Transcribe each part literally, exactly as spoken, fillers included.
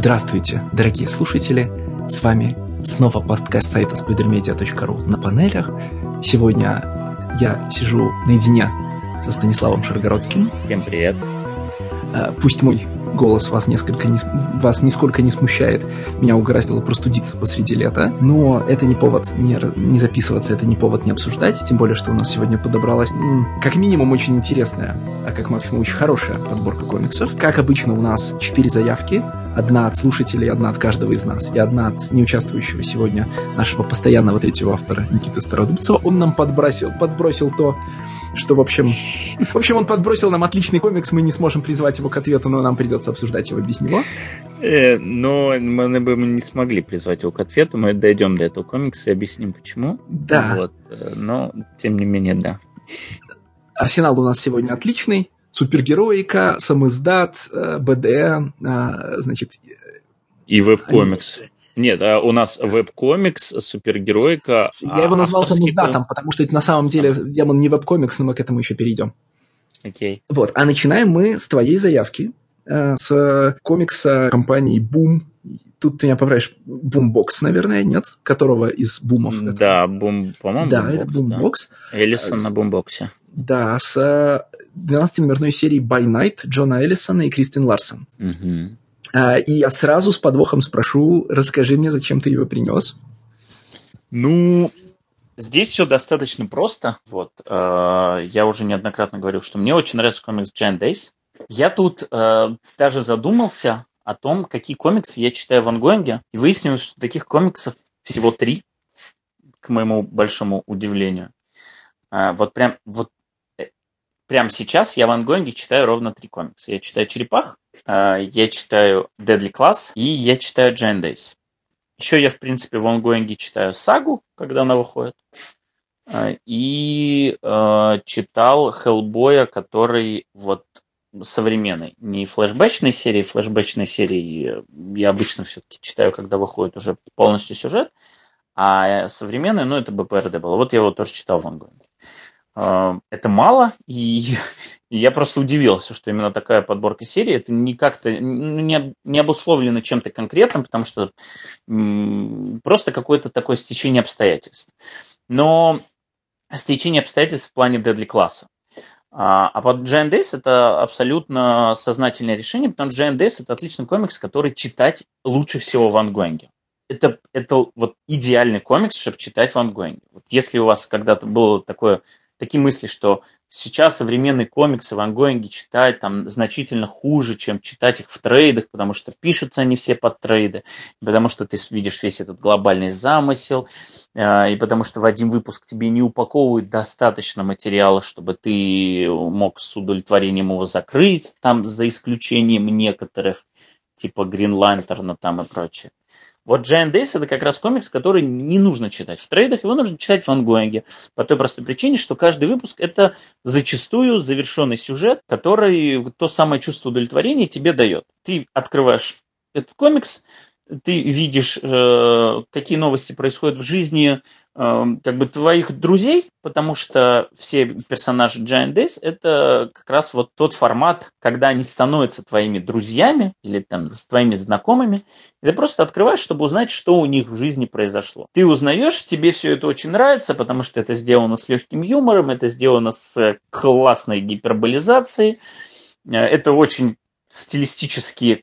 Здравствуйте, дорогие слушатели! С вами снова подкаст сайта spidermedia точка ру на панелях. Сегодня я сижу наедине со Станиславом Шаргородским. Всем привет! Пусть мой голос вас, несколько не, вас нисколько не смущает. Меня угораздило простудиться посреди лета. Но это не повод не, не записываться, это не повод не обсуждать. Тем более, что у нас сегодня подобралась как минимум очень интересная, а как максимум очень хорошая подборка комиксов. Как обычно, у нас четыре заявки. Одна от слушателей, одна от каждого из нас и одна от неучаствующего сегодня нашего постоянного третьего автора Никиты Стародубцева. Он нам подбросил, подбросил то, что, в общем... В общем, он подбросил нам отличный комикс, мы не сможем призвать его к ответу, но нам придется обсуждать его без него. Э, но мы бы не смогли призвать его к ответу, мы дойдем до этого комикса и объясним, почему. Да. Вот. Но, тем не менее, да. Арсенал у нас сегодня отличный. Супергероика, самиздат, БД, значит... И веб-комикс. Нет, у нас веб-комикс, супергероика... Я его назвал самиздатом, потому что это на самом деле демон не веб-комикс, но мы к этому еще перейдем. Окей. Вот, а начинаем мы с твоей заявки, с комикса компании Boom. Тут ты меня поправишь, Boombox, наверное, нет? Которого из бумов? Да, это... Boom, по-моему, да, Boombox, это Boombox. Да. Эллисон с... на Бумбоксе. Да, с двенадцатиномерной серией By Night Джона Эллисона и Кристин Ларсон. Угу. А, и я сразу с подвохом спрошу, расскажи мне, зачем ты его принес? Ну, здесь все достаточно просто. Вот, э, я уже неоднократно говорил, что мне очень нравится комикс Giant Days. Я тут э, даже задумался о том, какие комиксы я читаю в ангоинге, и выяснилось, что таких комиксов всего три, к моему большому удивлению. Э, вот прям вот Прямо сейчас я в ангоинге читаю ровно три комикса. Я читаю «Черепах», я читаю «Deadly Class» и я читаю «Giant Days». Еще я, в принципе, в ангоинге читаю «Сагу», когда она выходит. И э, читал «Хеллбоя», который вот современный. Не флешбэчной серии. Флешбэчной серии я обычно все-таки читаю, когда выходит уже полностью сюжет. А современный, ну, это бэ пэ эр дэ было. Вот я его тоже читал в ангоинге. Это мало, и я просто удивился, что именно такая подборка серий. Это не как-то не, не обусловлено чем-то конкретным, потому что м, просто какое-то такое стечение обстоятельств. Но стечение обстоятельств в плане Deadly Class. А, а под Giant Days это абсолютно сознательное решение, потому что Giant Days это отличный комикс, который читать лучше всего в ангоинге. Это, это вот идеальный комикс, чтобы читать в ангоинге. Вот если у вас когда-то было такое... Такие мысли, что сейчас современные комиксы в ангоинге читать там значительно хуже, чем читать их в трейдах, потому что пишутся они все под трейды, потому что ты видишь весь этот глобальный замысел, и потому что в один выпуск тебе не упаковывают достаточно материала, чтобы ты мог с удовлетворением его закрыть, там за исключением некоторых, типа Green Lantern там и прочее. Вот Giant Days это как раз комикс, который не нужно читать в трейдах, его нужно читать в ангоинге. По той простой причине, что каждый выпуск это зачастую завершенный сюжет, который то самое чувство удовлетворения тебе дает. Ты открываешь этот комикс, ты видишь, э, какие новости происходят в жизни э, как бы твоих друзей, потому что все персонажи Giant Days это как раз вот тот формат, когда они становятся твоими друзьями или там с твоими знакомыми. И ты просто открываешь, чтобы узнать, что у них в жизни произошло. Ты узнаешь, тебе все это очень нравится, потому что это сделано с легким юмором, это сделано с классной гиперболизацией, это очень стилистически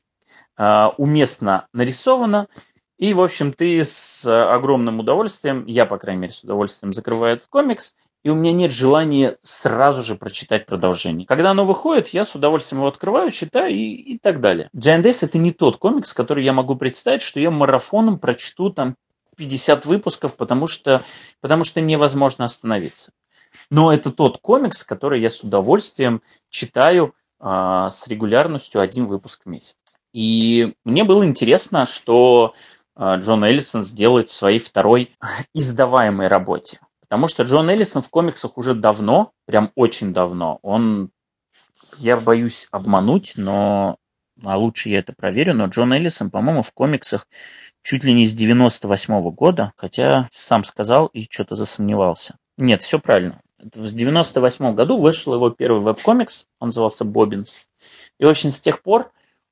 уместно нарисовано, и, в общем, ты с огромным удовольствием, я, по крайней мере, с удовольствием закрываю этот комикс, и у меня нет желания сразу же прочитать продолжение. Когда оно выходит, я с удовольствием его открываю, читаю и, и так далее. Giant Days это не тот комикс, который я могу представить, что я марафоном прочту там пятьдесят выпусков, потому что, потому что невозможно остановиться. Но это тот комикс, который я с удовольствием читаю а, с регулярностью один выпуск в месяц. И мне было интересно, что Джон Эллисон сделает в своей второй издаваемой работе. Потому что Джон Эллисон в комиксах уже давно, прям очень давно, он, я боюсь обмануть, но а лучше я это проверю, но Джон Эллисон, по-моему, в комиксах чуть ли не с девяносто восьмого года, хотя сам сказал и что-то засомневался. Нет, все правильно. В девяносто восьмом году вышел его первый веб-комикс, он назывался «Боббинс». И, в общем, с тех пор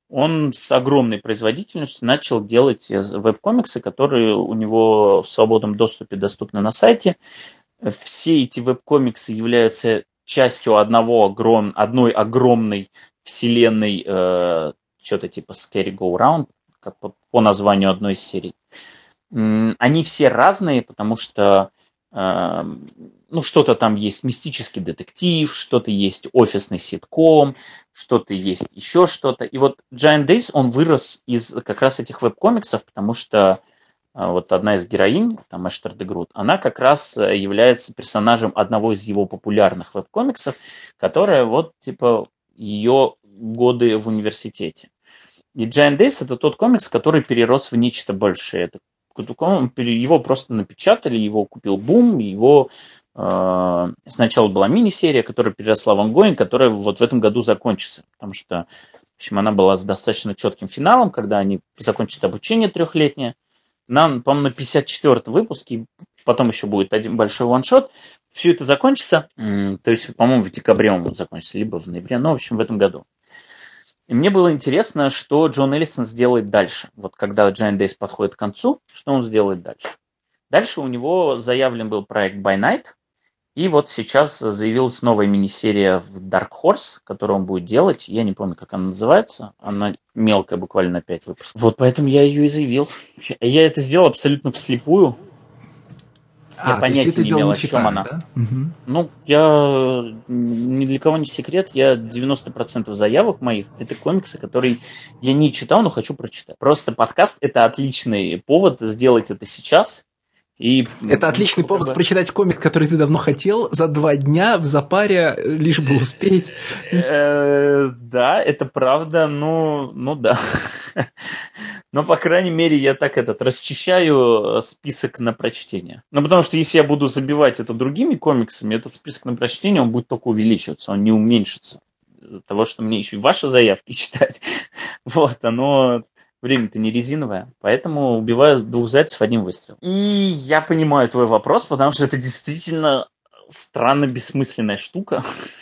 он с огромной производительностью начал делать веб-комиксы, которые у него в свободном доступе доступны на сайте. Все эти веб-комиксы являются частью одного огром... одной огромной вселенной, э, что-то типа Scary Go Round, как по, по названию одной из серий. Они все разные, потому что э, ну, что-то там есть мистический детектив, что-то есть офисный ситком, что-то есть еще что-то. И вот Giant Days, он вырос из как раз этих веб-комиксов, потому что э, вот одна из героинь, там Эштер де Грут, она как раз является персонажем одного из его популярных веб-комиксов, которая вот типа ее годы в университете. И Giant Days это тот комикс, который перерос в нечто большее. Это его просто напечатали, его купил Бум, его э, сначала была мини-серия, которая переросла в ангоинг, которая вот в этом году закончится, потому что, в общем, она была с достаточно четким финалом, когда они закончат обучение трехлетнее. Нам, по-моему, на пятьдесят четвёртом выпуске, потом еще будет один большой ваншот, все это закончится, то есть, по-моему, в декабре он будет закончиться, либо в ноябре, но, в общем, в этом году. И мне было интересно, что Джон Эллисон сделает дальше. Вот когда Giant Days подходит к концу, что он сделает дальше. Дальше у него заявлен был проект By Night. И вот сейчас заявилась новая мини-серия в Dark Horse, которую он будет делать. Я не помню, как она называется. Она мелкая, буквально на пять выпусков. Вот поэтому я ее и заявил. Я это сделал абсолютно вслепую. Я а, понятия не имел, о чем читая, она. Да? Угу. Ну, я ни для кого не секрет, я девяносто процентов заявок моих это комиксы, которые я не читал, но хочу прочитать. Просто подкаст это отличный повод сделать это сейчас. И, это отличный ну, повод бы... прочитать комикс, который ты давно хотел, за два дня в запаре, лишь бы успеть. Да, это правда, ну, ну да. Но, по крайней мере, я так этот расчищаю список на прочтение. Ну, потому что если я буду забивать это другими комиксами, этот список на прочтение, он будет только увеличиваться, он не уменьшится. Из-за того, что мне еще и ваши заявки читать. Вот, оно... Время-то не резиновое, поэтому убиваю двух зайцев одним выстрелом. И я понимаю твой вопрос, потому что это действительно странно бессмысленная штука.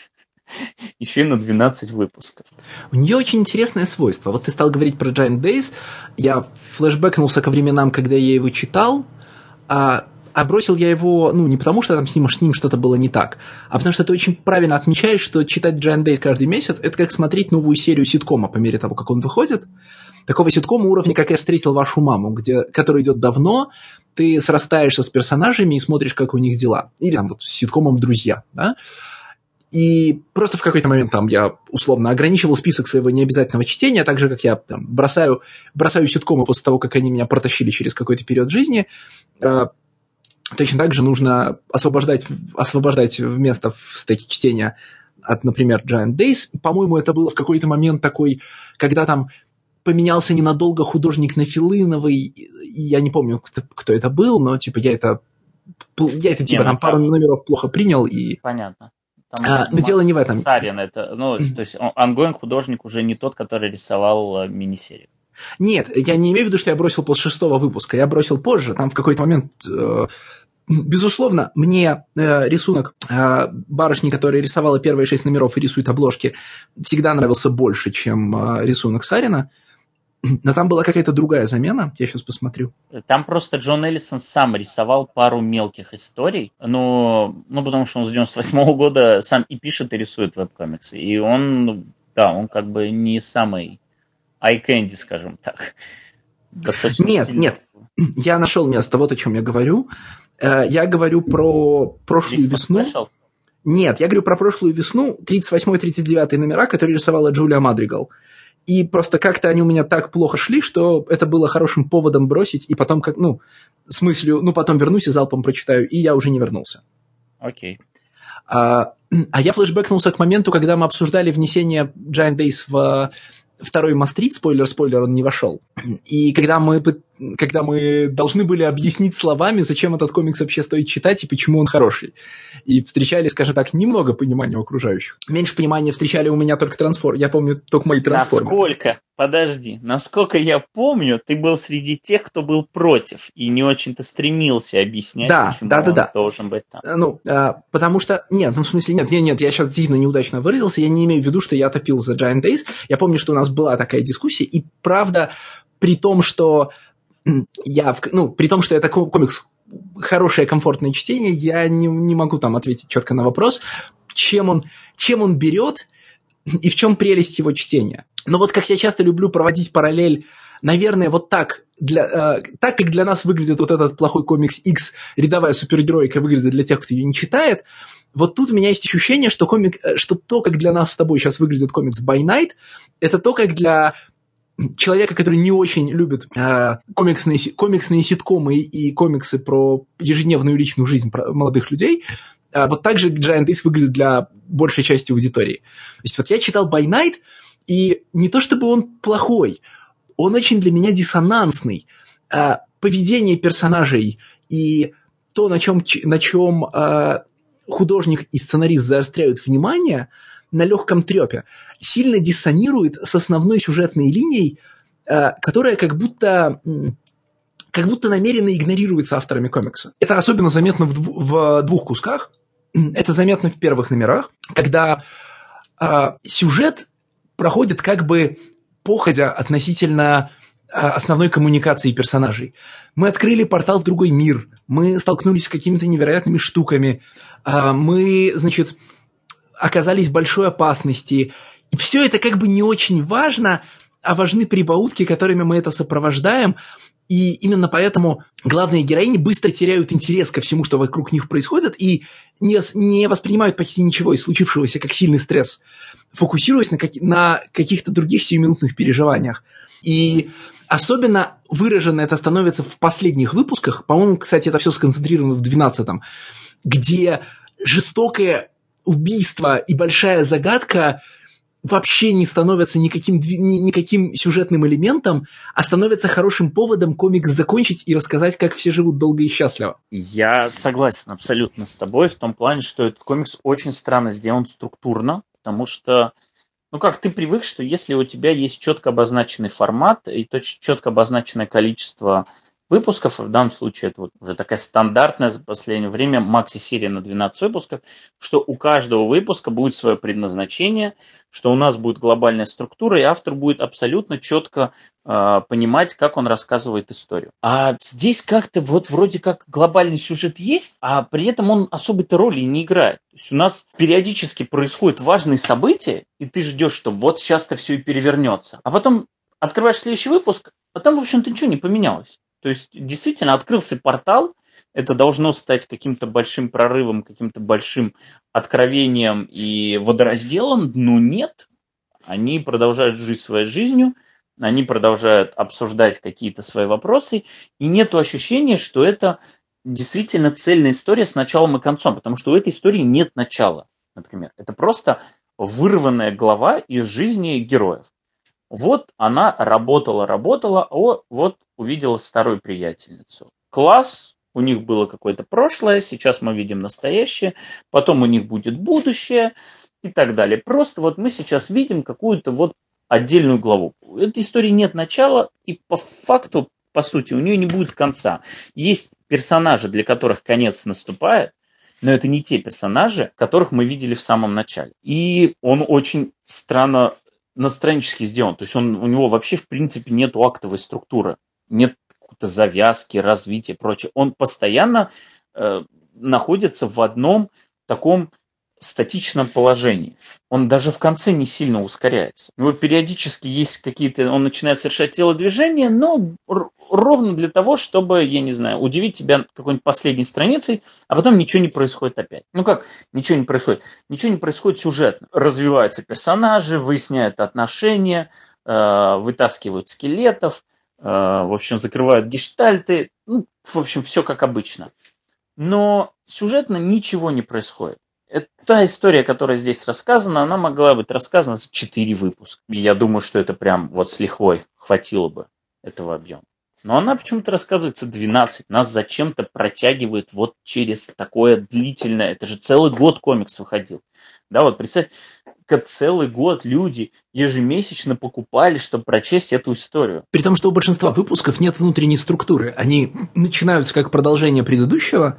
Еще и на двенадцать выпусков. У нее очень интересное свойство. Вот ты стал говорить про Giant Days. Я флешбэкнулся ко временам, когда я его читал, а, а бросил я его, ну, не потому, что там с ним, с ним что-то было не так, а потому что ты очень правильно отмечаешь, что читать Giant Days каждый месяц – это как смотреть новую серию ситкома по мере того, как он выходит. Такого ситкома уровня, как «Я встретил вашу маму», где, который идет давно, ты срастаешься с персонажами и смотришь, как у них дела. Или там вот с ситкомом «Друзья». Да? И просто в какой-то момент там я условно ограничивал список своего необязательного чтения, так же, как я там, бросаю, бросаю ситкомы после того, как они меня протащили через какой-то период жизни. Точно так же нужно освобождать, освобождать место в стеке чтения от, например, Giant Days. По-моему, это было в какой-то момент такой, когда там поменялся ненадолго художник Нафилыновый, я не помню, кто, кто это был, но типа я это, я это типа не, там ну, пару номеров плохо принял и... Понятно. Там, а, но дело не в этом. Сарин это, ну, то есть ангоинг художник уже не тот, который рисовал мини-серию. Нет, я не имею в виду, что я бросил после шестого выпуска, я бросил позже, там в какой-то момент... Э, безусловно, мне э, рисунок э, барышни, которая рисовала первые шесть номеров и рисует обложки, всегда нравился больше, чем э, рисунок Сарина. Но там была какая-то другая замена, я сейчас посмотрю. Там просто Джон Эллисон сам рисовал пару мелких историй, но, ну, потому что он с девяносто восьмого года сам и пишет, и рисует веб-комиксы. И он, да, он как бы не самый eye-candy, скажем так. Достаточно нет, сильно. Нет, я нашел место, вот о чем я говорю. Я говорю про прошлую Christmas весну. Special? Нет, я говорю про прошлую весну, тридцать восьмой тридцать девятый номера, которые рисовала Джулия Мадригал. И просто как-то они у меня так плохо шли, что это было хорошим поводом бросить, и потом, как, ну, с мыслью, ну, потом вернусь и залпом прочитаю, и я уже не вернулся. Окей. Okay. А, а я флешбэкнулся к моменту, когда мы обсуждали внесение Giant Days в второй Мастрит, спойлер-спойлер, он не вошел. И когда мы, когда мы должны были объяснить словами, зачем этот комикс вообще стоит читать и почему он хороший. И встречали, скажем так, немного понимания у окружающих. Меньше понимания встречали у меня только трансформ. Я помню только мои трансформеры. Насколько? Подожди, насколько я помню, ты был среди тех, кто был против и не очень-то стремился объяснять, да, почему да, да, он да. должен быть там. Ну, а, потому что... Нет, ну, в смысле, нет, нет, нет, я сейчас действительно неудачно выразился, я не имею в виду, что я топил за Giant Days. Я помню, что у нас была такая дискуссия, и правда, при том, что я... Ну, при том, что это комикс хорошее, комфортное чтение, я не, не могу там ответить четко на вопрос, чем он, чем он берет и в чем прелесть его чтения. Но вот как я часто люблю проводить параллель, наверное, вот так, для, э, так как для нас выглядит вот этот плохой комикс X, рядовая супергероика выглядит для тех, кто ее не читает, вот тут у меня есть ощущение, что, комик, что то, как для нас с тобой сейчас выглядит комикс By Night, это то, как для человека, который не очень любит э, комиксные, комиксные ситкомы и комиксы про ежедневную личную жизнь про молодых людей, э, вот так же Giant Days выглядит для большей части аудитории. То есть вот я читал By Night, и не то чтобы он плохой, он очень для меня диссонансный. Э, поведение персонажей и то, на чем, на чем э, художник и сценарист заостряют внимание на легком трепе, сильно диссонирует с основной сюжетной линией, э, которая как будто, как будто намеренно игнорируется авторами комикса. Это особенно заметно в, дв- в двух кусках. Это заметно в первых номерах, когда э, сюжет проходит как бы походя относительно э, основной коммуникации персонажей. Мы открыли портал в другой мир, мы столкнулись с какими-то невероятными штуками, э, мы, значит, оказались в большой опасности. И все это как бы не очень важно, а важны прибаутки, которыми мы это сопровождаем. И именно поэтому главные героини быстро теряют интерес ко всему, что вокруг них происходит, и не, не воспринимают почти ничего из случившегося как сильный стресс, фокусируясь на, как, на каких-то других сиюминутных переживаниях. И особенно выраженно это становится в последних выпусках. По-моему, кстати, это все сконцентрировано в двенадцатом, где жестокое убийство и большая загадка вообще не становятся никаким, никаким сюжетным элементом, а становятся хорошим поводом комикс закончить и рассказать, как все живут долго и счастливо. Я согласен абсолютно с тобой в том плане, что этот комикс очень странно сделан структурно, потому что, ну как, ты привык, что если у тебя есть четко обозначенный формат и четко обозначенное количество выпусков, в данном случае это вот уже такая стандартная за последнее время макси-серия на двенадцать выпусков, что у каждого выпуска будет свое предназначение, что у нас будет глобальная структура, и автор будет абсолютно четко э, понимать, как он рассказывает историю. А здесь как-то вот вроде как глобальный сюжет есть, а при этом он особой-то роли не играет. То есть у нас периодически происходят важные события, и ты ждешь, что вот сейчас-то все и перевернется. А потом открываешь следующий выпуск, а там, в общем-то, ничего не поменялось. То есть, действительно, открылся портал, это должно стать каким-то большим прорывом, каким-то большим откровением и водоразделом, но нет. Они продолжают жить своей жизнью, они продолжают обсуждать какие-то свои вопросы, и нет ощущения, что это действительно цельная история с началом и концом, потому что у этой истории нет начала, например. Это просто вырванная глава из жизни героев. Вот она работала, работала, о, вот увидела старую приятельницу. Класс, у них было какое-то прошлое, сейчас мы видим настоящее, потом у них будет будущее и так далее. Просто вот мы сейчас видим какую-то вот отдельную главу. У этой истории нет начала, и по факту, по сути, у нее не будет конца. Есть персонажи, для которых конец наступает, но это не те персонажи, которых мы видели в самом начале. И он очень странно настроенчески сделан. То есть он, у него вообще в принципе нет актовой структуры, нет какой-то завязки, развития и прочее. Он постоянно э, находится в одном таком статичном положении. Он даже в конце не сильно ускоряется. У него периодически есть какие-то... Он начинает совершать телодвижения, но р- ровно для того, чтобы, я не знаю, удивить тебя какой-нибудь последней страницей, а потом ничего не происходит опять. Ну как ничего не происходит? Ничего не происходит сюжетно. Развиваются персонажи, выясняют отношения, э, вытаскивают скелетов, э, в общем, закрывают гештальты. Ну, в общем, все как обычно. Но сюжетно ничего не происходит. Та история, которая здесь рассказана, она могла быть рассказана за четыре выпуска. И я думаю, что это прям вот с лихвой хватило бы этого объема. Но она почему-то рассказывается двенадцать. Нас зачем-то протягивает вот через такое длительное... Это же целый год комикс выходил. Да, вот представь, как целый год люди ежемесячно покупали, чтобы прочесть эту историю. При том, что у большинства выпусков нет внутренней структуры. Они начинаются как продолжение предыдущего,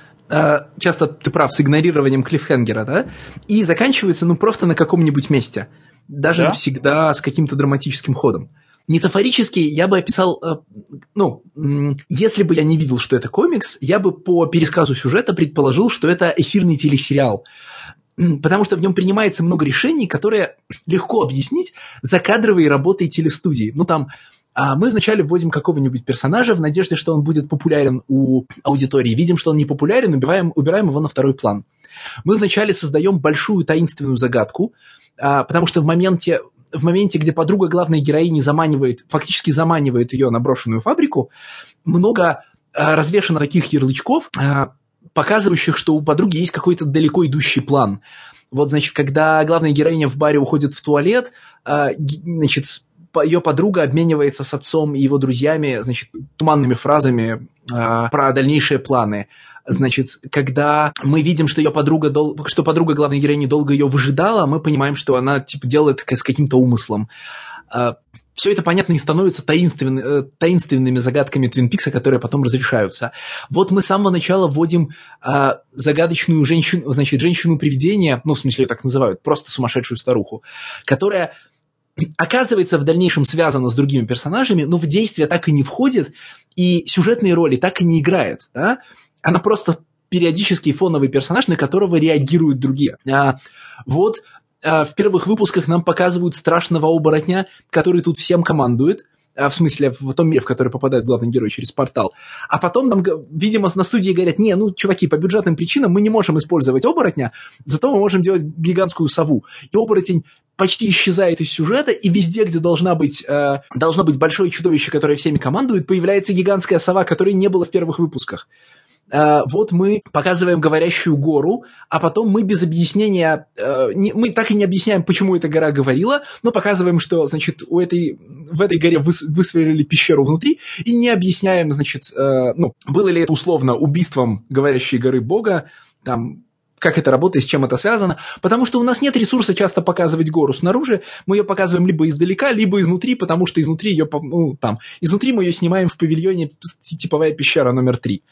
часто, ты прав, с игнорированием клиффхенгера, да, и заканчиваются, ну, просто на каком-нибудь месте. Даже да? всегда с каким-то драматическим ходом. Метафорически я бы описал, ну, если бы я не видел, что это комикс, я бы по пересказу сюжета предположил, что это эфирный телесериал. Потому что в нем принимается много решений, которые легко объяснить закадровой работой телестудии. Ну, там, мы вначале вводим какого-нибудь персонажа в надежде, что он будет популярен у аудитории. Видим, что он не популярен, убираем, убираем его на второй план. Мы вначале создаем большую таинственную загадку, потому что в моменте, в моменте, где подруга главной героини заманивает, фактически заманивает ее на брошенную фабрику, много развешано таких ярлычков, показывающих, что у подруги есть какой-то далеко идущий план. Вот, значит, когда главная героиня в баре уходит в туалет, значит, ее подруга обменивается с отцом и его друзьями, значит, туманными фразами про дальнейшие планы. Значит, когда мы видим, что ее подруга, дол... что подруга главной героини долго ее выжидала, мы понимаем, что она, типа, делает это с каким-то умыслом. Все это, понятно, и становится таинственными, таинственными загадками Твин Пикса, которые потом разрешаются. Вот мы с самого начала вводим а, загадочную женщину, значит, женщину-привидение, ну, в смысле, ее так называют, просто сумасшедшую старуху, которая оказывается в дальнейшем связана с другими персонажами, но в действие так и не входит, и сюжетные роли так и не играет. Да? Она просто периодический фоновый персонаж, на которого реагируют другие. А, вот... В первых выпусках нам показывают страшного оборотня, который тут всем командует, в смысле, в том мире, в который попадает главный герой через портал. А потом нам, видимо, на студии говорят: не, ну, чуваки, по бюджетным причинам мы не можем использовать оборотня, зато мы можем делать гигантскую сову. И оборотень почти исчезает из сюжета, и везде, где должна быть, э, должно быть большое чудовище, которое всеми командует, появляется гигантская сова, которой не было в первых выпусках. Uh, вот мы показываем говорящую гору, а потом мы без объяснения, uh, не, мы так и не объясняем, почему эта гора говорила, но показываем, что, значит, у этой, в этой горе выс, высверлили пещеру внутри, и не объясняем, значит, uh, ну, было ли это условно убийством говорящей горы Бога, там, как это работает, с чем это связано, потому что у нас нет ресурса часто показывать гору снаружи, мы ее показываем либо издалека, либо изнутри, потому что изнутри ее, ну, там, изнутри мы ее снимаем в павильоне «Типовая пещера номер три».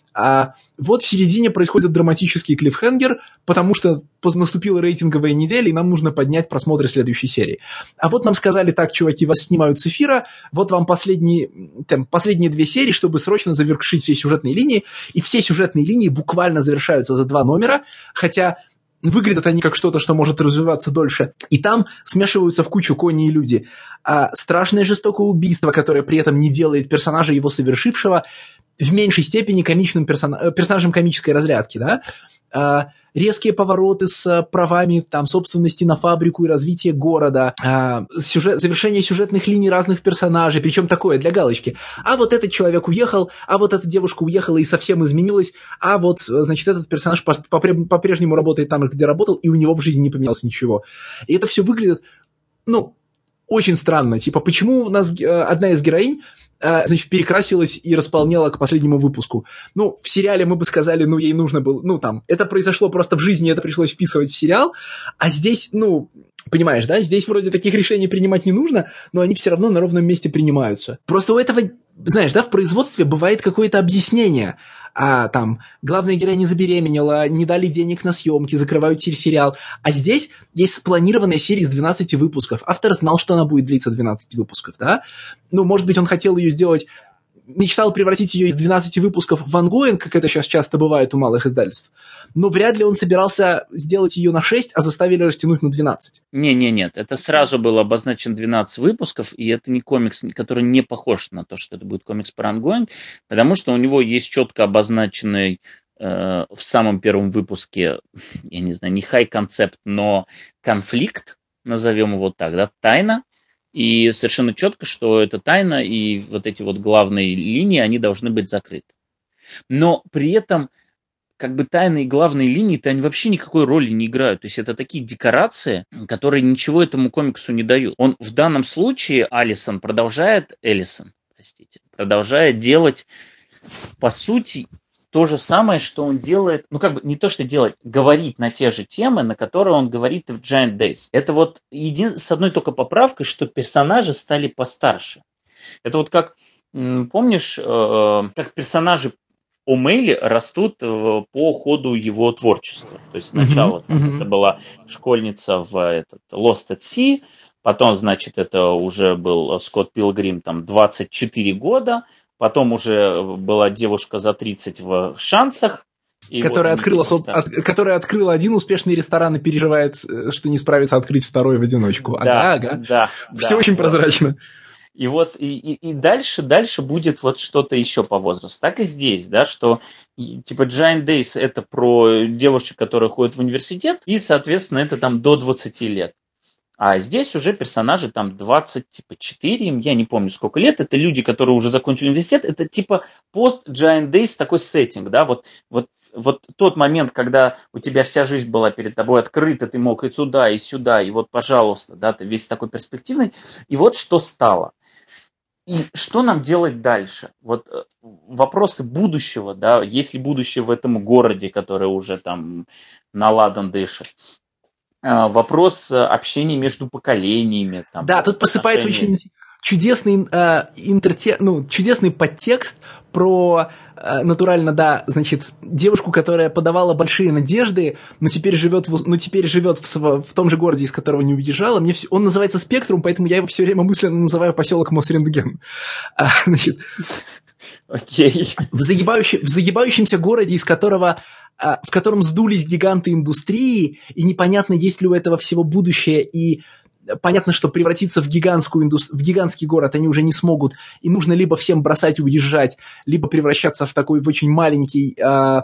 А вот в середине происходит драматический клиффхенгер, потому что наступила рейтинговая неделя, и нам нужно поднять просмотры следующей серии. А вот нам сказали: так, чуваки, вас снимают с эфира, вот вам последние, там, последние две серии, чтобы срочно завершить все сюжетные линии, и все сюжетные линии буквально завершаются за два номера, хотя выглядят они как что-то, что может развиваться дольше. И там смешиваются в кучу кони и люди. А страшное жестокое убийство, которое при этом не делает персонажа, его совершившего, в меньшей степени комичным персона... персонажем комической разрядки, да, а, резкие повороты с правами там, собственности на фабрику и развитие города, а, сюжет... завершение сюжетных линий разных персонажей, причем такое для галочки. А вот этот человек уехал, а вот эта девушка уехала и совсем изменилась, а вот, значит, этот персонаж по-прежнему работает там, где работал, и у него в жизни не поменялось ничего. И это все выглядит, ну, очень странно. Типа, почему у нас одна из героинь, значит, перекрасилась и располнела к последнему выпуску. Ну, в сериале мы бы сказали, ну, ей нужно было, ну, там, это произошло просто в жизни, это пришлось вписывать в сериал, а здесь, ну, понимаешь, да, здесь вроде таких решений принимать не нужно, но они все равно на ровном месте принимаются. Просто у этого, знаешь, да, в производстве бывает какое-то объяснение. А там главная героиня забеременела, не дали денег на съемки, закрывают телесериал. А здесь есть спланированная серия из двенадцати выпусков. Автор знал, что она будет длиться двенадцать выпусков, да? Ну, может быть, он хотел ее сделать, мечтал превратить ее из двенадцати выпусков в ongoing, как это сейчас часто бывает у малых издательств. Но вряд ли он собирался сделать ее на шесть, а заставили растянуть на двенадцать. Не-не-нет, это сразу было обозначено двенадцать выпусков, и это не комикс, который не похож на то, что это будет комикс про ongoing, потому что у него есть четко обозначенный э, в самом первом выпуске, я не знаю, не хай-концепт, но конфликт, назовем его так, да, тайна. И совершенно четко, что это тайна, и вот эти вот главные линии, они должны быть закрыты. Но при этом, как бы тайные главные линии-то они вообще никакой роли не играют. То есть это такие декорации, которые ничего этому комиксу не дают. Он в данном случае, Алисон, продолжает, Эллисон, простите, продолжает делать, по сути, то же самое, что он делает, ну как бы не то, что делать, говорить на те же темы, на которые он говорит и в Giant Days. Это вот един... с одной только поправкой, что персонажи стали постарше. Это вот как, помнишь, как персонажи О'Мейли растут по ходу его творчества. То есть сначала uh-huh, там, uh-huh. это была школьница в этот, Lost at Sea, потом, значит, это уже был Скотт Пилгрим, там, двадцать четыре года, потом уже была девушка за тридцать в «Шансах». Которая, вот открыла, от, от, которая открыла один успешный ресторан и переживает, что не справится открыть второй в одиночку. Да, ага, ага. Да, Все да, очень вот. Прозрачно. И вот и, и, и дальше, дальше будет вот что-то еще по возрасту. Так и здесь, да, что типа Giant Days это про девушек, которые ходят в университет, и, соответственно, это там до двадцати лет. А здесь уже персонажи там двадцать четыре, я не помню сколько лет, это люди, которые уже закончили университет, это типа пост-Giant Days такой сеттинг, да, вот, вот, вот тот момент, когда у тебя вся жизнь была перед тобой открыта, ты мог и сюда, и сюда, и вот, пожалуйста, да, ты весь такой перспективный, и вот что стало. И что нам делать дальше? Вот вопросы будущего, да, есть ли будущее в этом городе, который уже там наладан дышит? Вопрос общения между поколениями. Там, да, тут посыпается очень чудесный, э, интерте... ну, чудесный подтекст про, э, натурально, да, значит, девушку, которая подавала большие надежды, но теперь живет, в, но теперь живет в, в том же городе, из которого не уезжала. Мне все... Он называется «Спектрум», поэтому я его все время мысленно называю поселок Мосрентген. А, значит, okay. в, загибающем, в загибающемся городе, из которого... в котором сдулись гиганты индустрии, и непонятно, есть ли у этого всего будущее, и понятно, что превратиться в, гигантскую инду... в гигантский город они уже не смогут, и нужно либо всем бросать и уезжать, либо превращаться в такой в очень маленький, э,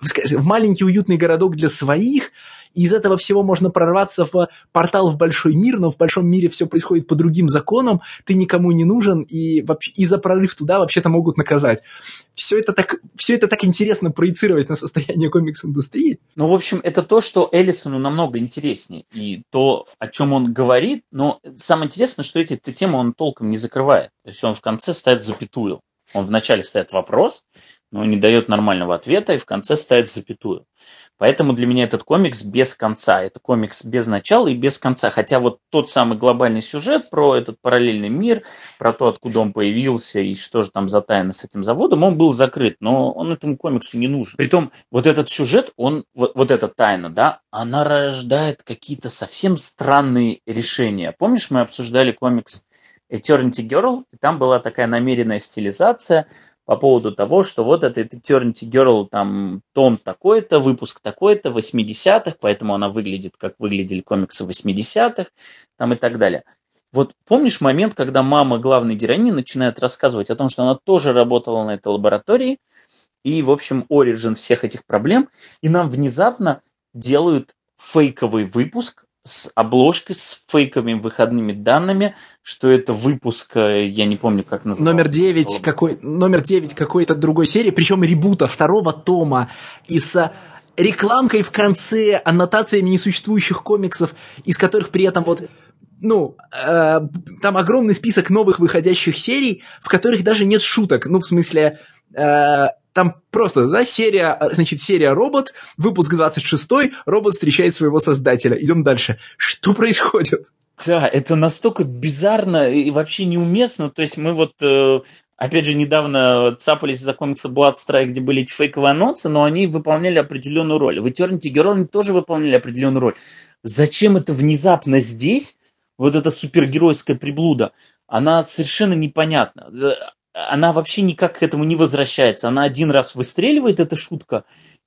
в маленький уютный городок для своих, и из этого всего можно прорваться в портал в большой мир, но в большом мире все происходит по другим законам, ты никому не нужен, и, вообще, и за прорыв туда вообще-то могут наказать. Все это, так, все это так интересно проецировать на состояние комикс-индустрии. Ну, в общем, это то, что Эллисону намного интереснее, и то, о чем он говорит, но самое интересное, что эти, эту тему он толком не закрывает. То есть он в конце ставит запятую. Он вначале ставит вопрос, но не дает нормального ответа, и в конце ставит запятую. Поэтому для меня этот комикс без конца. Это комикс без начала и без конца. Хотя вот тот самый глобальный сюжет про этот параллельный мир, про то, откуда он появился и что же там за тайна с этим заводом, он был закрыт. Но он этому комиксу не нужен. Притом вот этот сюжет, он, вот, вот эта тайна, да, она рождает какие-то совсем странные решения. Помнишь, мы обсуждали комикс Eternity Girl? И там была такая намеренная стилизация по поводу того, что вот это Eternity Girl, там, том такой-то, выпуск такой-то, восьмидесятых, поэтому она выглядит, как выглядели комиксы восьмидесятых, там и так далее. Вот помнишь момент, когда мама главной героини начинает рассказывать о том, что она тоже работала на этой лаборатории, и, в общем, оригин всех этих проблем, и нам внезапно делают фейковый выпуск с обложкой, с фейковыми выходными данными, что это выпуск, я не помню, как называется. Номер девять, какой, номер девять какой-то другой серии, причем ребута второго тома, и с рекламкой в конце, аннотациями несуществующих комиксов, из которых при этом вот, ну, э, там огромный список новых выходящих серий, в которых даже нет шуток, ну, в смысле... Э, Там просто, да, серия, значит, серия «Робот», выпуск двадцать шестой, робот встречает своего создателя. Идем дальше. Что происходит? Да, это настолько бизарно и вообще неуместно. То есть мы вот, опять же, недавно цапались за комиксы Bloodstrike, где были эти фейковые анонсы, но они выполняли определенную роль. В Eternity Girl они тоже выполняли определенную роль. Зачем это внезапно здесь, вот эта супергеройская приблуда, она совершенно непонятна. Она вообще никак к этому не возвращается. Она один раз выстреливает, эта шутка,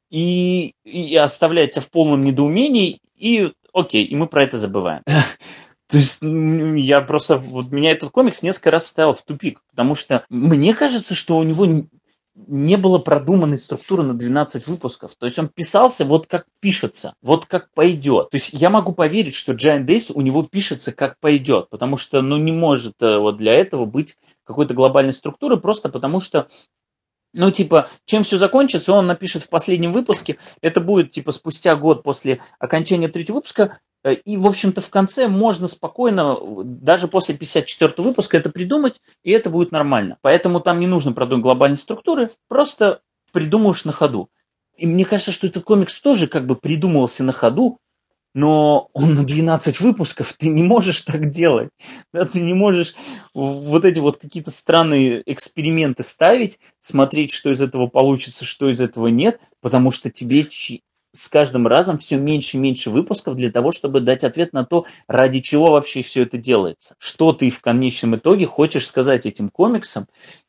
и, и оставляет тебя в полном недоумении, и окей, и мы про это забываем. То есть я просто... Вот меня этот комикс несколько раз ставил в тупик, потому что мне кажется, что у него не было продуманной структуры на двенадцать выпусков. То есть он писался вот как пишется, вот как пойдет. То есть я могу поверить, что Giant Days у него пишется как пойдет, потому что ну, не может вот для этого быть какой-то глобальной структуры, просто потому что ну, типа, чем все закончится, он напишет в последнем выпуске, это будет, типа, спустя год после окончания третьего выпуска, И, в общем-то, в конце можно спокойно, даже после пятьдесят четвёртого выпуска, это придумать, и это будет нормально. Поэтому там не нужно продумать глобальной структуры, просто придумаешь на ходу. И мне кажется, что этот комикс тоже как бы придумывался на ходу, но он на двенадцать выпусков, ты не можешь так делать. Да, ты не можешь вот эти вот какие-то странные эксперименты ставить, смотреть, что из этого получится, что из этого нет, потому что тебе с каждым разом все меньше и меньше выпусков для того, чтобы дать ответ на то, ради чего вообще все это делается. Что ты в конечном итоге хочешь сказать этим комиксам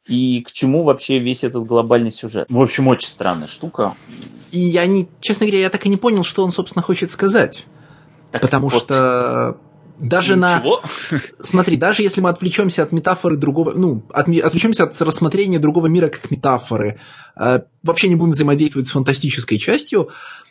и к чему вообще весь этот глобальный сюжет. В общем, очень странная штука. И я не, честно говоря, я так и не понял, что он, собственно, хочет сказать. Так Потому вот, что даже ничего. на... Смотри, даже если мы отвлечемся от метафоры другого... Ну, от, отвлечемся от рассмотрения другого мира как метафоры, э, вообще не будем взаимодействовать с фантастической частью,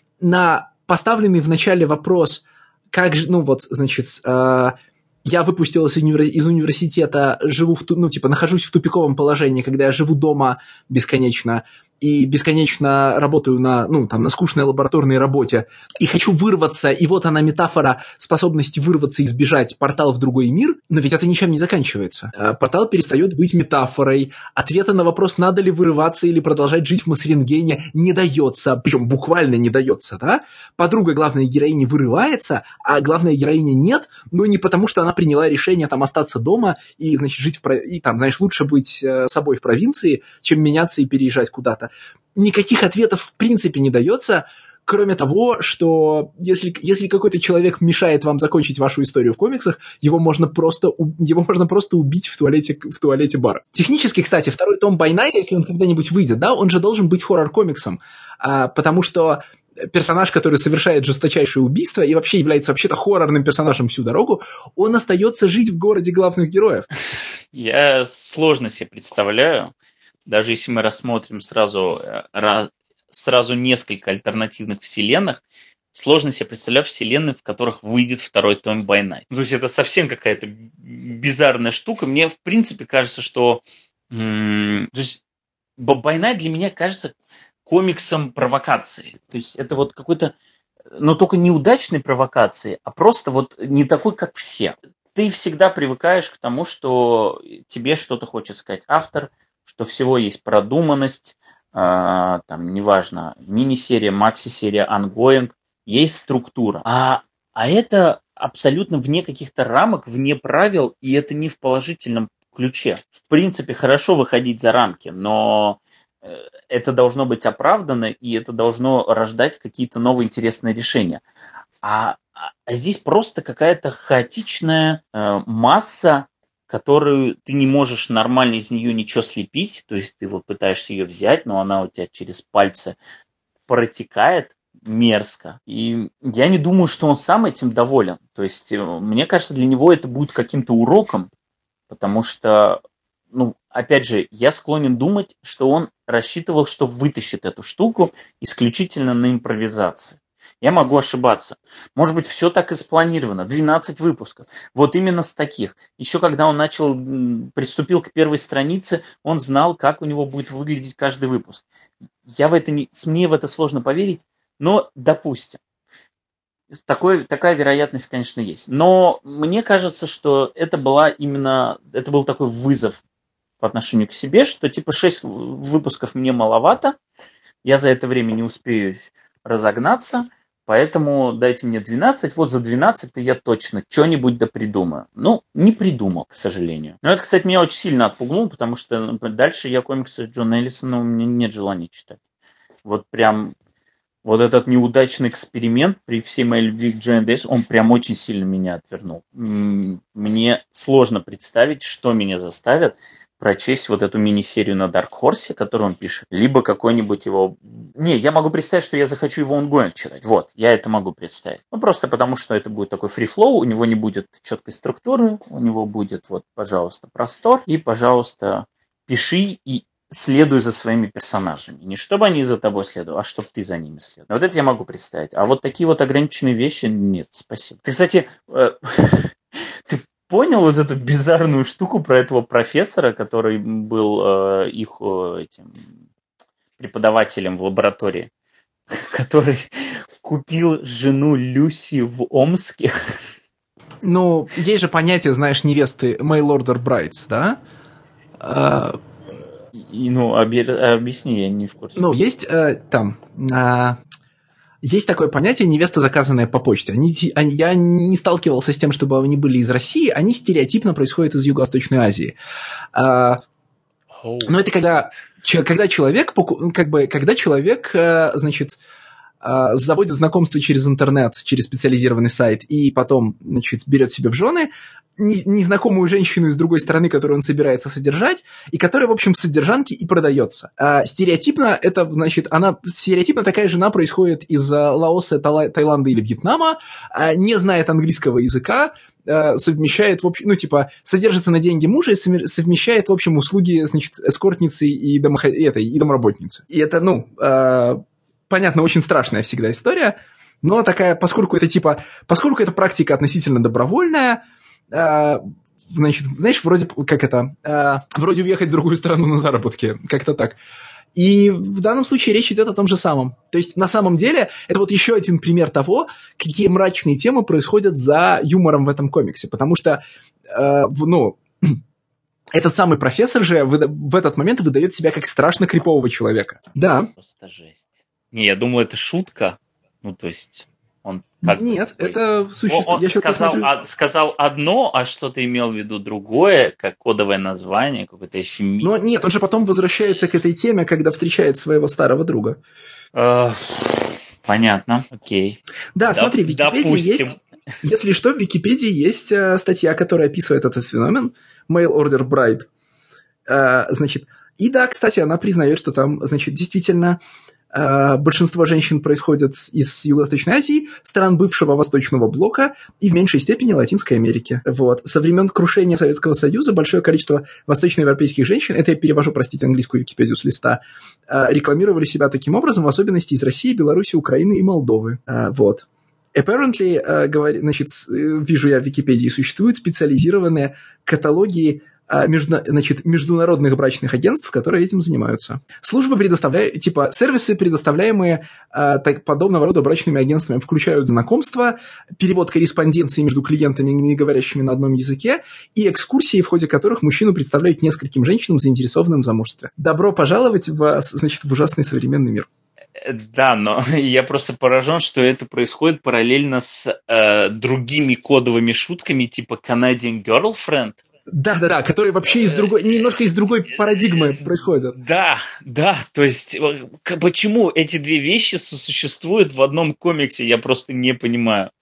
на поставленный в начале вопрос, как же... Ну, вот, значит... Э, я выпустилась из университета, живу в, ну, типа, нахожусь в тупиковом положении, когда я живу дома бесконечно и бесконечно работаю на, ну, там, на скучной лабораторной работе, и хочу вырваться, и вот она метафора способности вырваться и сбежать, портал в другой мир, но ведь это ничем не заканчивается. Портал перестает быть метафорой, ответа на вопрос, надо ли вырываться или продолжать жить в Масренгене, не дается, причем буквально не дается, да? Подруга главной героини вырывается, а главная героиня нет, но не потому, что она приняла решение там остаться дома и, значит, жить в, и там, знаешь, лучше быть собой в провинции, чем меняться и переезжать куда-то. Никаких ответов в принципе не дается, кроме того, что если, если какой-то человек мешает вам закончить вашу историю в комиксах, его можно просто, его можно просто убить в туалете, в туалете бара. Технически, кстати, второй том By Night, если он когда-нибудь выйдет, да, он же должен быть хоррор-комиксом, а, потому что персонаж, который совершает жесточайшее убийство и вообще является вообще-то хоррорным персонажем всю дорогу, он остается жить в городе главных героев. Я сложно себе представляю, даже если мы рассмотрим сразу, сразу несколько альтернативных вселенных, сложно себе представлять вселенные, в которых выйдет второй том By Night. То есть это совсем какая-то бизарная штука. Мне в принципе кажется, что м- то есть By Night для меня кажется комиксом провокации. То есть это вот какой-то, но только неудачной провокации, а просто вот не такой, как все. Ты всегда привыкаешь к тому, что тебе что-то хочет сказать автор, что всего есть продуманность, э, там, неважно, мини-серия, макси-серия, ангоинг, есть структура. А, а это абсолютно вне каких-то рамок, вне правил, и это не в положительном ключе. В принципе, хорошо выходить за рамки, но это должно быть оправдано, и это должно рождать какие-то новые интересные решения. А, а здесь просто какая-то хаотичная э, масса, которую ты не можешь нормально из нее ничего слепить, то есть ты вот пытаешься ее взять, но она у тебя через пальцы протекает мерзко. И я не думаю, что он сам этим доволен. То есть мне кажется, для него это будет каким-то уроком, потому что, ну, опять же, я склонен думать, что он рассчитывал, что вытащит эту штуку исключительно на импровизации. Я могу ошибаться. Может быть, все так и спланировано. двенадцать выпусков. Вот именно с таких. Еще когда он начал, приступил к первой странице, он знал, как у него будет выглядеть каждый выпуск. Я в это не, мне в это сложно поверить, но допустим. Такой, такая вероятность, конечно, есть. Но мне кажется, что это была именно, это был такой вызов по отношению к себе, что типа шесть выпусков мне маловато, я за это время не успею разогнаться, поэтому дайте мне двенадцать, вот за двенадцать я точно что-нибудь да придумаю. Ну, не придумал, к сожалению. Но это, кстати, меня очень сильно отпугнуло, потому что дальше я комиксы Джона Эллисона, у меня нет желания читать. Вот прям, вот этот неудачный эксперимент при всей моей любви к Джон Дэйс, он прям очень сильно меня отвернул. Мне сложно представить, что меня заставит прочесть вот эту мини-серию на Dark Horse, которую он пишет, либо какой-нибудь его... Не, я могу представить, что я захочу его ongoing читать. Вот, я это могу представить. Ну, просто потому, что это будет такой free-flow, у него не будет четкой структуры, у него будет, вот, пожалуйста, простор, и, пожалуйста, пиши и следуй за своими персонажами. Не чтобы они за тобой следовали, а чтобы ты за ними следовал. Вот это я могу представить. А вот такие вот ограниченные вещи, нет, спасибо. Ты, кстати... Ты понял вот эту бизарную штуку про этого профессора, который был э, их э, этим преподавателем в лаборатории, который купил жену Люси в Омске. Ну, есть же понятие, знаешь, невесты mail order brides, да? А, И, ну, оби- объясни, я не в курсе. ну, есть э, там... а, есть такое понятие невеста, заказанная по почте. Они, они, я не сталкивался с тем, чтобы они были из России, они стереотипно происходят из Юго-Восточной Азии. А, Oh. но это когда, когда человек, как бы, когда человек, значит, заводит знакомство через интернет, через специализированный сайт, и потом, значит, берет себе в жены незнакомую женщину из другой страны, которую он собирается содержать, и которая, в общем, в содержанке и продается. А стереотипно это, значит, она, стереотипно такая жена происходит из Лаоса, Таиланда или Вьетнама, не знает английского языка, совмещает, в общем, ну, типа, содержится на деньги мужа и совмещает, в общем, услуги, значит, эскортницы и, домохо... этой, и домработницы. И это, ну, понятно, очень страшная всегда история, но такая, поскольку это, типа, поскольку эта практика относительно добровольная, значит, знаешь, вроде как это, вроде уехать в другую страну на заработки, как-то так. И в данном случае речь идет о том же самом. То есть, на самом деле, это вот еще один пример того, какие мрачные темы происходят за юмором в этом комиксе. Потому что, э, ну, этот самый профессор же в, в этот момент выдает себя как страшно крипового человека. Да. Просто жесть. Не, я думаю, это шутка. Ну, то есть... Он как Нет, бы, это существует. Он, он сказал, а, сказал одно, а что-то имел в виду другое, как кодовое название, какой-то эфемизм. Но нет, он же потом возвращается к этой теме, когда встречает своего старого друга. Uh, понятно, окей. Да, смотри, в Википедии Допустим. есть... Если что, в Википедии есть uh, статья, которая описывает этот феномен. Mail order bride. Uh, значит, и да, кстати, она признает, что там, значит, действительно... Uh, большинство женщин происходят из Юго-Восточной Азии, стран бывшего Восточного блока и в меньшей степени Латинской Америки. Вот. Со времен крушения Советского Союза большое количество восточноевропейских женщин, это я перевожу, простите, английскую Википедию с листа, uh, рекламировали себя таким образом, в особенности из России, Беларуси, Украины и Молдовы. Uh, вот. Apparently, uh, говори, значит, вижу я в Википедии, существуют специализированные каталоги Между, значит, международных брачных агентств, которые этим занимаются. Службы предоставляют, типа, сервисы, предоставляемые а, так, подобного рода брачными агентствами, включают знакомства, перевод корреспонденции между клиентами, не говорящими на одном языке, и экскурсии, в ходе которых мужчину представляют нескольким женщинам, заинтересованным в замужестве. Добро пожаловать в, значит, в ужасный современный мир. Да, но я просто поражен, что это происходит параллельно с э, другими кодовыми шутками, типа Canadian Girlfriend. Да-да-да, которые вообще из другой, немножко из другой парадигмы происходят. Да, да, то есть почему эти две вещи сосуществуют в одном комиксе, я просто не понимаю.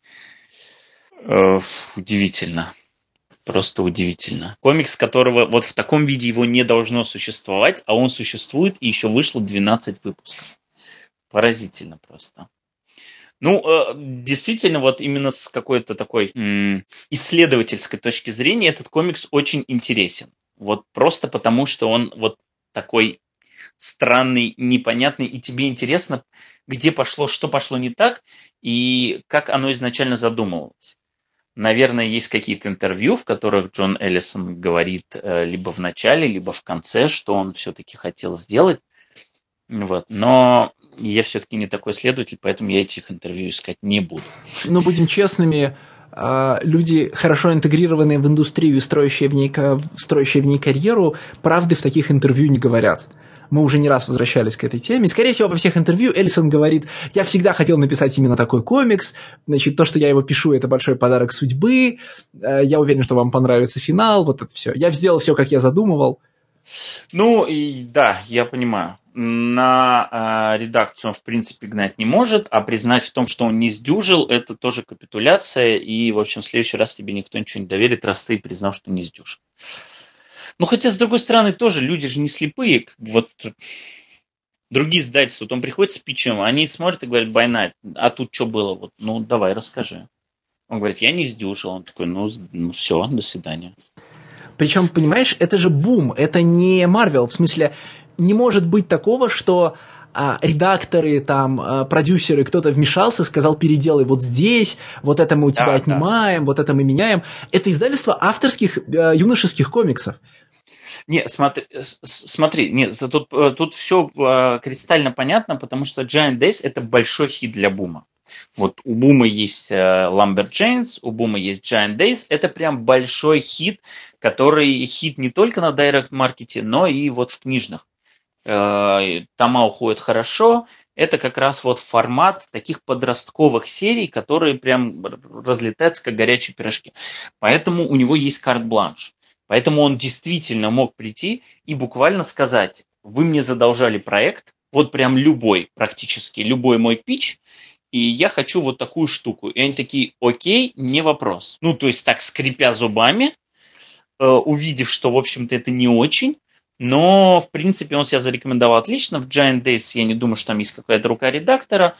Э, удивительно. Просто удивительно. Комикс, которого вот в таком виде его не должно существовать, а он существует, и еще вышло двенадцать выпусков. Поразительно просто. Ну, действительно, вот именно с какой-то такой м- исследовательской точки зрения этот комикс очень интересен. Вот просто потому, что он вот такой странный, непонятный, и тебе интересно, где пошло, что пошло не так, и как оно изначально задумывалось. Наверное, есть какие-то интервью, в которых Джон Эллисон говорит либо в начале, либо в конце, что он все-таки хотел сделать. Вот. Но я все-таки не такой исследователь, поэтому я этих интервью искать не буду. Ну, будем честными, люди, хорошо интегрированные в индустрию, строящие в ней, строящие в ней карьеру, правды в таких интервью не говорят. Мы уже не раз возвращались к этой теме. Скорее всего, во всех интервью Эллисон говорит: я всегда хотел написать именно такой комикс, значит, то, что я его пишу, это большой подарок судьбы, я уверен, что вам понравится финал, вот это все. Я сделал все, как я задумывал. Ну, и да, я понимаю. На э, редакцию он, в принципе, гнать не может, а признать в том, что он не сдюжил, это тоже капитуляция, и, в общем, в следующий раз тебе никто ничего не доверит, раз ты признал, что не сдюжил. Ну, хотя, с другой стороны, тоже люди же не слепые. Вот другие издательства, вот он приходит с питчем, они смотрят и говорят: Байнайт, а тут что было? Вот, ну, давай, расскажи. Он говорит: я не сдюжил. Он такой: ну, ну все, до свидания. Причем, понимаешь, это же бум, это не Марвел, в смысле... Не может быть такого, что а, редакторы, там, а, продюсеры, кто-то вмешался, сказал: переделай вот здесь, вот это мы у тебя да, отнимаем, да. вот это мы меняем. Это издательство авторских а, юношеских комиксов. Не, смотри, смотри нет, тут, тут все а, кристально понятно, потому что Giant Days – это большой хит для бума. Вот у Бума есть Lumberjanes, у Бума есть Giant Days. Это прям большой хит, который хит не только на директ-маркете, но и вот в книжных. Тома уходят хорошо. Это как раз вот формат таких подростковых серий, которые прям разлетаются как горячие пирожки. Поэтому у него есть карт-бланш. Поэтому он действительно мог прийти и буквально сказать: вы мне задолжали проект, вот прям любой, практически любой мой питч, и я хочу вот такую штуку. И они такие: окей, не вопрос. Ну, то есть так, скрипя зубами, э, увидев, что, в общем-то, это не очень, но, в принципе, он себя зарекомендовал отлично. В Giant Days я не думаю, что там есть какая-то рука редактора.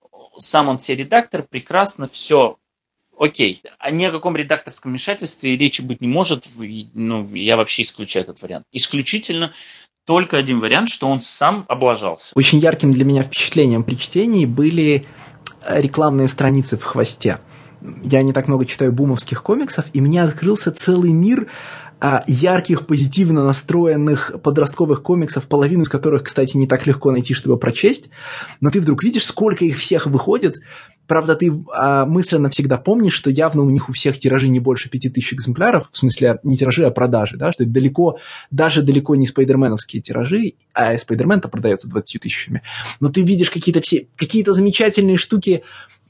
Сам он себе редактор, прекрасно, все окей. А ни о каком редакторском вмешательстве речи быть не может. Ну, я вообще исключаю этот вариант. Исключительно только один вариант, что он сам облажался. Очень ярким для меня впечатлением при чтении были рекламные страницы в хвосте. Я не так много читаю бумовских комиксов, и мне открылся целый мир ярких, позитивно настроенных подростковых комиксов, половину из которых, кстати, не так легко найти, чтобы прочесть. Но ты вдруг видишь, сколько их всех выходит. Правда, ты а, мысленно всегда помнишь, что явно у них у всех тиражи не больше пяти тысяч экземпляров, в смысле не тиражи, а продажи, да, что это далеко, даже далеко не спайдерменовские тиражи, а Спайдермен-то продается двадцатью тысячами. Но ты видишь какие-то все, какие-то замечательные штуки,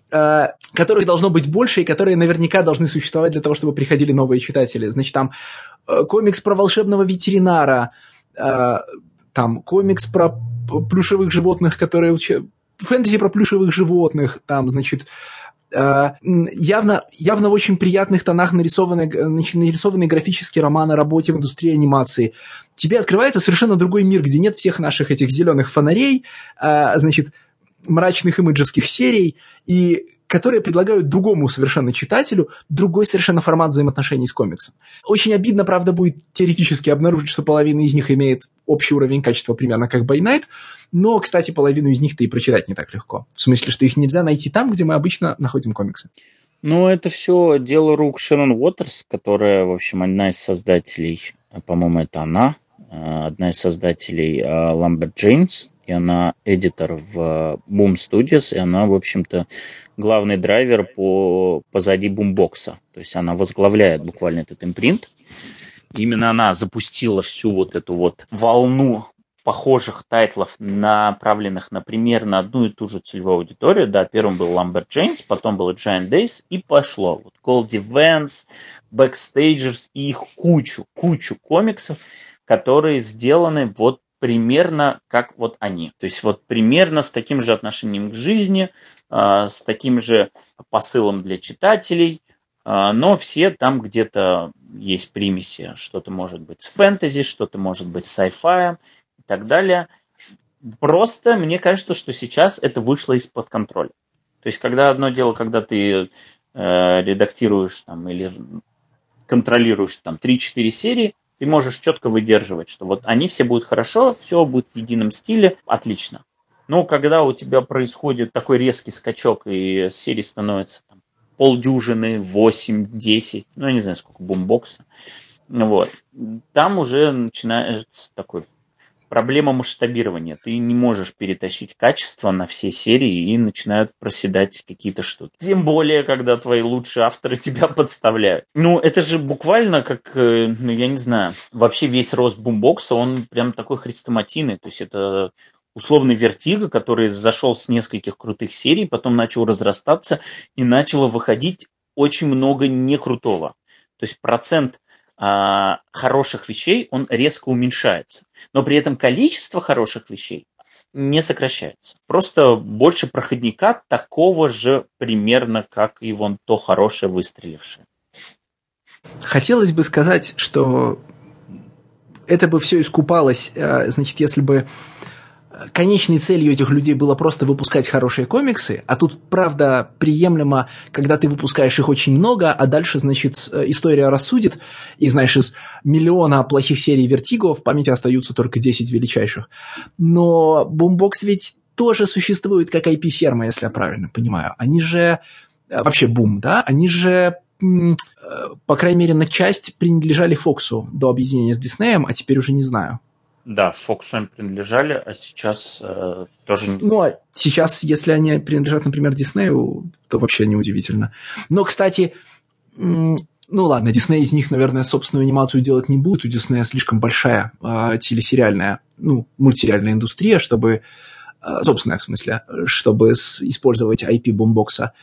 а, которых должно быть больше и которые наверняка должны существовать для того, чтобы приходили новые читатели. Значит, там а, комикс про волшебного ветеринара, а, там комикс про плюшевых животных, которые учат... фэнтези про плюшевых животных, там, значит, э, явно, явно в очень приятных тонах нарисованный, значит, нарисованный графический роман о работе в индустрии анимации. Тебе открывается совершенно другой мир, где нет всех наших этих зеленых фонарей, э, значит, мрачных имиджевских серий, и которые предлагают другому совершенно читателю другой совершенно формат взаимоотношений с комиксом. Очень обидно, правда, будет теоретически обнаружить, что половина из них имеет общий уровень качества примерно как By Night, но, кстати, половину из них-то и прочитать не так легко. В смысле, что их нельзя найти там, где мы обычно находим комиксы. Ну, это все дело рук Шерон Уотерс, которая, в общем, одна из создателей, по-моему, это она, одна из создателей Lumberjanes, и она эдитор в Boom Studios, и она, в общем-то, главный драйвер по, позади бумбокса. То есть она возглавляет буквально этот импринт. Именно она запустила всю вот эту вот волну похожих тайтлов, направленных на примерно одну и ту же целевую аудиторию. Да, первым был Lumberjanes, потом был Giant Days, и пошло. Вот Goldie Vance, Backstagers и их кучу, кучу комиксов, которые сделаны вот примерно как вот они. То есть вот примерно с таким же отношением к жизни, э, с таким же посылом для читателей, э, но все там где-то есть примеси. Что-то может быть с фэнтези, что-то может быть с sci-fi и так далее. Просто мне кажется, что сейчас это вышло из-под контроля. То есть когда одно дело, когда ты э, редактируешь там, или контролируешь там три-четыре серии, ты можешь четко выдерживать, что вот они все будут хорошо, все будет в едином стиле, отлично. Но когда у тебя происходит такой резкий скачок, и серий становится там, полдюжины, восемь, десять, ну, я не знаю, сколько бумбокса, вот, там уже начинается такой проблема масштабирования. Ты не можешь перетащить качество на все серии, и начинают проседать какие-то штуки. Тем более, когда твои лучшие авторы тебя подставляют. Ну, это же буквально как, ну, я не знаю, вообще весь рост бумбокса, он прям такой хрестоматийный. То есть это условный Вертиго, который зашел с нескольких крутых серий, потом начал разрастаться, и начало выходить очень много некрутого. То есть процент хороших вещей, он резко уменьшается. Но при этом количество хороших вещей не сокращается. Просто больше проходника такого же примерно, как и вон то хорошее выстрелившее. Хотелось бы сказать, что это бы все искупалось, значит, если бы конечной целью этих людей было просто выпускать хорошие комиксы, а тут, правда, приемлемо, когда ты выпускаешь их очень много, а дальше, значит, история рассудит, и, знаешь, из миллиона плохих серий Вертиго в памяти остаются только десять величайших. Но Бумбокс ведь тоже существует как ай пи-ферма, если я правильно понимаю. Они же, вообще Бум, да, они же, по крайней мере, на часть принадлежали Фоксу до объединения с Диснеем, а теперь уже не знаю. Да, Фоксу они принадлежали, а сейчас э, тоже не... Ну, а сейчас, если они принадлежат, например, Диснею, то вообще неудивительно. Но, кстати, ну ладно, Дисней из них, наверное, собственную анимацию делать не будет. У Диснея слишком большая э, телесериальная, ну, мультсериальная индустрия, чтобы... Э, собственная, в смысле, чтобы с, использовать ай пи бумбокса.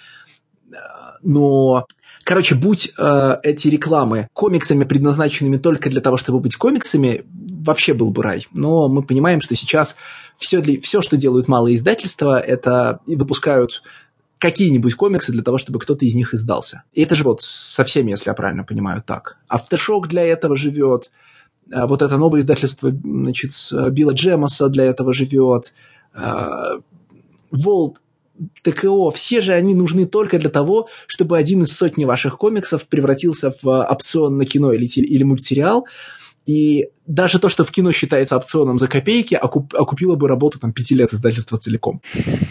Но... Короче, будь э, эти рекламы комиксами, предназначенными только для того, чтобы быть комиксами, вообще был бы рай. Но мы понимаем, что сейчас все, для, все что делают малые издательства, это выпускают какие-нибудь комиксы для того, чтобы кто-то из них издался. И это же вот совсем, если я правильно понимаю, так. Aftershock для этого живет, э, вот это новое издательство, значит, Билла Джемоса для этого живет, э, Волт, ТКО, все же они нужны только для того, чтобы один из сотни ваших комиксов превратился в опцион на кино или, или мультсериал, и даже то, что в кино считается опционом за копейки, окуп, окупило бы работу там пяти лет издательства целиком.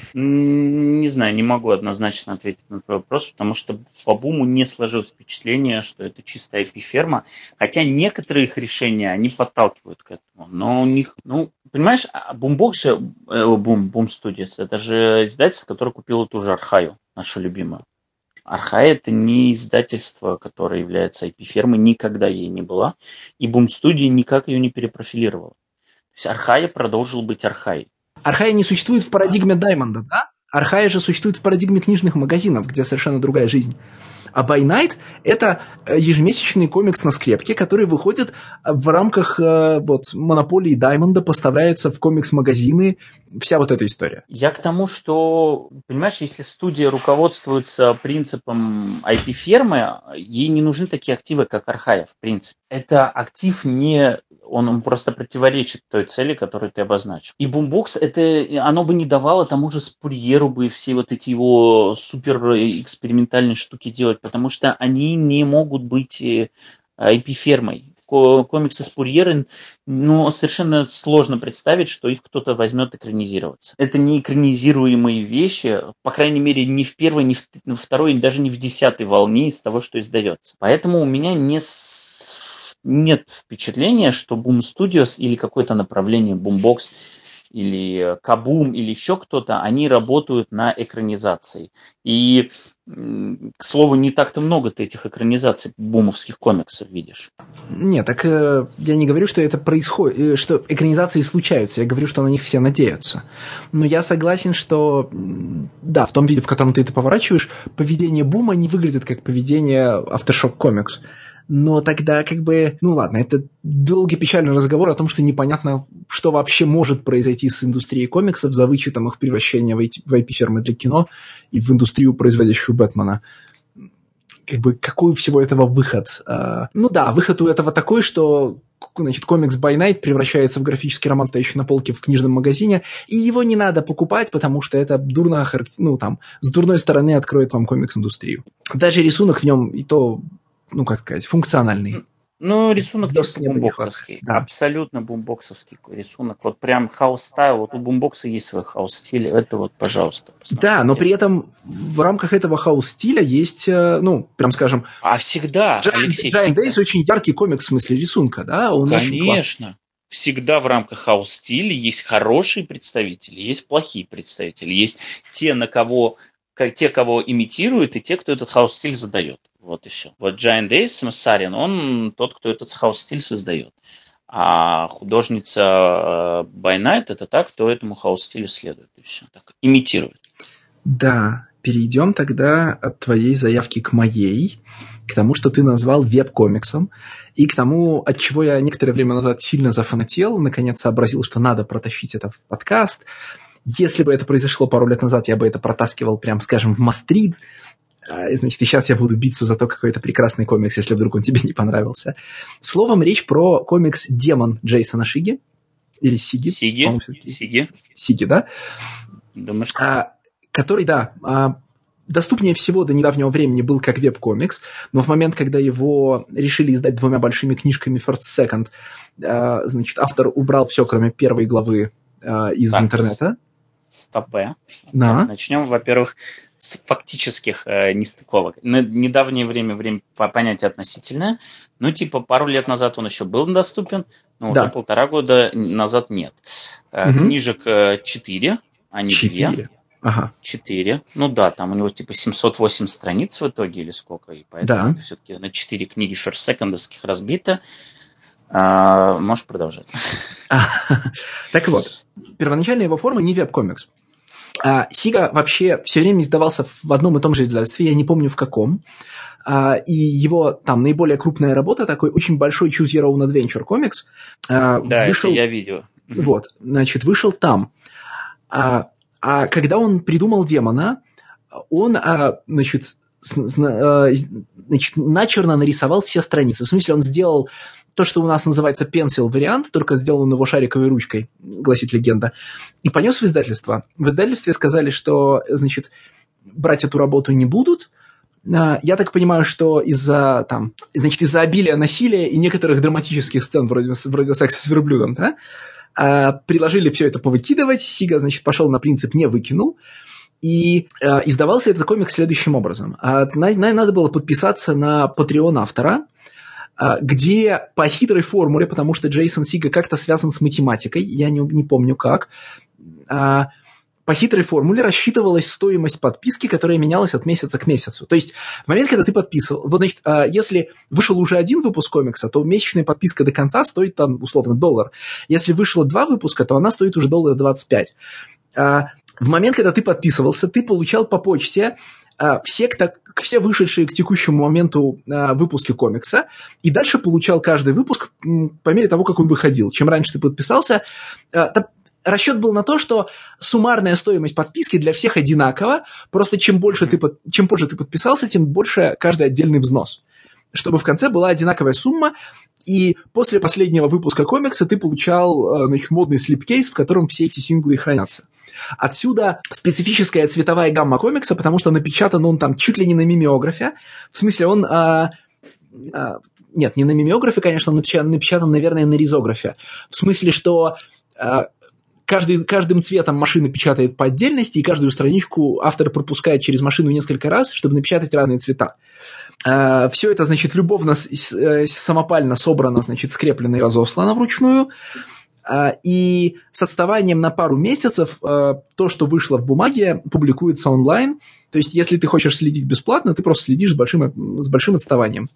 Не знаю, не могу однозначно ответить на твой вопрос, потому что по Буму не сложилось впечатление, что это чистая ай пи-ферма, хотя некоторые их решения, они подталкивают к этому, но у них, ну, понимаешь, Бумбокс же, Бум, Бум Studios, это же издательство, которое купило ту же Архаю, нашу любимую. Архая – это не издательство, которое является ай пи-фермой, никогда ей не была, и Boom Studio никак ее не перепрофилировала. То есть Архая продолжил быть Архаей. Архая не существует в парадигме Даймонда, да? Архая же существует в парадигме книжных магазинов, где совершенно другая жизнь. А By Night – это ежемесячный комикс на скрепке, который выходит в рамках вот, монополии Даймонда, поставляется в комикс-магазины, вся вот эта история. Я к тому, что, понимаешь, если студия руководствуется принципом ай пи-фермы, ей не нужны такие активы, как Архая, в принципе. Это актив не... Он просто противоречит той цели, которую ты обозначил. И Бумбокс, это, оно бы не давало тому же Спурьеру бы все вот эти его супер экспериментальные штуки делать, потому что они не могут быть ай пи-фермой. Комиксы Спурьера, ну, совершенно сложно представить, что их кто-то возьмет экранизироваться. Это не экранизируемые вещи, по крайней мере, ни в первой, ни в второй, даже не в десятой волне из того, что издается. Поэтому у меня не... нет впечатления, что Boom Studios или какое-то направление Boombox или Kaboom или еще кто-то, они работают на экранизации. И, к слову, не так-то много ты этих экранизаций бумовских комиксов видишь. Нет, так э, я не говорю, что это происходит, что экранизации случаются, я говорю, что на них все надеются. Но я согласен, что, да, в том виде, в котором ты это поворачиваешь, поведение Бума не выглядит как поведение Aftershock Comics. Но тогда как бы, ну ладно, это долгий печальный разговор о том, что непонятно, что вообще может произойти с индустрией комиксов за вычетом их превращения в ай пи-фермы для кино и в индустрию, производящую Бэтмена. Как бы какой у всего этого выход? Ну да, выход у этого такой, что значит, комикс By Night превращается в графический роман, стоящий на полке в книжном магазине, и его не надо покупать, потому что это дурно, ну там, с дурной стороны откроет вам комикс-индустрию. Даже рисунок в нем и то... ну, как сказать, функциональный. Ну, рисунок чисто бумбоксовский. Да. Абсолютно бумбоксовский рисунок. Вот прям хаус-стайл. Вот у бумбокса есть свой хаус-стиль. Это вот, пожалуйста. Да, но при этом в рамках этого хаус-стиля есть, ну, прям скажем... А всегда, Giant, Алексей, Giant всегда. Days очень яркий комикс в смысле рисунка, да? Он конечно. Всегда в рамках хаус-стиля есть хорошие представители, есть плохие представители. Есть те, на кого... те, кого имитируют, и те, кто этот хаус-стиль задает. Вот и все. Вот Giant Days Сарин, он тот, кто этот хаус-стиль создает. А художница By Night это та, кто этому хаус-стилю следует. И все. Так, имитирует. Да, перейдем тогда от твоей заявки к моей, к тому, что ты назвал веб-комиксом, и к тому, от чего я некоторое время назад сильно зафанател, наконец сообразил, что надо протащить это в подкаст. Если бы это произошло пару лет назад, я бы это протаскивал, прям, скажем, в Мастрид. Значит, и сейчас я буду биться за то, какой это прекрасный комикс, если вдруг он тебе не понравился. Словом, речь про комикс «Демон» Джейсона Шиги. Или Сиги. Сиги. Сиги. Сиги, да? Думаю, что... А, который, да, а, доступнее всего до недавнего времени был как веб-комикс, но в момент, когда его решили издать двумя большими книжками First Second, а, значит, автор убрал все, кроме первой главы а, из так, интернета. стопе. Да. Начнем, во-первых, с фактических э, нестыковок. На недавнее время, время понятие относительное. Ну, типа, пару лет назад он еще был доступен, но уже Да. полтора года назад нет. Э, Угу. Книжек э, четыре, а не Четыре. две. Ага. четыре. Ну да, там у него типа семьсот восемь страниц в итоге или сколько. И поэтому Да. это все-таки на четыре книги ферст-секондовских разбито. А, можешь продолжать. Так вот, первоначальная его форма не веб-комикс. А, Сига вообще все время издавался в одном и том же издательстве, я не помню в каком. А, и его там наиболее крупная работа, такой очень большой Choose Your Own Adventure комикс, а, Да, вышел, это я видел. Вот, значит, вышел там. А, а когда он придумал демона, он, а, значит, с, а, значит, начерно нарисовал все страницы. В смысле, он сделал то, что у нас называется пенсил-вариант, только сделал он его шариковой ручкой, гласит легенда, и понес в издательство. В издательстве сказали, что, значит, брать эту работу не будут. Я так понимаю, что из-за, там, значит, из-за обилия насилия и некоторых драматических сцен, вроде, вроде секса с верблюдом, да, предложили все это повыкидывать. Сига, значит, пошел на принцип «не выкинул». И э, издавался этот комикс следующим образом. А, на, на, надо было подписаться на Patreon автора, где по хитрой формуле, потому что Джейсон Сига как-то связан с математикой, я не, не помню как, по хитрой формуле рассчитывалась стоимость подписки, которая менялась от месяца к месяцу. То есть в момент, когда ты подписывал, вот, значит, если вышел уже один выпуск комикса, то месячная подписка до конца стоит там, условно, доллар. Если вышло два выпуска, то она стоит уже доллар двадцать пять. В момент, когда ты подписывался, ты получал по почте все, все вышедшие к текущему моменту выпуски комикса, и дальше получал каждый выпуск по мере того, как он выходил. Чем раньше ты подписался, расчет был на то, что суммарная стоимость подписки для всех одинакова, просто чем больше ты, чем позже ты подписался, тем больше каждый отдельный взнос. Чтобы в конце была одинаковая сумма, и после последнего выпуска комикса ты получал, значит, модный слипкейс, в котором все эти синглы хранятся. Отсюда специфическая цветовая гамма комикса, потому что напечатан он там чуть ли не на мимеографе. В смысле, он... А, а, нет, не на мимеографе, конечно, он напечатан, напечатан, наверное, на ризографе. В смысле, что а, каждый, каждым цветом машина печатает по отдельности, и каждую страничку автор пропускает через машину несколько раз, чтобы напечатать разные цвета. А, все это, значит, любовно, самопально собрано, значит, скреплено и разослано вручную. И с отставанием на пару месяцев то, что вышло в бумаге, публикуется онлайн. То есть, если ты хочешь следить бесплатно, ты просто следишь с большим, с большим отставанием.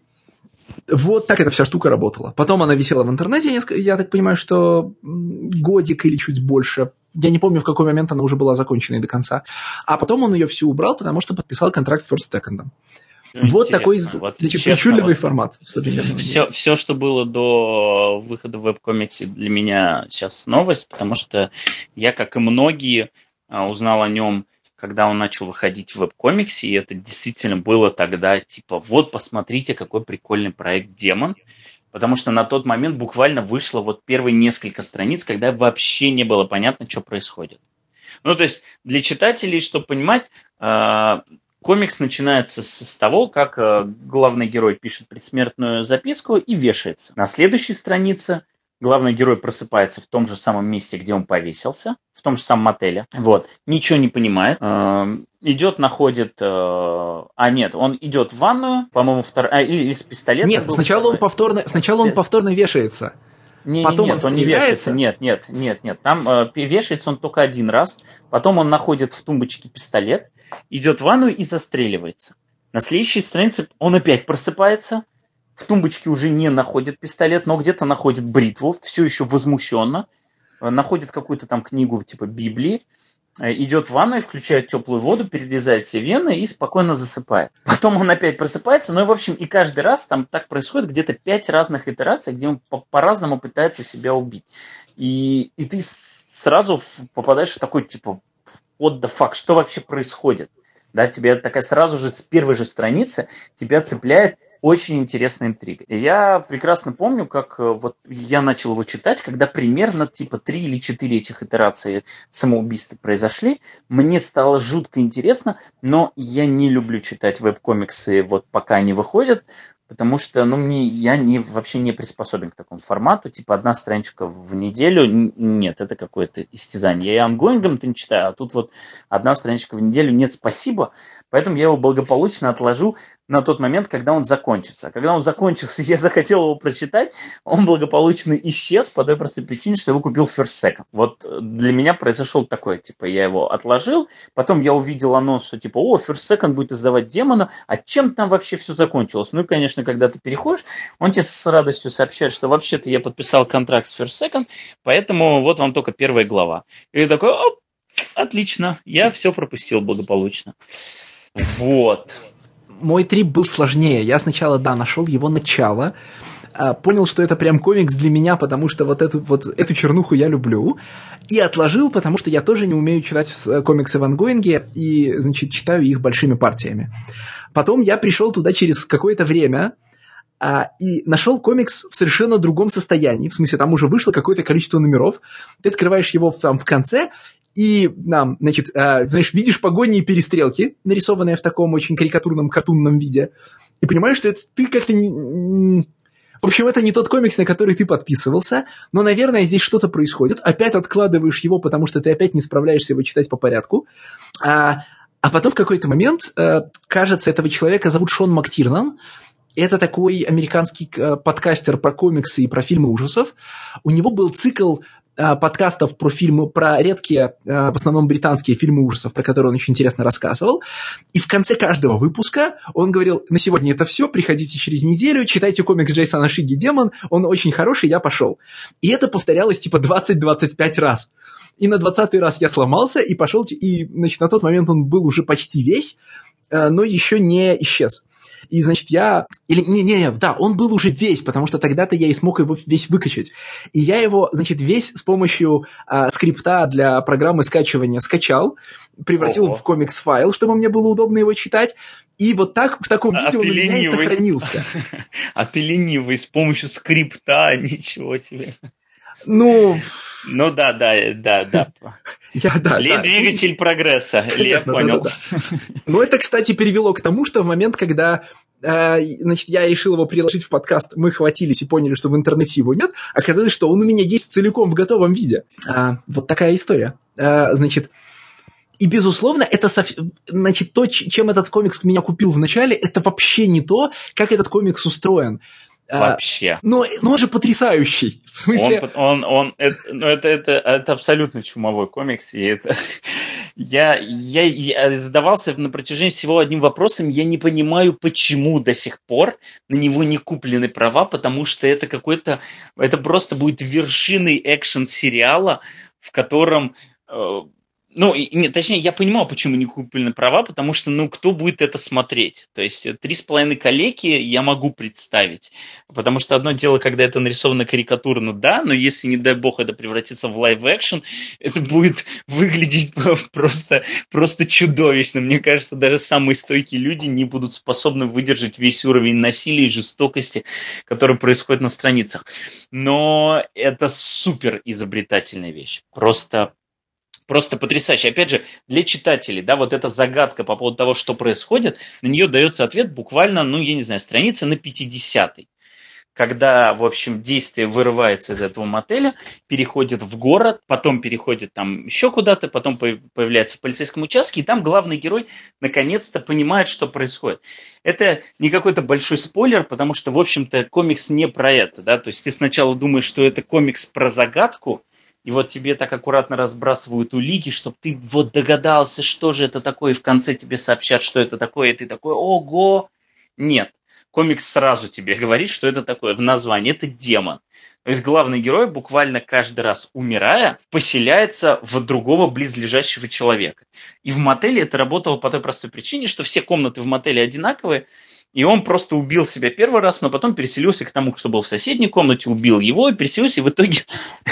Вот так эта вся штука работала. Потом она висела в интернете, я так понимаю, что годик или чуть больше. Я не помню, в какой момент она уже была закончена до конца. А потом он ее всю убрал, потому что подписал контракт с First Second. Ну, вот такой, вот, значит, причудливый вот формат. Все, все, что было до выхода в веб-комиксе, для меня сейчас новость, потому что я, как и многие, узнал о нем, когда он начал выходить в веб-комиксе, и это действительно было тогда, типа, вот, посмотрите, какой прикольный проект «Демон», потому что на тот момент буквально вышло вот первые несколько страниц, когда вообще не было понятно, что происходит. Ну, то есть, для читателей, чтобы понимать... Комикс начинается с того, как главный герой пишет предсмертную записку и вешается. На следующей странице главный герой просыпается в том же самом месте, где он повесился, в том же самом мотеле. Вот. Ничего не понимает. Идет, находит... А, нет, он идет в ванную, по-моему, втор... а, или с пистолетом. Нет, сначала он повторно, сначала он повторно вешается. Не, потом нет, он, он не вешается. Нет, нет, нет, нет. Там э, вешается он только один раз. Потом он находит в тумбочке пистолет, идет в ванную и застреливается. На следующей странице он опять просыпается. В тумбочке уже не находит пистолет, но где-то находит бритву, все еще возмущенно. Э, находит какую-то там книгу типа Библии. Э, идет в ванную, включает теплую воду, перерезает все вены и спокойно засыпает. Потом он опять просыпается. Ну и, в общем, и каждый раз там так происходит где-то пять разных итераций, где он по- по-разному пытается себя убить. И, и ты сразу попадаешь в такой, типа, what the fuck, что вообще происходит? Да, тебя такая сразу же с первой же страницы тебя цепляет очень интересная интрига. И я прекрасно помню, как вот я начал его читать, когда примерно типа три или четыре этих итерации самоубийства произошли. Мне стало жутко интересно, но я не люблю читать веб-комиксы, вот пока они выходят, потому что, ну, мне, я не, вообще не приспособлен к такому формату, типа одна страничка в неделю, нет, это какое-то истязание. Я и ангоингом-то не читаю, а тут вот одна страничка в неделю, нет, спасибо, поэтому я его благополучно отложу на тот момент, когда он закончится. А когда он закончился, я захотел его прочитать, он благополучно исчез по той простой причине, что я его купил в First Second. Вот для меня произошел такое, типа, я его отложил, потом я увидел анонс, что типа, о, First Second будет издавать Демона, а чем там вообще все закончилось? Ну и, конечно, когда ты переходишь, он тебе с радостью сообщает, что вообще-то я подписал контракт с First Second, поэтому вот вам только первая глава. И я такой, оп, отлично, я все пропустил благополучно. Вот. Мой трип был сложнее. Я сначала, да, нашел его начало, понял, что это прям комикс для меня, потому что вот эту, вот эту чернуху я люблю, и отложил, потому что я тоже не умею читать комиксы в ангоинге, и, значит, читаю их большими партиями. Потом я пришел туда через какое-то время а, и нашел комикс в совершенно другом состоянии, в смысле, там уже вышло какое-то количество номеров, ты открываешь его там в конце, и, да, значит, э, знаешь, видишь погони и перестрелки, нарисованные в таком очень карикатурном, картунном виде, и понимаешь, что это ты как-то... Не... В общем, это не тот комикс, на который ты подписывался, но, наверное, здесь что-то происходит. Опять откладываешь его, потому что ты опять не справляешься его читать по порядку. А, а потом в какой-то момент, э, кажется, этого человека зовут Шон МакТирнан. Это такой американский э, подкастер про комиксы и про фильмы ужасов. У него был цикл подкастов про фильмы, про редкие, в основном британские фильмы ужасов, про которые он очень интересно рассказывал. И в конце каждого выпуска он говорил, на сегодня это все, приходите через неделю, читайте комикс Джейсона Шиги «Демон», он очень хороший, я пошел. И это повторялось типа двадцать-двадцать пять раз. И на двадцатый раз я сломался и пошел, и, значит, на тот момент он был уже почти весь, но еще не исчез. И, значит, я... Или, не-не, да, он был уже весь, потому что тогда-то я и смог его весь выкачать. И я его, значит, весь с помощью а, скрипта для программы скачивания скачал, превратил Ого. в комикс-файл, чтобы мне было удобно его читать. И вот так, в таком виде а он у меня и сохранился. А ты ленивый, с помощью скрипта, ничего себе. Ну... Ну да, да, да, да. Я, да, да. Двигатель прогресса. Конечно, я понял. Да, да, да. Но это, кстати, привело к тому, что в момент, когда э, значит, я решил его переложить в подкаст, мы хватились и поняли, что в интернете его нет, оказалось, что он у меня есть целиком в готовом виде. А, вот такая история. А, значит, и, безусловно, это, значит, то, чем этот комикс меня купил в начале, это вообще не то, как этот комикс устроен. Вообще. Но, но он же потрясающий. В смысле... Он, он, он, это, ну, это, это, это абсолютно чумовой комикс. И это... я, я, я задавался на протяжении всего одним вопросом. Я не понимаю, почему до сих пор на него не куплены права, потому что это какой-то... Это просто будет вершиной экшн-сериала, в котором... Э, Ну, и, не, точнее, я понимал, почему не куплены права, потому что, ну, кто будет это смотреть? То есть, три с половиной калеки я могу представить. Потому что одно дело, когда это нарисовано карикатурно, да, но если, не дай бог, это превратится в лайв-экшн, это будет выглядеть просто, просто чудовищно. Мне кажется, даже самые стойкие люди не будут способны выдержать весь уровень насилия и жестокости, который происходит на страницах. Но это супер изобретательная вещь. Просто... Просто потрясающе. Опять же, для читателей, да, вот эта загадка по поводу того, что происходит, на нее дается ответ буквально, ну, я не знаю, страница на пятидесятой. Когда, в общем, действие вырывается из этого мотеля, переходит в город, потом переходит там еще куда-то, потом появляется в полицейском участке, и там главный герой наконец-то понимает, что происходит. Это не какой-то большой спойлер, потому что, в общем-то, комикс не про это, да, то есть ты сначала думаешь, что это комикс про загадку, и вот тебе так аккуратно разбрасывают улики, чтобы ты вот догадался, что же это такое, и в конце тебе сообщат, что это такое, и ты такой, ого! Нет, комикс сразу тебе говорит, что это такое в названии, это демон. То есть главный герой, буквально каждый раз умирая, поселяется в другого близлежащего человека. И в мотеле это работало по той простой причине, что все комнаты в мотеле одинаковые, и он просто убил себя первый раз, но потом переселился к тому, кто был в соседней комнате, убил его и переселился. И в итоге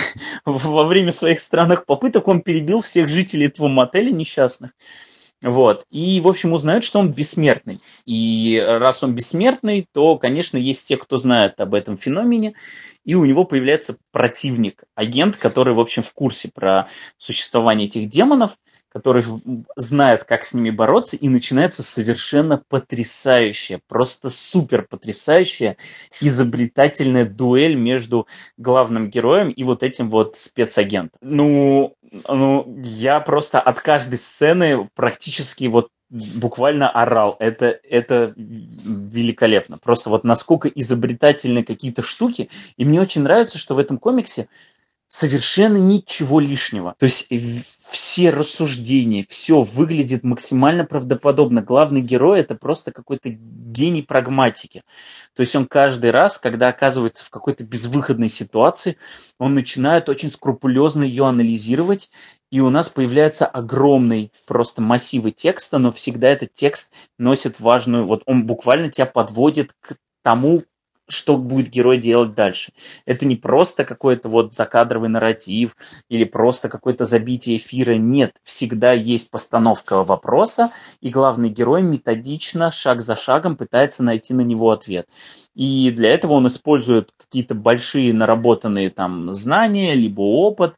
во время своих странных попыток он перебил всех жителей этого мотеля несчастных. Вот. И, в общем, узнают, что он бессмертный. И раз он бессмертный, то, конечно, есть те, кто знает об этом феномене. И у него появляется противник, агент, который, в общем, в курсе про существование этих демонов. который знает, как с ними бороться, и начинается совершенно потрясающая, просто супер потрясающая, изобретательная дуэль между главным героем и вот этим вот спецагентом. Ну, ну, я просто от каждой сцены практически вот буквально орал. Это, это великолепно. Просто вот насколько изобретательны какие-то штуки. И мне очень нравится, что в этом комиксе совершенно ничего лишнего. То есть все рассуждения, все выглядит максимально правдоподобно. Главный герой – это просто какой-то гений прагматики. То есть он каждый раз, когда оказывается в какой-то безвыходной ситуации, он начинает очень скрупулезно ее анализировать, и у нас появляются огромные просто массивы текста, но всегда этот текст носит важную, вот он буквально тебя подводит к тому, что будет герой делать дальше. Это не просто какой-то вот закадровый нарратив или просто какое-то забитие эфира. Нет, всегда есть постановка вопроса, и главный герой методично, шаг за шагом пытается найти на него ответ. И для этого он использует какие-то большие наработанные там знания, либо опыт.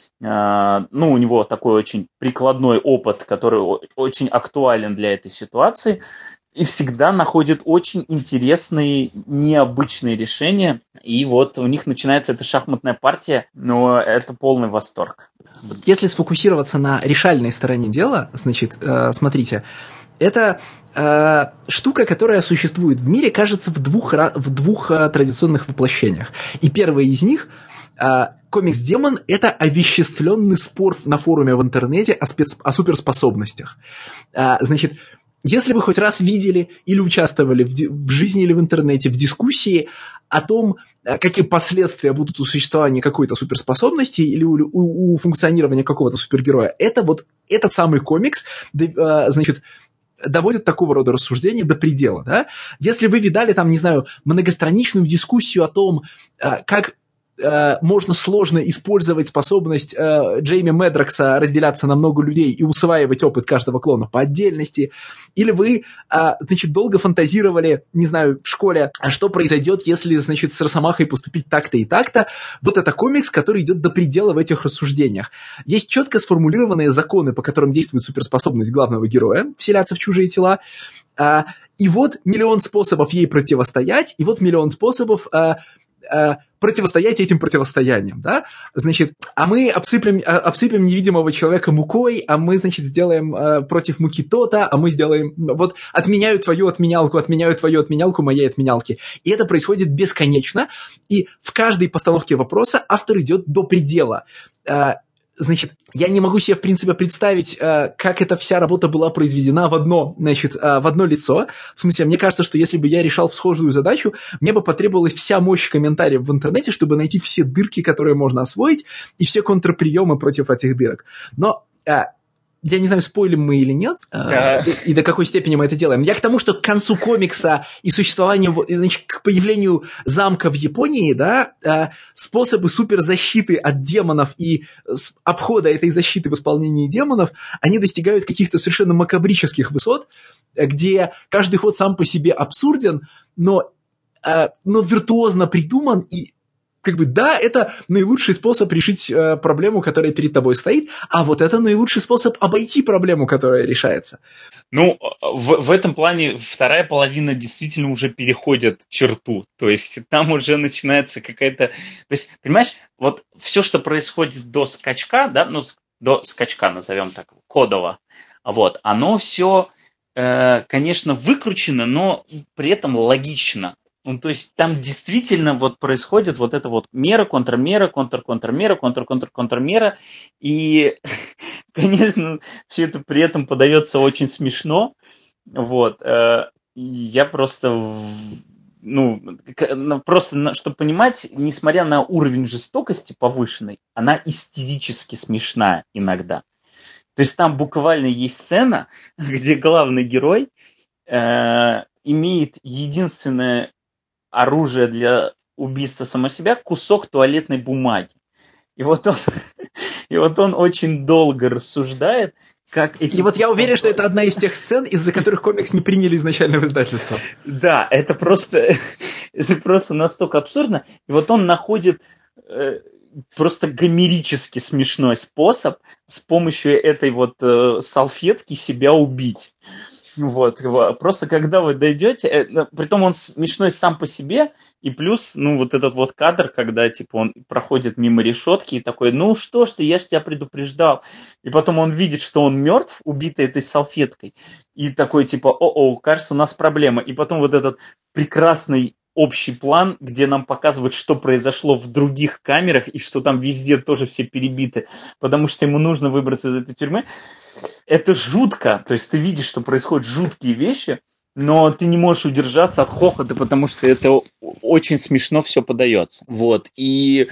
Ну, у него такой очень прикладной опыт, который очень актуален для этой ситуации. И всегда находят очень интересные, необычные решения. И вот у них начинается эта шахматная партия, но это полный восторг. Если сфокусироваться на решальной стороне дела, значит, э, смотрите, это э, штука, которая существует в мире, кажется, в двух, в двух э, традиционных воплощениях. И первый из них э, комикс «Демон» — это овеществленный спор на форуме в интернете о, спец... о суперспособностях. Э, значит, если вы хоть раз видели или участвовали в, ди- в жизни или в интернете в дискуссии о том, какие последствия будут у существования какой-то суперспособности или у, у, у функционирования какого-то супергероя, это вот этот самый комикс, значит, доводит такого рода рассуждения до предела. Да? Если вы видали там, не знаю, многостраничную дискуссию о том, как можно сложно использовать способность э, Джейми Медрокса разделяться на много людей и усваивать опыт каждого клона по отдельности. Или вы, э, значит, долго фантазировали, не знаю, в школе, а что произойдет, если, значит, с Росомахой поступить так-то и так-то. Вот это комикс, который идет до предела в этих рассуждениях. Есть четко сформулированные законы, по которым действует суперспособность главного героя вселяться в чужие тела. Э, и вот миллион способов ей противостоять, и вот миллион способов э, э, противостоять этим противостояниям, да, значит, а мы обсыплем, обсыпем невидимого человека мукой, а мы, значит, сделаем э, против муки то-то, а мы сделаем, вот, отменяю твою отменялку, отменяю твою отменялку моей отменялки. И это происходит бесконечно, и в каждой постановке вопроса автор идет до предела. Э, Значит, я не могу себе, в принципе, представить, как эта вся работа была произведена в одно, значит, в одно лицо. В смысле, мне кажется, что если бы я решал схожую задачу, мне бы потребовалась вся мощь комментариев в интернете, чтобы найти все дырки, которые можно освоить, и все контрприемы против этих дырок. Но я не знаю, спойлим мы или нет, да. и, и до какой степени мы это делаем. Я к тому, что к концу комикса и существованию, значит, к появлению замка в Японии, да, способы суперзащиты от демонов и обхода этой защиты в исполнении демонов, они достигают каких-то совершенно макабрических высот, где каждый ход сам по себе абсурден, но, но виртуозно придуман и как бы, да, это наилучший способ решить э, проблему, которая перед тобой стоит, а вот это наилучший способ обойти проблему, которая решается. Ну, в, в этом плане вторая половина действительно уже переходит черту. То есть там уже начинается какая-то... То есть, понимаешь, вот все, что происходит до скачка, да, ну, до скачка, назовем так, кодово, вот, оно все, э, конечно, выкручено, но при этом логично. Ну, то есть там действительно вот происходит вот это вот мера, контрмера, контр-контрмера, контр-контр-контрмера. И, конечно, все это при этом подается очень смешно. Вот. Я просто, ну, просто, чтобы понимать, несмотря на уровень жестокости повышенный, она истерически смешная иногда. То есть там буквально есть сцена, где главный герой э, имеет единственное оружие для убийства самого себя, кусок туалетной бумаги. И вот он, и вот он очень долго рассуждает, как эти... И вот я уверен, что это одна из тех сцен, из-за которых комикс не приняли изначально в издательство. Да, это просто, это просто настолько абсурдно. И вот он находит... просто гомерически смешной способ с помощью этой вот э, салфетки себя убить. Вот, просто когда вы дойдете, притом он смешной сам по себе, и плюс, ну, вот этот вот кадр, когда, типа, он проходит мимо решетки и такой, ну что ж ты, я ж тебя предупреждал. И потом он видит, что он мертв, убитый этой салфеткой, и такой, типа, о-о, кажется, у нас проблема. И потом вот этот прекрасный общий план, где нам показывают, что произошло в других камерах, и что там везде тоже все перебиты, потому что ему нужно выбраться из этой тюрьмы. Это жутко, то есть ты видишь, что происходят жуткие вещи, но ты не можешь удержаться от хохота, потому что это очень смешно все подается. Вот, и...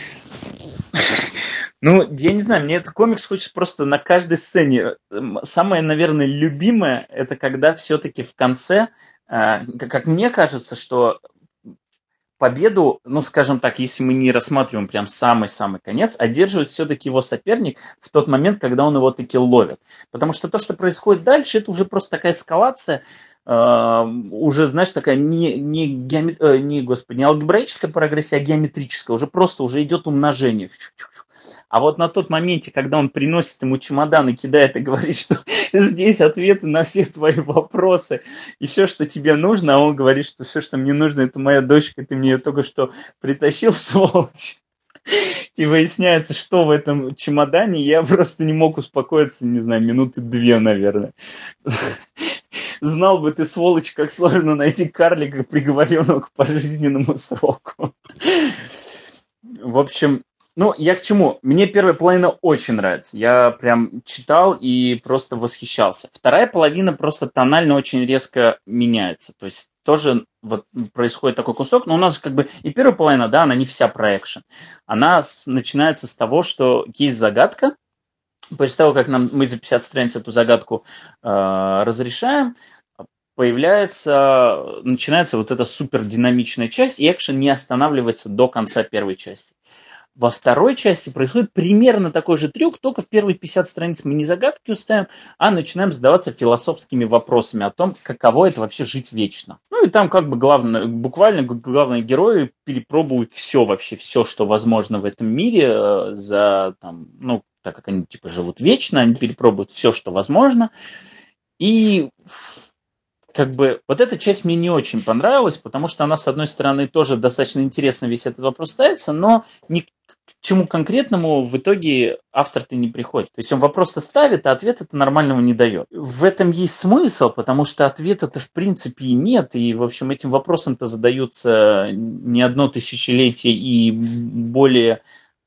Ну, я не знаю, мне этот комикс хочется просто на каждой сцене. Самое, наверное, любимое, это когда все-таки в конце, как мне кажется, что победу, ну, скажем так, если мы не рассматриваем прям самый-самый конец, одерживает все-таки его соперник в тот момент, когда он его таки ловит. Потому что то, что происходит дальше, это уже просто такая эскалация, э, уже, знаешь, такая не, не, геоме... э, не, господи, не алгебраическая прогрессия, а геометрическая. Уже просто уже идет умножение. А вот на тот моменте, когда он приносит ему чемодан и кидает и говорит, что здесь ответы на все твои вопросы и все, что тебе нужно, а он говорит, что все, что мне нужно, это моя дочка, ты мне ее только что притащил, сволочь. И выясняется, что в этом чемодане, я просто не мог успокоиться, не знаю, минуты две, наверное. Знал бы ты, сволочь, как сложно найти карлика, приговоренного к пожизненному сроку. В общем... Ну, я к чему? Мне первая половина очень нравится. Я прям читал и просто восхищался. Вторая половина просто тонально очень резко меняется. То есть тоже вот происходит такой кусок. Но у нас как бы и первая половина, да, она не вся про экшен. Она с, начинается с того, что есть загадка. После того, как нам, мы за пятьдесят страниц эту загадку э, разрешаем, появляется, начинается вот эта супер динамичная часть, и экшен не останавливается до конца первой части. Во второй части происходит примерно такой же трюк, только в первые пятьдесят страниц мы не загадки устаем, а начинаем задаваться философскими вопросами о том, каково это вообще жить вечно. Ну и там как бы главное, буквально главные герои перепробуют все вообще, все, что возможно в этом мире, за, там, ну, так как они типа живут вечно, они перепробуют все, что возможно. И... Как бы вот эта часть мне не очень понравилась, потому что она, с одной стороны, тоже достаточно интересно весь этот вопрос ставится, но ни к чему конкретному в итоге автор-то не приходит. То есть он вопрос-то ставит, а ответа-то нормального не дает. В этом есть смысл, потому что ответа-то в принципе и нет, и, в общем, этим вопросом-то задаются не одно тысячелетие и более...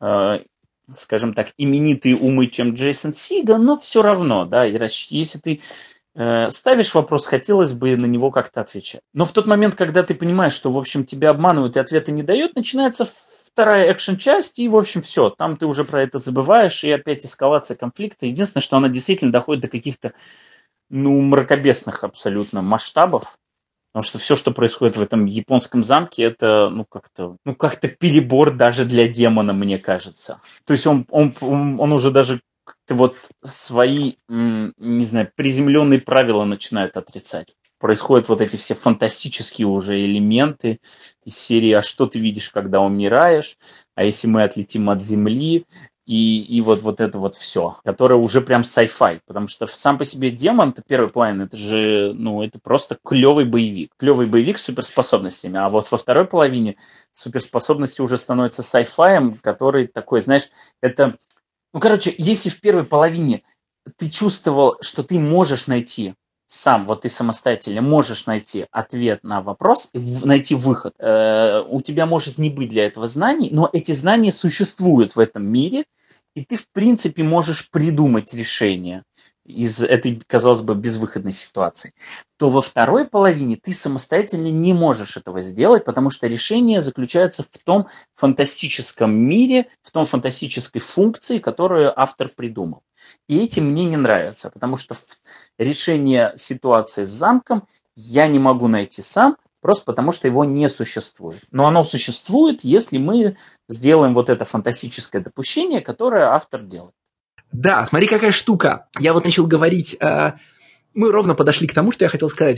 скажем так, именитые умы, чем Джейсон Сига, но все равно, да, если ты ставишь вопрос, хотелось бы на него как-то отвечать. Но в тот момент, когда ты понимаешь, что, в общем, тебя обманывают и ответа не дают, начинается вторая экшн-часть, и, в общем, все. Там ты уже про это забываешь, и опять эскалация конфликта. Единственное, что она действительно доходит до каких-то, ну, мракобесных абсолютно масштабов. Потому что все, что происходит в этом японском замке, это, ну, как-то, ну, как-то перебор даже для демона, мне кажется. То есть он, он, он, он уже даже как-то вот свои, не знаю, приземленные правила начинает отрицать. Происходят вот эти все фантастические уже элементы из серии «А что ты видишь, когда умираешь?», «А если мы отлетим от Земли?», и, и вот, вот это вот все, которое уже прям sci-fi, потому что сам по себе демон, это первый план, это же, ну, это просто клевый боевик. Клевый боевик с суперспособностями, а вот во второй половине суперспособности уже становятся sci-fi, который такой, знаешь, это... Ну, короче, если в первой половине ты чувствовал, что ты можешь найти сам, вот ты самостоятельно можешь найти ответ на вопрос, найти выход, э, у тебя может не быть для этого знаний, но эти знания существуют в этом мире, и ты, в принципе, можешь придумать решение из этой, казалось бы, безвыходной ситуации, то во второй половине ты самостоятельно не можешь этого сделать, потому что решение заключается в том фантастическом мире, в том фантастической функции, которую автор придумал. И этим мне не нравится, потому что решение ситуации с замком я не могу найти сам, просто потому что его не существует. Но оно существует, если мы сделаем вот это фантастическое допущение, которое автор делает. Да, смотри, какая штука. Я вот начал говорить, э, мы ровно подошли к тому, что я хотел сказать. Мы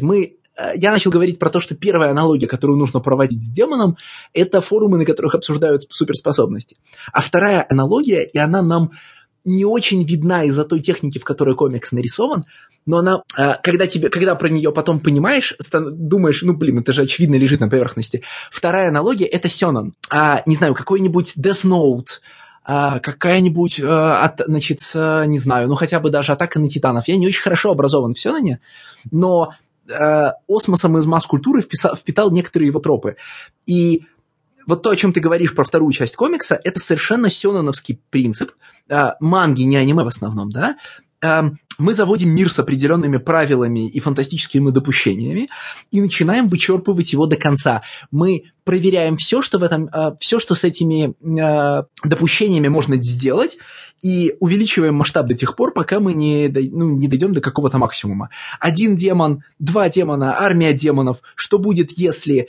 я начал говорить про то, что первая аналогия, которую нужно проводить с демоном, это форумы, на которых обсуждают суперспособности. А вторая аналогия, и она нам не очень видна из-за той техники, в которой комикс нарисован, но она, когда, тебе, когда про нее потом понимаешь, думаешь, ну, блин, это же очевидно лежит на поверхности. Вторая аналогия – это сёнэн. А, не знаю, какой-нибудь Death Note, а, какая-нибудь, а, от, значит, а, не знаю, ну, хотя бы даже Атака на Титанов. Я не очень хорошо образован в сёнэне, но а, осмосом из масс-культуры вписал, впитал некоторые его тропы. И вот то, о чем ты говоришь про вторую часть комикса, это совершенно сёнэновский принцип. А, манги, не аниме в основном, да? А, мы заводим мир с определенными правилами и фантастическими допущениями и начинаем вычерпывать его до конца. Мы проверяем все, что в этом, все, что с этими допущениями можно сделать, и увеличиваем масштаб до тех пор, пока мы не, ну, не дойдем до какого-то максимума. Один демон, два демона, армия демонов. Что будет, если...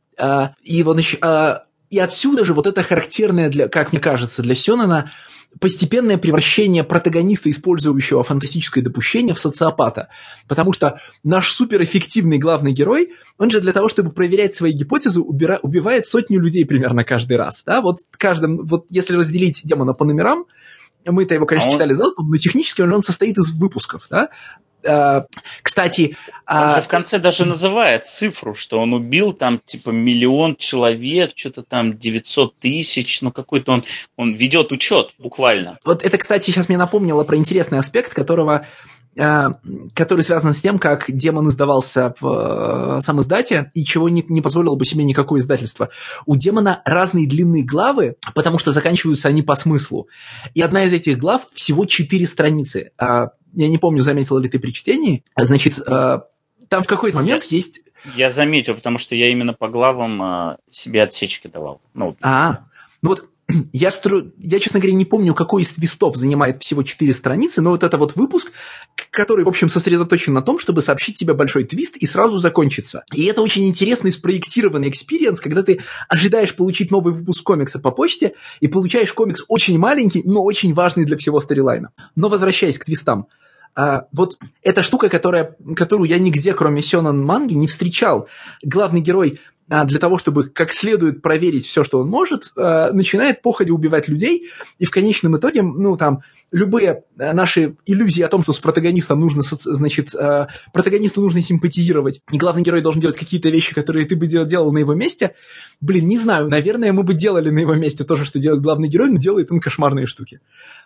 И, вот, и отсюда же вот это характерное, для, как мне кажется, для сёнэна постепенное превращение протагониста, использующего фантастическое допущение, в социопата. Потому что наш суперэффективный главный герой, он же для того, чтобы проверять свои гипотезы, убира- убивает сотню людей примерно каждый раз. Да? Вот, каждым, вот если разделить демона по номерам, мы-то его, конечно, а он... читали залпом, но технически он, он состоит из выпусков. Да? Кстати... Он же в конце даже называет цифру, что он убил там типа миллион человек, что-то там девятьсот тысяч, ну какой-то он, он ведет учет буквально. Вот это, кстати, сейчас мне напомнило про интересный аспект, которого, который связан с тем, как демон издавался в самиздате и чего не, не позволило бы себе никакое издательство. У демона разные длинные главы, потому что заканчиваются они по смыслу. И одна из этих глав всего четыре страницы. Я не помню, заметила ли ты при чтении. Значит, там в какой-то момент я, есть... Я заметил, потому что я именно по главам себе отсечки давал. Ну, а, ну вот я, стру... я, честно говоря, не помню, какой из твистов занимает всего четыре страницы, но вот это вот выпуск, который, в общем, сосредоточен на том, чтобы сообщить тебе большой твист и сразу закончиться. И это очень интересный спроектированный экспириенс, когда ты ожидаешь получить новый выпуск комикса по почте и получаешь комикс очень маленький, но очень важный для всего сторилайна. Но возвращаясь к твистам, А, вот эта штука, которая, которую я нигде, кроме сёнэн манги, не встречал. Главный герой а, для того, чтобы как следует проверить все, что он может, а, начинает походя убивать людей, и в конечном итоге, ну, там, любые наши иллюзии о том, что с протагонистом нужно, значит, а, протагонисту нужно симпатизировать, и главный герой должен делать какие-то вещи, которые ты бы делал на его месте, блин, не знаю, наверное, мы бы делали на его месте то же, что делает главный герой, но делает он кошмарные штуки.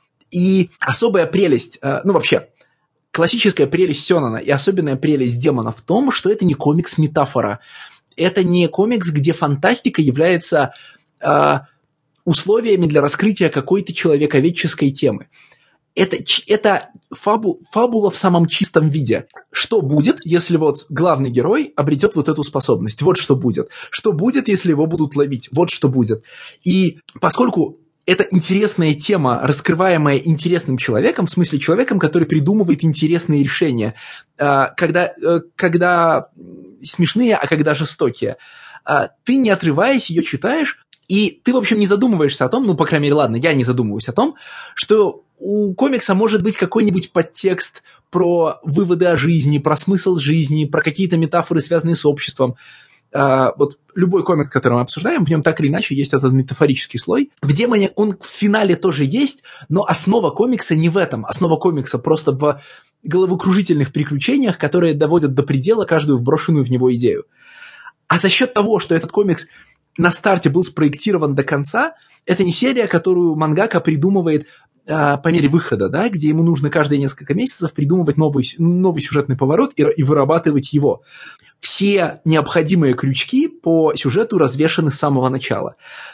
И особая прелесть, а, ну, вообще, классическая прелесть сёнэна и особенная прелесть демона в том, что это не комикс-метафора. Это не комикс, где фантастика является э, условиями для раскрытия какой-то человековедческой темы. Это, это фабу, фабула в самом чистом виде. Что будет, если вот главный герой обретет вот эту способность? Вот что будет. Что будет, если его будут ловить? Вот что будет. И поскольку... это интересная тема, раскрываемая интересным человеком, в смысле человеком, который придумывает интересные решения, когда, когда смешные, а когда жестокие. Ты, не отрываясь, ее читаешь, и ты, в общем, не задумываешься о том, ну, по крайней мере, ладно, я не задумываюсь о том, что у комикса может быть какой-нибудь подтекст про выводы о жизни, про смысл жизни, про какие-то метафоры, связанные с обществом. Uh, вот любой комикс, который мы обсуждаем, в нем так или иначе есть этот метафорический слой. В «Демоне» он в финале тоже есть, но основа комикса не в этом. Основа комикса просто в головокружительных приключениях, которые доводят до предела каждую вброшенную в него идею. А за счет того, что этот комикс на старте был спроектирован до конца, это не серия, которую мангака придумывает uh, по мере выхода, да, где ему нужно каждые несколько месяцев придумывать новый, новый сюжетный поворот и, и вырабатывать его. Все необходимые крючки по сюжету развешаны с самого начала.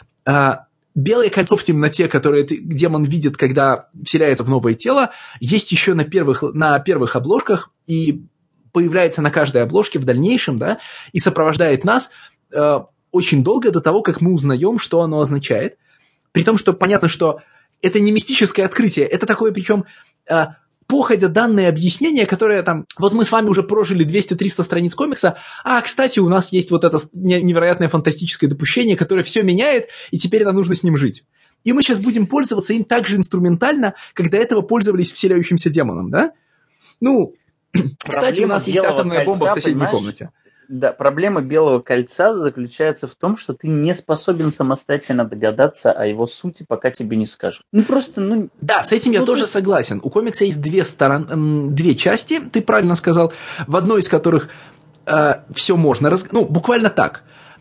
Белое кольцо в темноте, которое демон видит, когда вселяется в новое тело, есть еще на первых, на первых обложках и появляется на каждой обложке в дальнейшем, да, и сопровождает нас э, очень долго до того, как мы узнаем, что оно означает. При том, что понятно, что это не мистическое открытие, это такое, причем... Э, походя данные объяснения, которые там... Вот мы с вами уже прожили двести-триста страниц комикса, а, кстати, у нас есть вот это невероятное фантастическое допущение, которое все меняет, и теперь нам нужно с ним жить. И мы сейчас будем пользоваться им так же инструментально, как до этого пользовались вселяющимся демоном, да? Ну, кстати, у нас есть атомная бомба в соседней комнате. Да, проблема Белого кольца заключается в том, что ты не способен самостоятельно догадаться о его сути, пока тебе не скажут. Ну просто, ну... Да, с этим я ну, тоже есть... согласен. У комикса есть две стороны, две части, ты правильно сказал, в одной из которых э, все можно... Раз... Ну, буквально так.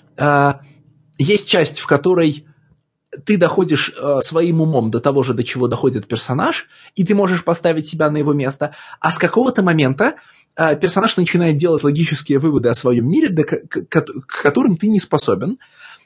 Э, есть часть, в которой ты доходишь э, своим умом до того же, до чего доходит персонаж, и ты можешь поставить себя на его место, а с какого-то момента э, персонаж начинает делать логические выводы о своем мире, до, к, к, к которым ты не способен,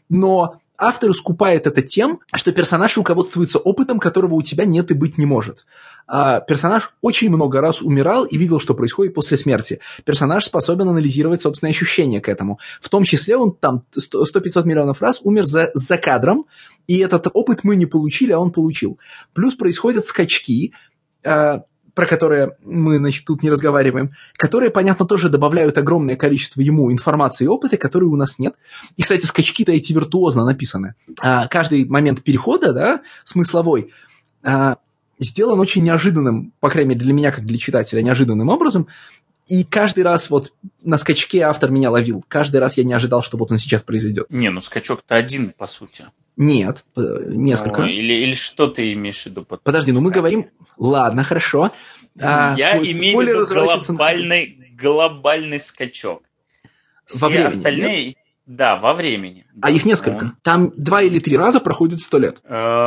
но автор искупает это тем, что персонаж руководствуется опытом, которого у тебя нет и быть не может. А персонаж очень много раз умирал и видел, что происходит после смерти. Персонаж способен анализировать собственные ощущения к этому. В том числе он там сто-пятьсот миллионов раз умер за, за кадром, и этот опыт мы не получили, а он получил. Плюс происходят скачки, э, про которые мы, значит, тут не разговариваем, которые, понятно, тоже добавляют огромное количество ему информации и опыта, которые у нас нет. И, кстати, скачки-то эти виртуозно написаны. Э, каждый момент перехода, да, смысловой, э, сделан очень неожиданным, по крайней мере, для меня, как для читателя, неожиданным образом. И каждый раз вот на скачке автор меня ловил. Каждый раз я не ожидал, что вот он сейчас произойдет. Не, ну скачок-то один, по сути. Нет, несколько. Ну, или, или что ты имеешь в виду? Под Подожди, ну мы говорим... Ладно, хорошо. А, я имею в виду глобальный, глобальный скачок. Все во времени, остальные... Нет? Да, во времени. А да, их несколько? Он... Там два или три раза проходит сто лет.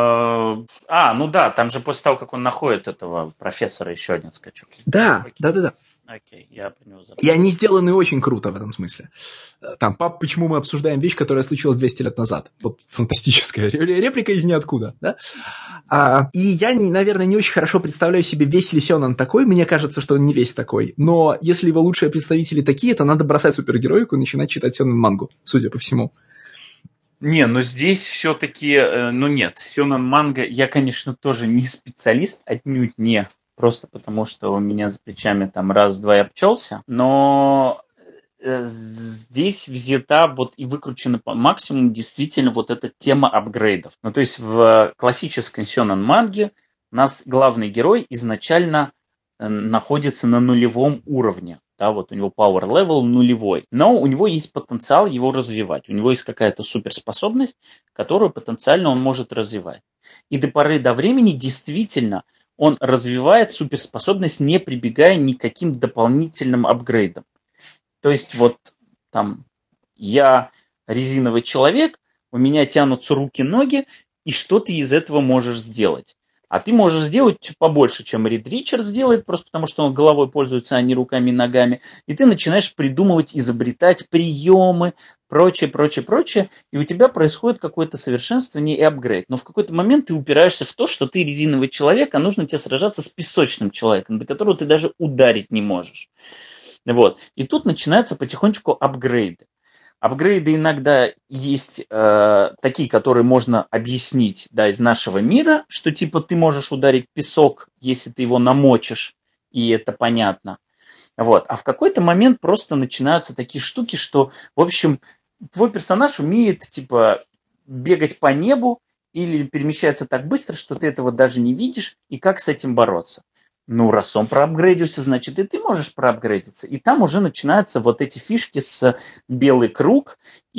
А, ну да, там же после того, как он находит этого профессора, еще один скачок. Да, да-да-да. Окей, я понял. И они сделаны очень круто в этом смысле. Там, пап, почему мы обсуждаем вещь, которая случилась двести лет назад? Вот фантастическая реплика из ниоткуда, да? А, и я, наверное, не очень хорошо представляю себе, весь ли Сёнэн такой. Мне кажется, что он не весь такой. Но если его лучшие представители такие, то надо бросать супергероику и начинать читать Сёнэн-мангу, судя по всему. Не, но здесь все-таки, ну нет, Сёнэн манга, я, конечно, тоже не специалист, отнюдь не. Просто потому, что у меня за плечами там раз-два я обчелся. Но здесь взята вот и выкручена по максимуму действительно вот эта тема апгрейдов. Ну, то есть в классической сёнэн манге у нас главный герой изначально находится на нулевом уровне. Да, вот у него power level нулевой. Но у него есть потенциал его развивать. У него есть какая-то суперспособность, которую потенциально он может развивать. И до поры до времени действительно он развивает суперспособность, не прибегая ни к каким дополнительным апгрейдам. То есть вот там я резиновый человек, у меня тянутся руки-ноги, и что ты из этого можешь сделать? А ты можешь сделать побольше, чем Рид Ричардс делает, просто потому что он головой пользуется, а не руками и ногами. И ты начинаешь придумывать, изобретать приемы, прочее, прочее, прочее. И у тебя происходит какое-то совершенствование и апгрейд. Но в какой-то момент ты упираешься в то, что ты резиновый человек, а нужно тебе сражаться с песочным человеком, до которого ты даже ударить не можешь. Вот. И тут начинаются потихонечку апгрейды. Апгрейды иногда есть э, такие, которые можно объяснить, да, из нашего мира, что типа ты можешь ударить песок, если ты его намочишь, и это понятно. Вот. А в какой-то момент просто начинаются такие штуки, что, в общем, твой персонаж умеет типа бегать по небу или перемещается так быстро, что ты этого даже не видишь, и как с этим бороться. Ну, раз он проапгрейдился, значит, и ты можешь проапгрейдиться. И там уже начинаются вот эти фишки с белый круг,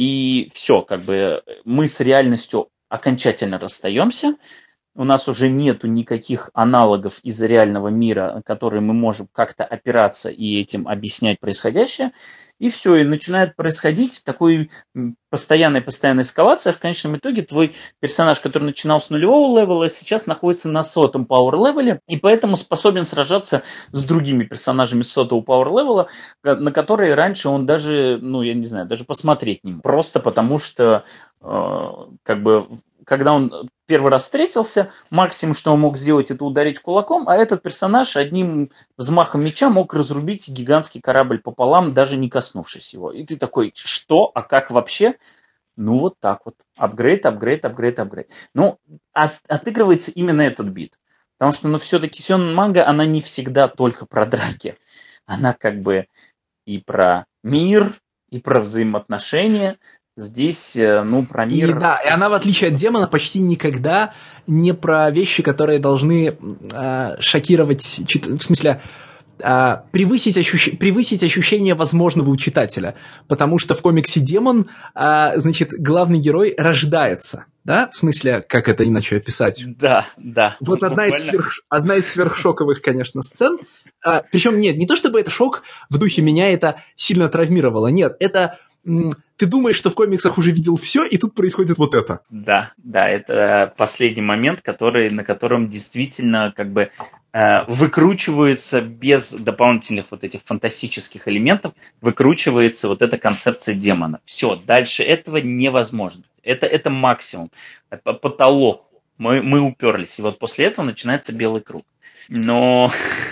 и все, как бы мы с реальностью окончательно расстаемся. У нас уже нету никаких аналогов из реального мира, на которые мы можем как-то опираться и этим объяснять происходящее. И все, и начинает происходить такой постоянная-постоянная эскалация. В конечном итоге твой персонаж, который начинал с нулевого левела, сейчас находится на сотом пауэр левеле, и поэтому способен сражаться с другими персонажами с сотого пауэр левела, на которые раньше он даже, ну, я не знаю, даже посмотреть не мог. Просто потому что, э, как бы, когда он первый раз встретился, максимум, что он мог сделать, это ударить кулаком, а этот персонаж одним взмахом меча мог разрубить гигантский корабль пополам, даже не коснувшись его. И ты такой, что? А как вообще? Ну, вот так вот. Апгрейд, апгрейд, апгрейд, апгрейд. Ну, от, отыгрывается именно этот бит. Потому что, ну, все-таки сёнэн манга, она не всегда только про драки. Она как бы и про мир, и про взаимоотношения. Здесь, ну, про мир... И да, и она, в отличие от демона, почти никогда не про вещи, которые должны э, шокировать, в смысле, а, превысить, ощущ... превысить ощущение возможного у читателя, потому что в комиксе «Демон», а, значит, главный герой рождается, да, в смысле, как это иначе описать? Да, да. Вот одна из, сверх... одна из сверхшоковых, конечно, сцен, а, причем нет, не то чтобы это шок в духе меня это сильно травмировало, нет, это... Ты думаешь, что в комиксах уже видел все, и тут происходит вот это. Да, да, это последний момент, который, на котором действительно как бы э, выкручивается без дополнительных вот этих фантастических элементов, выкручивается вот эта концепция демона. Все, дальше этого невозможно. Это, это максимум, потолок. Мы, мы уперлись, и вот после этого начинается белый круг. Но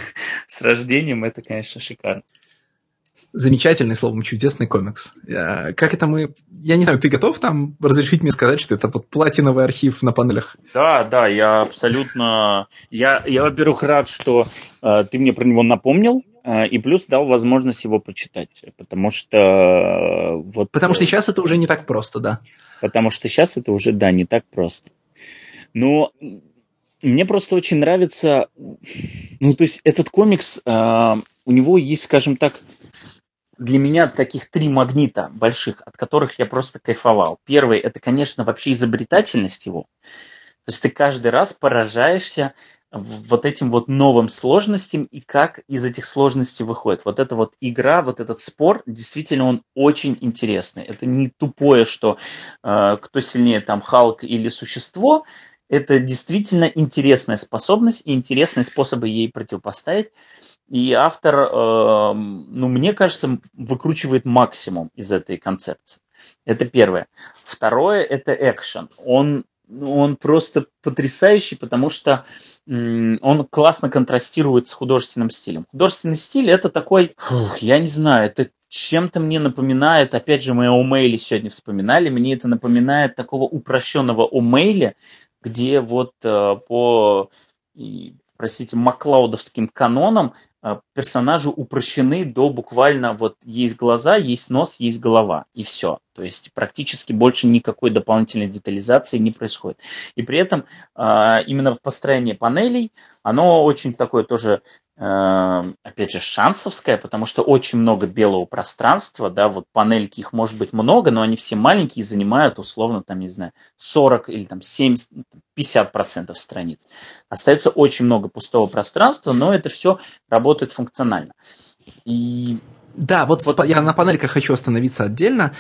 с рождением это, конечно, шикарно. Замечательный, словом, чудесный комикс. Как это мы... Я не знаю, ты готов там разрешить мне сказать, что это вот платиновый архив на панелях? Да, да, я абсолютно... Я, я во-первых, рад, что э, ты мне про него напомнил, э, и плюс дал возможность его почитать, потому что... Э, вот, потому что сейчас это уже не так просто, да. Потому что сейчас это уже, да, не так просто. Но мне просто очень нравится... Ну, то есть этот комикс, э, у него есть, скажем так, для меня таких три магнита больших, от которых я просто кайфовал. Первый – это, конечно, вообще изобретательность его. То есть ты каждый раз поражаешься вот этим вот новым сложностям и как из этих сложностей выходит. Вот эта вот игра, вот этот спор, действительно он очень интересный. Это не тупое, что э, кто сильнее, там, Халк или существо. Это действительно интересная способность и интересные способы ей противопоставить. И автор, э, ну, мне кажется, выкручивает максимум из этой концепции. Это первое. Второе – это экшен. Он, он просто потрясающий, потому что м, он классно контрастирует с художественным стилем. Художественный стиль – это такой, фух, я не знаю, это чем-то мне напоминает, опять же, мы о Мэйле сегодня вспоминали, мне это напоминает такого упрощенного о Мэйле, где вот э, по... простите, маклаудовским канонам персонажи упрощены до буквально вот есть глаза, есть нос, есть голова, и все. То есть практически больше никакой дополнительной детализации не происходит. И при этом именно в построении панелей оно очень такое тоже, опять же, шансовское, потому что очень много белого пространства, да, вот панельки их может быть много, но они все маленькие и занимают условно, там, не знаю, сорок или там семьдесят, пятьдесят процентов страниц. Остается очень много пустого пространства, но это все работает функционально. И да, вот, вот я на панельках хочу остановиться отдельно.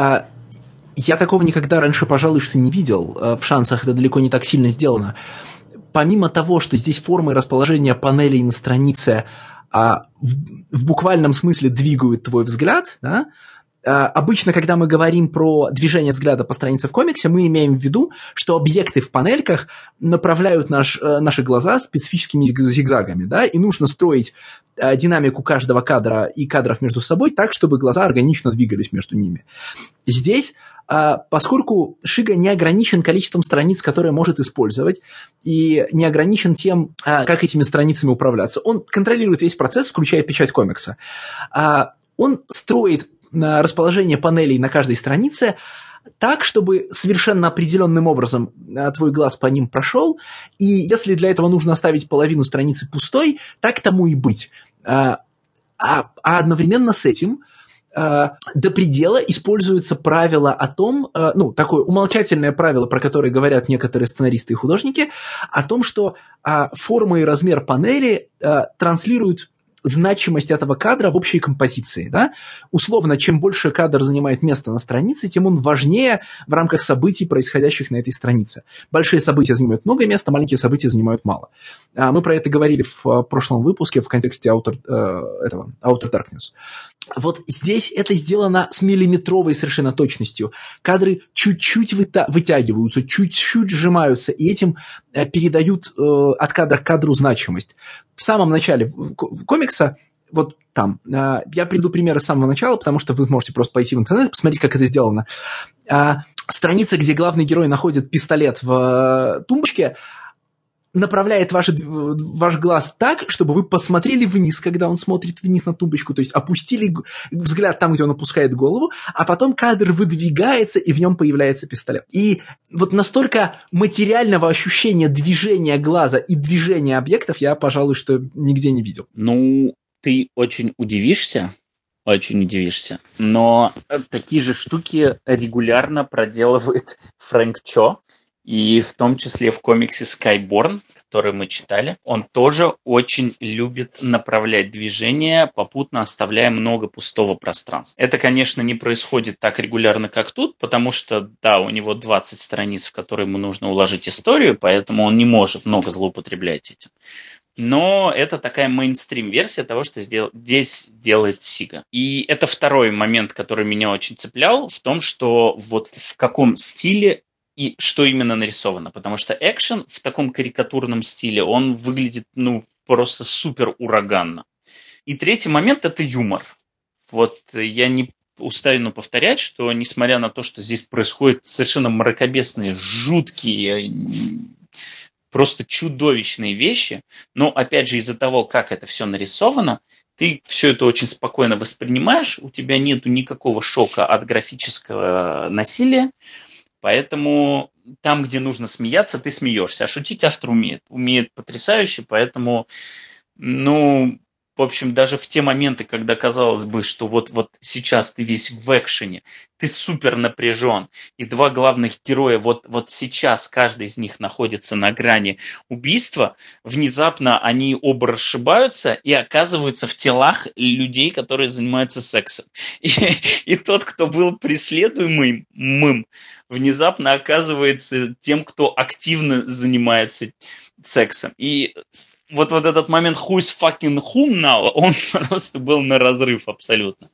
Я такого никогда раньше, пожалуй, что не видел. В шансах это далеко не так сильно сделано. Помимо того, что здесь формы расположения панелей на странице а, в, в буквальном смысле двигают твой взгляд, да, а, обычно, когда мы говорим про движение взгляда по странице в комиксе, мы имеем в виду, что объекты в панельках направляют наш, наши глаза специфическими зигзагами, да, и нужно строить а, динамику каждого кадра и кадров между собой так, чтобы глаза органично двигались между ними. Здесь... Поскольку Шига не ограничен количеством страниц, которые может использовать, и не ограничен тем, как этими страницами управляться, он контролирует весь процесс, включая печать комикса. Он строит расположение панелей на каждой странице так, чтобы совершенно определенным образом твой глаз по ним прошел, и если для этого нужно оставить половину страницы пустой, так тому и быть. А, а одновременно с этим до предела используется правило о том, ну, такое умолчательное правило, про которое говорят некоторые сценаристы и художники, о том, что форма и размер панели транслируют значимость этого кадра в общей композиции. Да? Условно, чем больше кадр занимает место на странице, тем он важнее в рамках событий, происходящих на этой странице. Большие события занимают много места, маленькие события занимают мало. Мы про это говорили в прошлом выпуске в контексте Outer, этого, Outer Darkness. Вот здесь это сделано с миллиметровой совершенно точностью. Кадры чуть-чуть выта- вытягиваются, чуть-чуть сжимаются, и этим э, передают э, от кадра к кадру значимость. В самом начале комикса, вот там, э, я приведу примеры с самого начала, потому что вы можете просто пойти в интернет и посмотреть, как это сделано. Э, страница, где главный герой находит пистолет в э, тумбочке, направляет ваш, ваш глаз так, чтобы вы посмотрели вниз, когда он смотрит вниз на тумбочку, то есть опустили взгляд там, где он опускает голову, а потом кадр выдвигается, и в нем появляется пистолет. И вот настолько материального ощущения движения глаза и движения объектов я, пожалуй, что нигде не видел. Ну, ты очень удивишься, очень удивишься, но такие же штуки регулярно проделывает Фрэнк Чо, и в том числе в комиксе Skyborn, который мы читали, он тоже очень любит направлять движение, попутно оставляя много пустого пространства. Это, конечно, не происходит так регулярно, как тут, потому что, да, у него двадцать страниц, в которые ему нужно уложить историю, поэтому он не может много злоупотреблять этим. Но это такая мейнстрим-версия того, что здесь делает Сига. И это второй момент, который меня очень цеплял, в том, что вот в каком стиле и что именно нарисовано. Потому что экшен в таком карикатурном стиле, он выглядит, ну, просто супер ураганно. И третий момент – это юмор. Вот я не устану повторять, что несмотря на то, что здесь происходят совершенно мракобесные, жуткие, просто чудовищные вещи, но, опять же, из-за того, как это все нарисовано, ты все это очень спокойно воспринимаешь, у тебя нету никакого шока от графического насилия, поэтому там, где нужно смеяться, ты смеешься. А шутить автор умеет. Умеет потрясающе, поэтому, ну, в общем, даже в те моменты, когда казалось бы, что вот, вот сейчас ты весь в экшене, ты супер напряжен, и два главных героя, вот, вот сейчас каждый из них находится на грани убийства, внезапно они оба расшибаются и оказываются в телах людей, которые занимаются сексом. И, и тот, кто был преследуемым, мым, внезапно оказывается тем, кто активно занимается сексом. И вот, вот этот момент who is fucking who now, он просто был на разрыв абсолютно.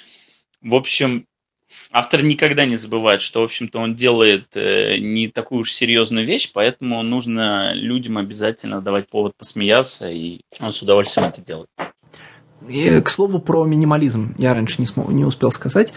В общем, автор никогда не забывает, что, в общем-то, он делает э, не такую уж серьезную вещь, поэтому нужно людям обязательно давать повод посмеяться, и он с удовольствием это делает. И, к слову, про минимализм я раньше не, смог, не успел сказать.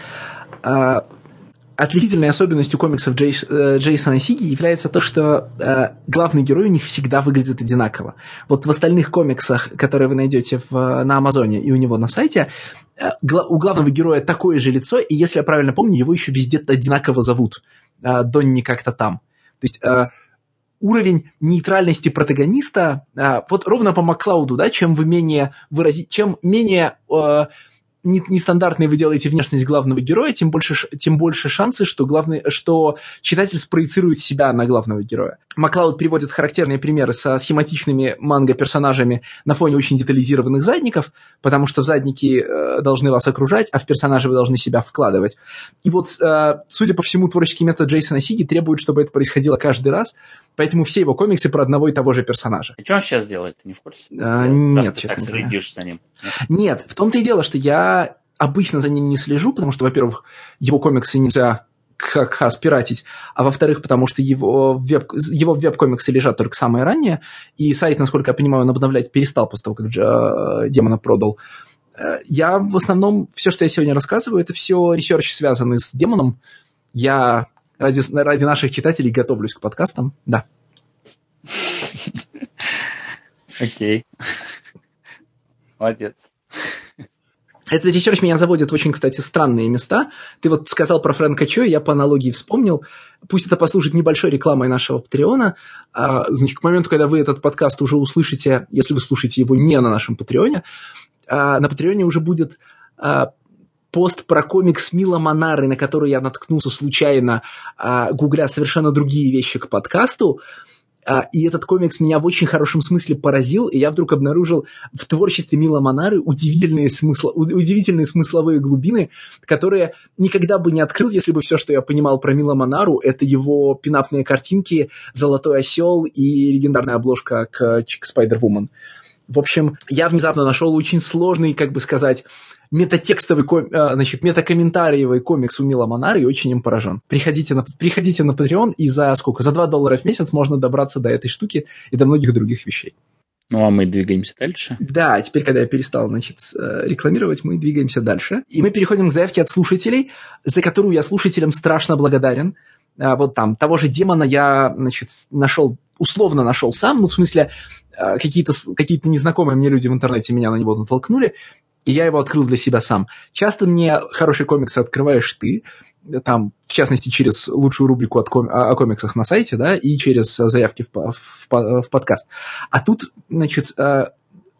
Отличительной особенностью комиксов Джейс, э, Джейсона Сиги является то, что э, главный герой у них всегда выглядит одинаково. Вот в остальных комиксах, которые вы найдете в, на Амазоне и у него на сайте, э, гла- у главного героя такое же лицо, и, если я правильно помню, его еще везде одинаково зовут. Э, Донни как-то там. То есть э, уровень нейтральности протагониста, э, вот ровно по Маклауду, да, чем вы менее выразить, чем менее... Э, нестандартной вы делаете внешность главного героя, тем больше, тем больше шансы, что, главный, что читатель спроецирует себя на главного героя. Маклауд приводит характерные примеры со схематичными манго-персонажами на фоне очень детализированных задников, потому что в задники э, должны вас окружать, а в персонажа вы должны себя вкладывать. И вот, э, судя по всему, творческий метод Джейсона Сиги требует, чтобы это происходило каждый раз, поэтому все его комиксы про одного и того же персонажа. И что он сейчас делает? Ты не в курсе? А, нет, честно говоря. Ты так следишь за ним? Нет? нет, в том-то и дело, что я обычно за ним не слежу, потому что, во-первых, его комиксы нельзя как хас пиратить, а во-вторых, потому что его, веб, его веб-комиксы лежат только самые ранние, и сайт, насколько я понимаю, он обновлять перестал после того, как э, Демона продал. Я в основном, все, что я сегодня рассказываю, это все ресерч, связанный с Демоном. Я ради, ради наших читателей готовлюсь к подкастам, да. Окей. Молодец. Этот ресерч меня заводит в очень, кстати, странные места. Ты вот сказал про Фрэнка Чо, я по аналогии вспомнил. Пусть это послужит небольшой рекламой нашего Патреона. А, значит, к моменту, когда вы этот подкаст уже услышите, если вы слушаете его не на нашем Патреоне, а, на Патреоне уже будет а, пост про комикс Мила Манары, на который я наткнулся случайно, а, гугля совершенно другие вещи к подкасту. И этот комикс меня в очень хорошем смысле поразил, и я вдруг обнаружил в творчестве Мила Манары удивительные, смысл, удивительные смысловые глубины, которые никогда бы не открыл, если бы все, что я понимал про Мила Манару, это его пинапные картинки «Золотой осел» и легендарная обложка к Spider-Woman. В общем, я внезапно нашел очень сложный, как бы сказать, метатекстовый, значит, метакомментариевый комикс у Мила Манары и очень им поражен. Приходите на, приходите на Patreon, и за сколько? За два доллара в месяц можно добраться до этой штуки и до многих других вещей. Ну, а мы двигаемся дальше? Да, теперь, когда я перестал, значит, рекламировать, мы двигаемся дальше. И мы переходим к заявке от слушателей, за которую я слушателям страшно благодарен. Вот там, того же Демона я, значит, нашел, условно нашел сам, ну, в смысле, какие-то, какие-то незнакомые мне люди в интернете меня на него натолкнули, и я его открыл для себя сам. Часто мне хорошие комиксы открываешь ты, там, в частности, через лучшую рубрику от ком- о комиксах на сайте, да, и через заявки в, в, в подкаст. А тут, значит,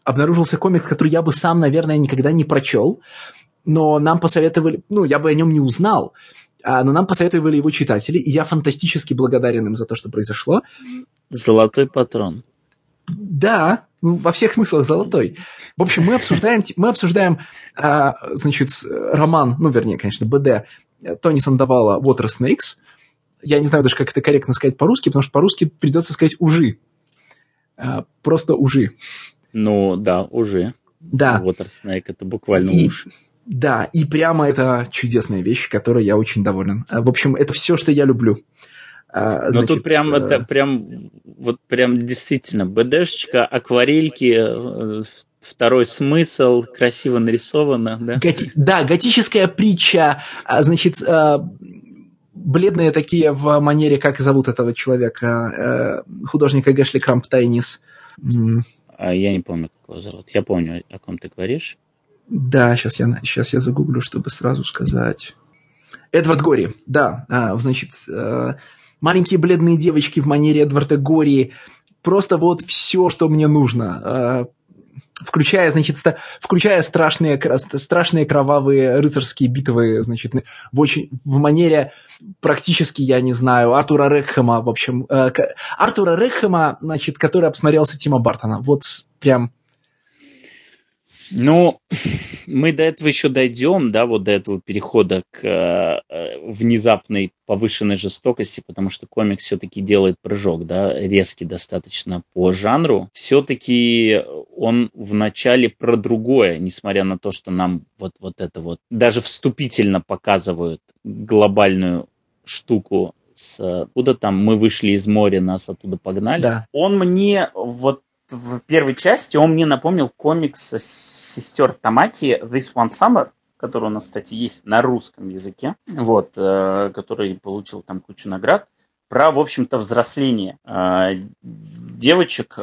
обнаружился комикс, который я бы сам, наверное, никогда не прочел, но нам посоветовали, ну, я бы о нем не узнал, но нам посоветовали его читатели, и я фантастически благодарен им за то, что произошло. «Золотой патрон». Да, ну, во всех смыслах золотой. В общем, мы обсуждаем, мы обсуждаем а, значит, роман, ну, вернее, конечно, БД Тони Сандовала «Water Snakes». Я не знаю даже, как это корректно сказать по-русски, потому что по-русски придется сказать «ужи». А, просто «ужи». Ну, да, «ужи». Да. «Water Snake» — это буквально и, уж. Да, и прямо это чудесная вещь, которой я очень доволен. В общем, это все, что я люблю. А, значит, но тут прям, это, прям, вот прям действительно, БДшечка, акварельки, второй смысл, красиво нарисовано, да? Готи... Да, готическая притча, значит, бледные такие в манере, как зовут этого человека, художника Гэшли Крамп Тайнис. А я не помню, как его зовут. Я помню, о ком ты говоришь. Да, сейчас я, сейчас я загуглю, чтобы сразу сказать. Эдвард Гори, да, значит... Маленькие бледные девочки в манере Эдварда Гори. Просто вот все, что мне нужно. Включая, значит, включая страшные, страшные кровавые рыцарские битвы, значит, в, очень, в манере практически, я не знаю, Артура Рекхэма, в общем. Артура Рекхэма, значит, который обсмотрелся Тима Бартона. Вот прям... Ну, мы до этого еще дойдем, да, вот до этого перехода к э, внезапной повышенной жестокости, потому что комикс все-таки делает прыжок, да, резкий достаточно по жанру. Все-таки он вначале про другое, несмотря на то, что нам вот, вот это вот даже вступительно показывают глобальную штуку, с, откуда там мы вышли из моря, нас оттуда погнали. Да. Он мне вот в первой части он мне напомнил комикс сестер Тамаки «This One Summer», который у нас, кстати, есть на русском языке, вот, э, который получил там кучу наград, про, в общем-то, взросление э, девочек.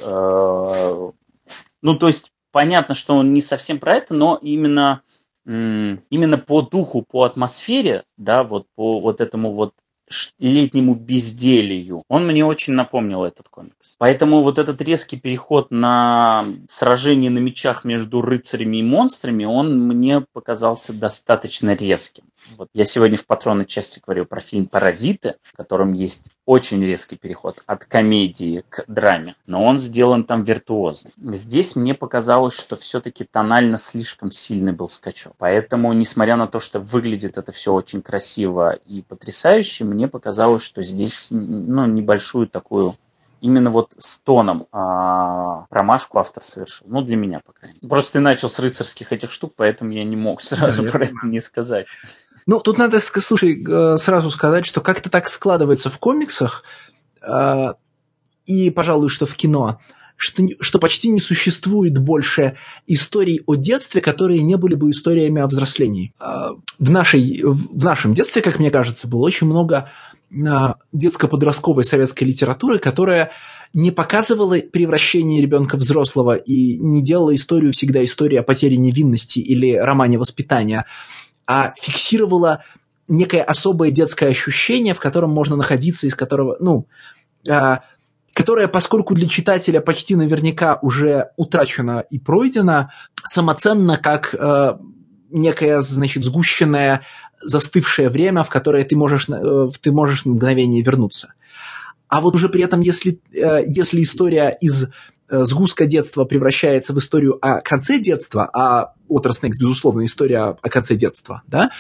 Э, ну, то есть, понятно, что он не совсем про это, но именно, э, именно по духу, по атмосфере, да, вот по вот этому вот летнему безделью. Он мне очень напомнил этот комикс. Поэтому вот этот резкий переход на сражение на мечах между рыцарями и монстрами, он мне показался достаточно резким. Вот я сегодня в патронной части говорил про фильм «Паразиты», в котором есть очень резкий переход от комедии к драме, но он сделан там виртуозно. Здесь мне показалось, что все-таки тонально слишком сильный был скачок. Поэтому, несмотря на то, что выглядит это все очень красиво и потрясающе, мне показалось, что здесь, ну, небольшую такую, именно вот с тоном а, промашку автор совершил. Ну, для меня, по крайней мере. Просто ты начал с рыцарских этих штук, поэтому я не мог сразу да, про это не сказать. Ну, тут надо, слушай, сразу сказать, что как-то так складывается в комиксах, э, и, пожалуй, что в кино, что, что почти не существует больше историй о детстве, которые не были бы историями о взрослении. Э, в, нашей, в нашем детстве, как мне кажется, было очень много э, детско-подростковой советской литературы, которая не показывала превращение ребенка в взрослого и не делала историю всегда историей о потере невинности или романе воспитания, а фиксировала некое особое детское ощущение, в котором можно находиться, из которого, ну, э, которое, поскольку для читателя почти наверняка уже утрачено и пройдено, самоценно как э, некое, значит, сгущенное, застывшее время, в которое ты можешь, э, ты можешь на мгновение вернуться. А вот уже при этом, если, э, если история из сгустка детства превращается в историю о конце детства, а Water Snakes, безусловно, история о конце детства, да,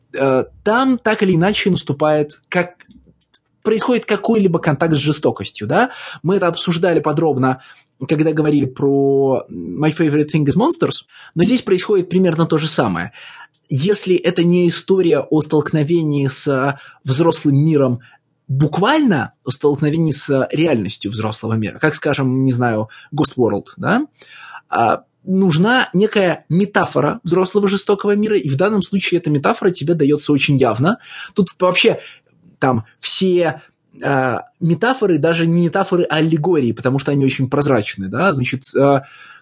там так или иначе наступает, как происходит какой-либо контакт с жестокостью, да. Мы это обсуждали подробно, когда говорили про My Favorite Thing is Monsters, но здесь происходит примерно то же самое. Если это не история о столкновении с взрослым миром, буквально о столкновении с реальностью взрослого мира, как, скажем, не знаю, Ghost World, да, а, нужна некая метафора взрослого жестокого мира, и в данном случае эта метафора тебе дается очень явно. Тут вообще там все а, метафоры, даже не метафоры, а аллегории, потому что они очень прозрачны, да, значит, а,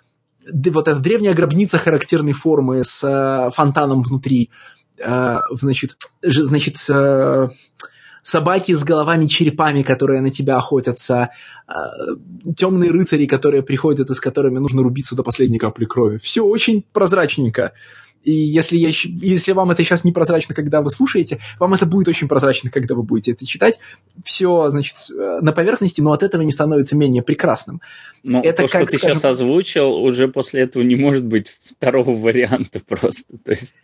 вот эта древняя гробница характерной формы с а, фонтаном внутри, а, значит, ж, значит, а, собаки с головами-черепами, которые на тебя охотятся, темные рыцари, которые приходят и с которыми нужно рубиться до последней капли крови. Все очень прозрачненько. И если, я, если вам это сейчас не прозрачно, когда вы слушаете, вам это будет очень прозрачно, когда вы будете это читать. Все, значит, на поверхности, но от этого не становится менее прекрасным. Но это то, как, что ты скажем... сейчас озвучил, уже после этого не может быть второго варианта просто. То есть...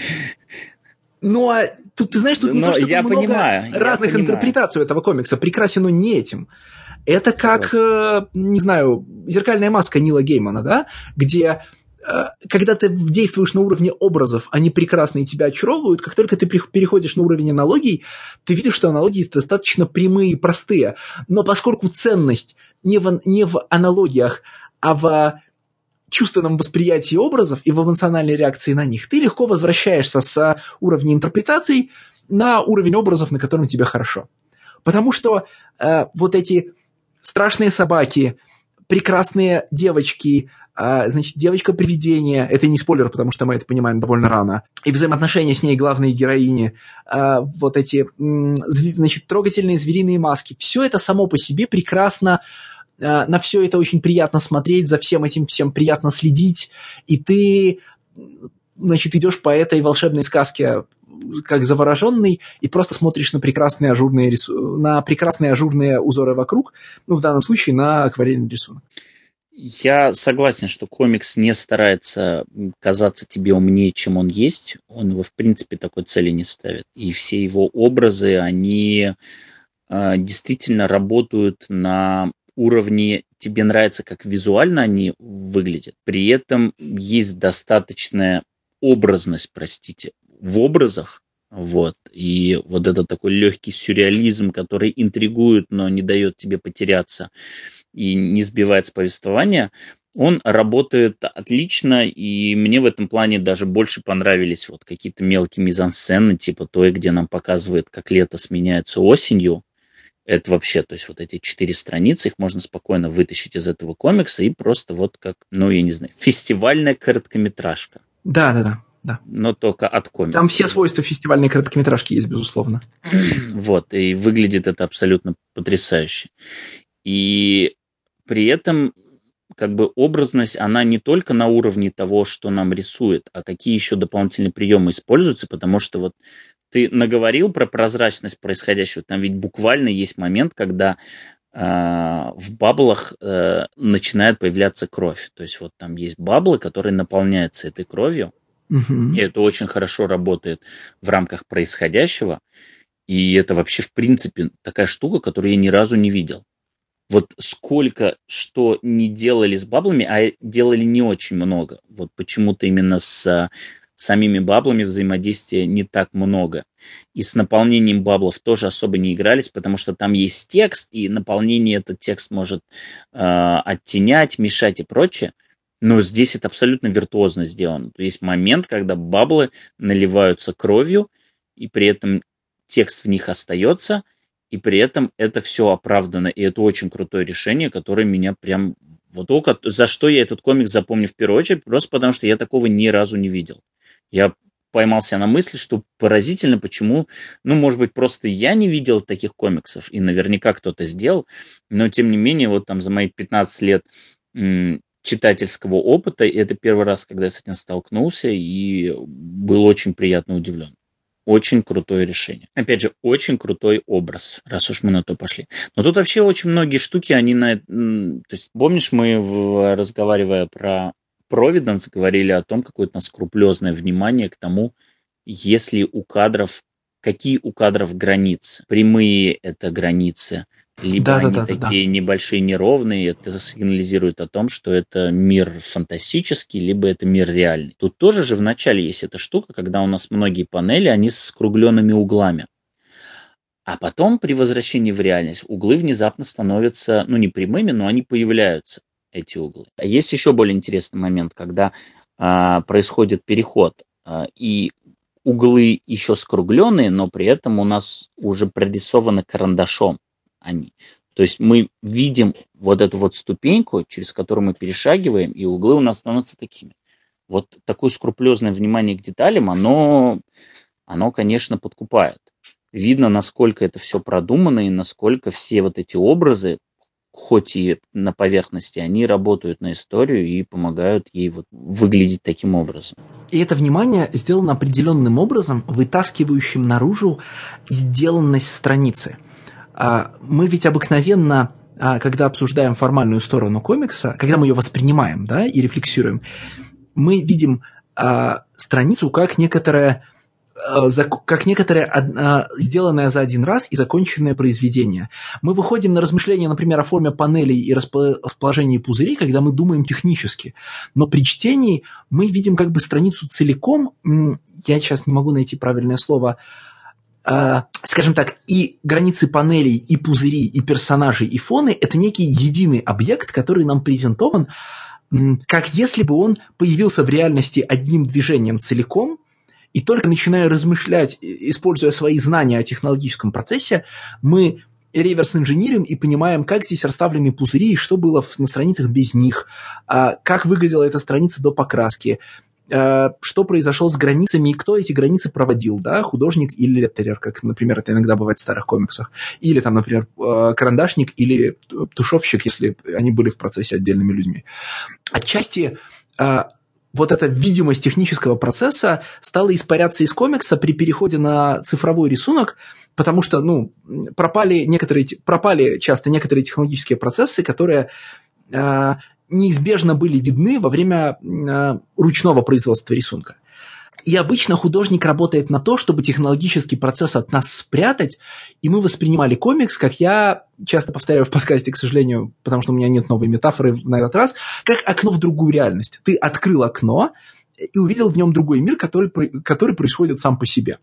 Ну, а тут, ты знаешь, тут не но то, что я много понимаю, разных я понимаю. интерпретаций этого комикса. Прекрасен он не этим. Это как, э, не знаю, «Зеркальная маска» Нила Геймана, да, где... когда ты действуешь на уровне образов, они прекрасно и тебя очаровывают, как только ты переходишь на уровень аналогий, ты видишь, что аналогии достаточно прямые и простые. Но поскольку ценность не в, не в аналогиях, а в чувственном восприятии образов и в эмоциональной реакции на них, ты легко возвращаешься с уровня интерпретаций на уровень образов, на котором тебе хорошо. Потому что э, вот эти страшные собаки, прекрасные девочки, а, значит, девочка-привидение, это не спойлер, потому что мы это понимаем довольно рано, и взаимоотношения с ней главной героини, а, вот эти, значит, трогательные звериные маски, все это само по себе прекрасно, а, на все это очень приятно смотреть, за всем этим всем приятно следить, и ты, значит, идешь по этой волшебной сказке как завороженный, и просто смотришь на прекрасные ажурные, рису... на прекрасные ажурные узоры вокруг, ну, в данном случае на акварельный рисунок. Я согласен, что комикс не старается казаться тебе умнее, чем он есть. Он его, в принципе, такой цели не ставит. И все его образы, они э, действительно работают на уровне тебе нравится, как визуально они выглядят. При этом есть достаточная образность, простите, в образах. Вот. И вот этот такой легкий сюрреализм, который интригует, но не дает тебе потеряться и не сбивает с повествования, он работает отлично, и мне в этом плане даже больше понравились вот какие-то мелкие мизансцены, типа той, где нам показывают, как лето сменяется осенью. Это вообще, то есть вот эти четыре страницы, их можно спокойно вытащить из этого комикса и просто вот как, ну, я не знаю, фестивальная короткометражка. Да, да, да. Да. Но только от комикса. Там все свойства фестивальной короткометражки есть, безусловно. Вот, и выглядит это абсолютно потрясающе. И при этом как бы образность, она не только на уровне того, что нам рисует, а какие еще дополнительные приемы используются, потому что вот ты наговорил про прозрачность происходящего, там ведь буквально есть момент, когда э, в баблах э, начинает появляться кровь. То есть вот там есть баблы, которые наполняются этой кровью, и это очень хорошо работает в рамках происходящего. И это вообще, в принципе, такая штука, которую я ни разу не видел. Вот сколько что не делали с баблами, а делали не очень много. Вот почему-то именно с самими баблами взаимодействия не так много. И с наполнением баблов тоже особо не игрались, потому что там есть текст, и наполнение этот текст может э, оттенять, мешать и прочее. Но здесь это абсолютно виртуозно сделано. То есть момент, когда баблы наливаются кровью, и при этом текст в них остается, и при этом это все оправдано. И это очень крутое решение, которое меня прям... Вот только за что я этот комикс запомню в первую очередь, просто потому что я такого ни разу не видел. Я поймался на мысли, что поразительно, почему... Ну, может быть, просто я не видел таких комиксов, и наверняка кто-то сделал, но тем не менее, вот там за мои пятнадцать лет... читательского опыта, и это первый раз, когда я с этим столкнулся, и был очень приятно удивлен. Очень крутое решение. Опять же, очень крутой образ, раз уж мы на то пошли. Но тут вообще очень многие штуки, они на... То есть, помнишь, мы, разговаривая про Providence, говорили о том, какое-то скрупулезное внимание к тому, если у кадров, какие у кадров границы. Прямые это границы, либо да, они да, да, такие да. небольшие, неровные, это сигнализирует о том, что это мир фантастический, либо это мир реальный. Тут тоже же в начале есть эта штука, когда у нас многие панели, они с скругленными углами. А потом при возвращении в реальность углы внезапно становятся, ну не прямыми, но они появляются, эти углы. А есть еще более интересный момент, когда а, происходит переход, а, и углы еще скругленные, но при этом у нас уже прорисованы карандашом. Они. То есть мы видим вот эту вот ступеньку, через которую мы перешагиваем, и углы у нас становятся такими. Вот такое скрупулезное внимание к деталям, оно, оно конечно, подкупает. видно, насколько это все продумано и насколько все вот эти образы, хоть и на поверхности, они работают на историю и помогают ей вот выглядеть таким образом. И это внимание сделано определенным образом, вытаскивающим наружу сделанность страницы. Мы ведь обыкновенно, когда обсуждаем формальную сторону комикса, когда мы ее воспринимаем, да, и рефлексируем, мы видим страницу как некоторое, как некоторое сделанное за один раз и законченное произведение. Мы выходим на размышления, например, о форме панелей и расположении пузырей, когда мы думаем технически. Но при чтении мы видим как бы страницу целиком, я сейчас не могу найти правильное слово, скажем так, и границы панелей, и пузыри, и персонажи, и фоны – это некий единый объект, который нам презентован, как если бы он появился в реальности одним движением целиком, и только начиная размышлять, используя свои знания о технологическом процессе, мы реверс-инжинирим и понимаем, как здесь расставлены пузыри, и что было на страницах без них, как выглядела эта страница до покраски, что произошло с границами и кто эти границы проводил, да, художник или леттерер, как, например, это иногда бывает в старых комиксах, или там, например, карандашник или тушевщик, если они были в процессе отдельными людьми. Отчасти вот эта видимость технического процесса стала испаряться из комикса при переходе на цифровой рисунок, потому что, ну, пропали некоторые, пропали часто некоторые технологические процессы, которые э, неизбежно были видны во время э, ручного производства рисунка. И обычно художник работает на то, чтобы технологический процесс от нас спрятать, и мы воспринимали комикс, как я часто повторяю в подкасте, к сожалению, потому что у меня нет новой метафоры на этот раз, как окно в другую реальность. Ты открыл окно и увидел в нем другой мир, который, который происходит сам по себе.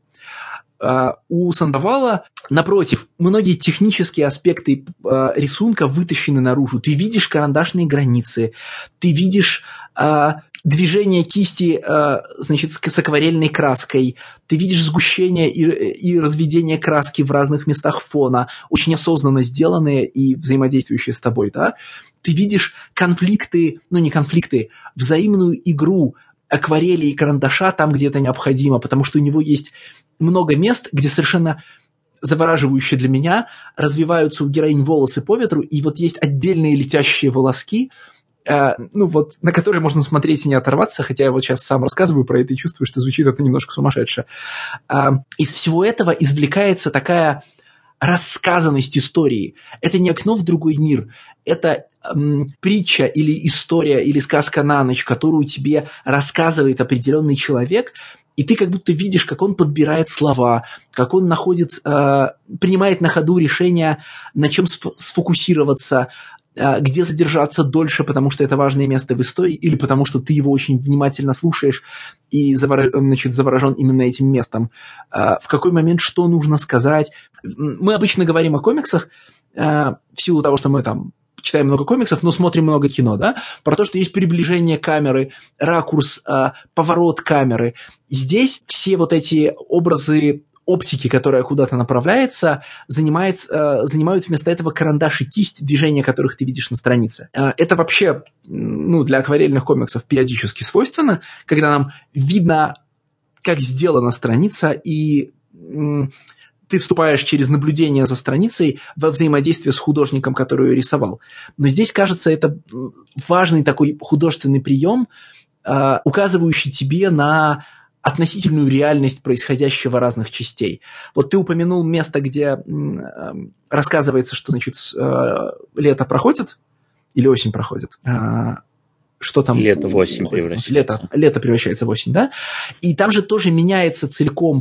Uh, у Сандовала, напротив, многие технические аспекты uh, рисунка вытащены наружу. Ты видишь карандашные границы, ты видишь uh, движение кисти uh, значит, с, с акварельной краской, ты видишь сгущение и, и разведение краски в разных местах фона, очень осознанно сделанные и взаимодействующие с тобой. Да? Ты видишь конфликты, ну не конфликты, взаимную игру акварели и карандаша там, где это необходимо, потому что у него есть много мест, где совершенно завораживающе для меня развиваются у героинь волосы по ветру, и вот есть отдельные летящие волоски, э, ну вот, на которые можно смотреть и не оторваться, хотя я вот сейчас сам рассказываю про это и чувствую, что звучит это немножко сумасшедше. Э, из всего этого извлекается такая рассказанность истории. Это не окно в другой мир, это эм, притча или история, или сказка на ночь, которую тебе рассказывает определенный человек, и ты как будто видишь, как он подбирает слова, как он находит, э, принимает на ходу решения, на чем сф- сфокусироваться, э, где задержаться дольше, потому что это важное место в истории, или потому что ты его очень внимательно слушаешь и завор- значит, заворожен именно этим местом. Э, в какой момент что нужно сказать. Мы обычно говорим о комиксах э, в силу того, что мы там читаем много комиксов, но смотрим много кино, да, про то, что есть приближение камеры, ракурс, э, поворот камеры. Здесь все вот эти образы оптики, которая куда-то направляется, занимает, э, занимают вместо этого карандаш и кисть, движения которых ты видишь на странице. Э, это вообще, ну, для акварельных комиксов периодически свойственно, когда нам видно, как сделана страница, и м- ты вступаешь через наблюдение за страницей во взаимодействие с художником, который ее рисовал. Но здесь, кажется, это важный такой художественный прием, э, указывающий тебе на относительную реальность происходящего разных частей. Вот ты упомянул место, где э, рассказывается, что, значит, э, лето проходит или осень проходит. Э, что там? Лето в осень превращается. Лето, лето превращается в осень, да? И там же тоже меняется целиком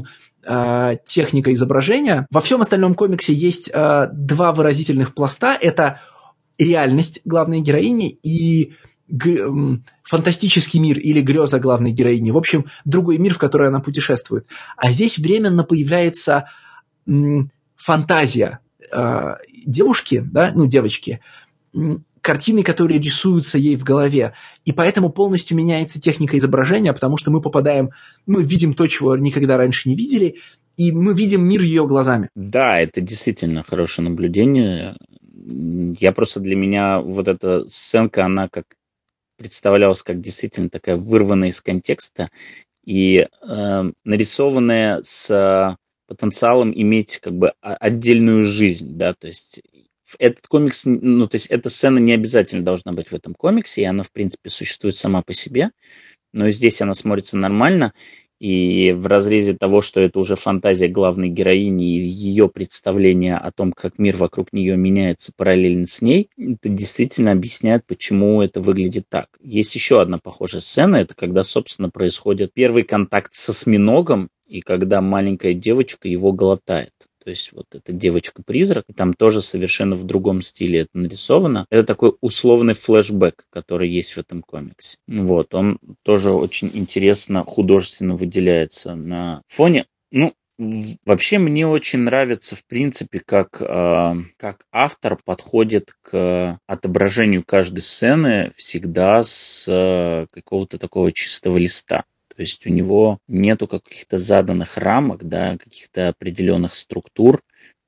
техника изображения. Во всем остальном комиксе есть э, два выразительных пласта. Это реальность главной героини и г- э, фантастический мир или греза главной героини. В общем, другой мир, в который она путешествует. А здесь временно появляется э, фантазия э, девушки, да, ну, девочки, э, картины, которые рисуются ей в голове. И поэтому полностью меняется техника изображения, потому что мы попадаем, мы видим то, чего никогда раньше не видели, и мы видим мир ее глазами. Да, это действительно хорошее наблюдение. Я просто для меня вот эта сценка, она как представлялась как действительно такая вырванная из контекста и э, нарисованная с потенциалом иметь как бы отдельную жизнь, да, то есть этот комикс, ну, то есть эта сцена не обязательно должна быть в этом комиксе, и она, в принципе, существует сама по себе, но здесь она смотрится нормально, и в разрезе того, что это уже фантазия главной героини и ее представление о том, как мир вокруг нее меняется параллельно с ней, это действительно объясняет, почему это выглядит так. Есть еще одна похожая сцена, это когда, собственно, происходит первый контакт с осьминогом, и когда маленькая девочка его глотает. То есть вот эта девочка-призрак, там тоже совершенно в другом стиле это нарисовано. Это такой условный флешбэк, который есть в этом комиксе. Вот, он тоже очень интересно художественно выделяется на фоне. Ну, вообще мне очень нравится, в принципе, как, э, как автор подходит к отображению каждой сцены всегда с э, какого-то такого чистого листа. То есть у него нету каких-то заданных рамок, да, каких-то определенных структур,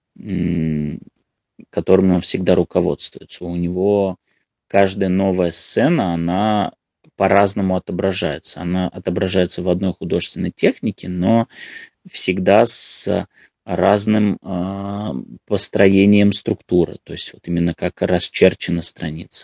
м- которыми он всегда руководствуется. У него каждая новая сцена, она по-разному отображается. Она отображается в одной художественной технике, но всегда с разным э, построением структуры. То есть вот именно как расчерчена страница.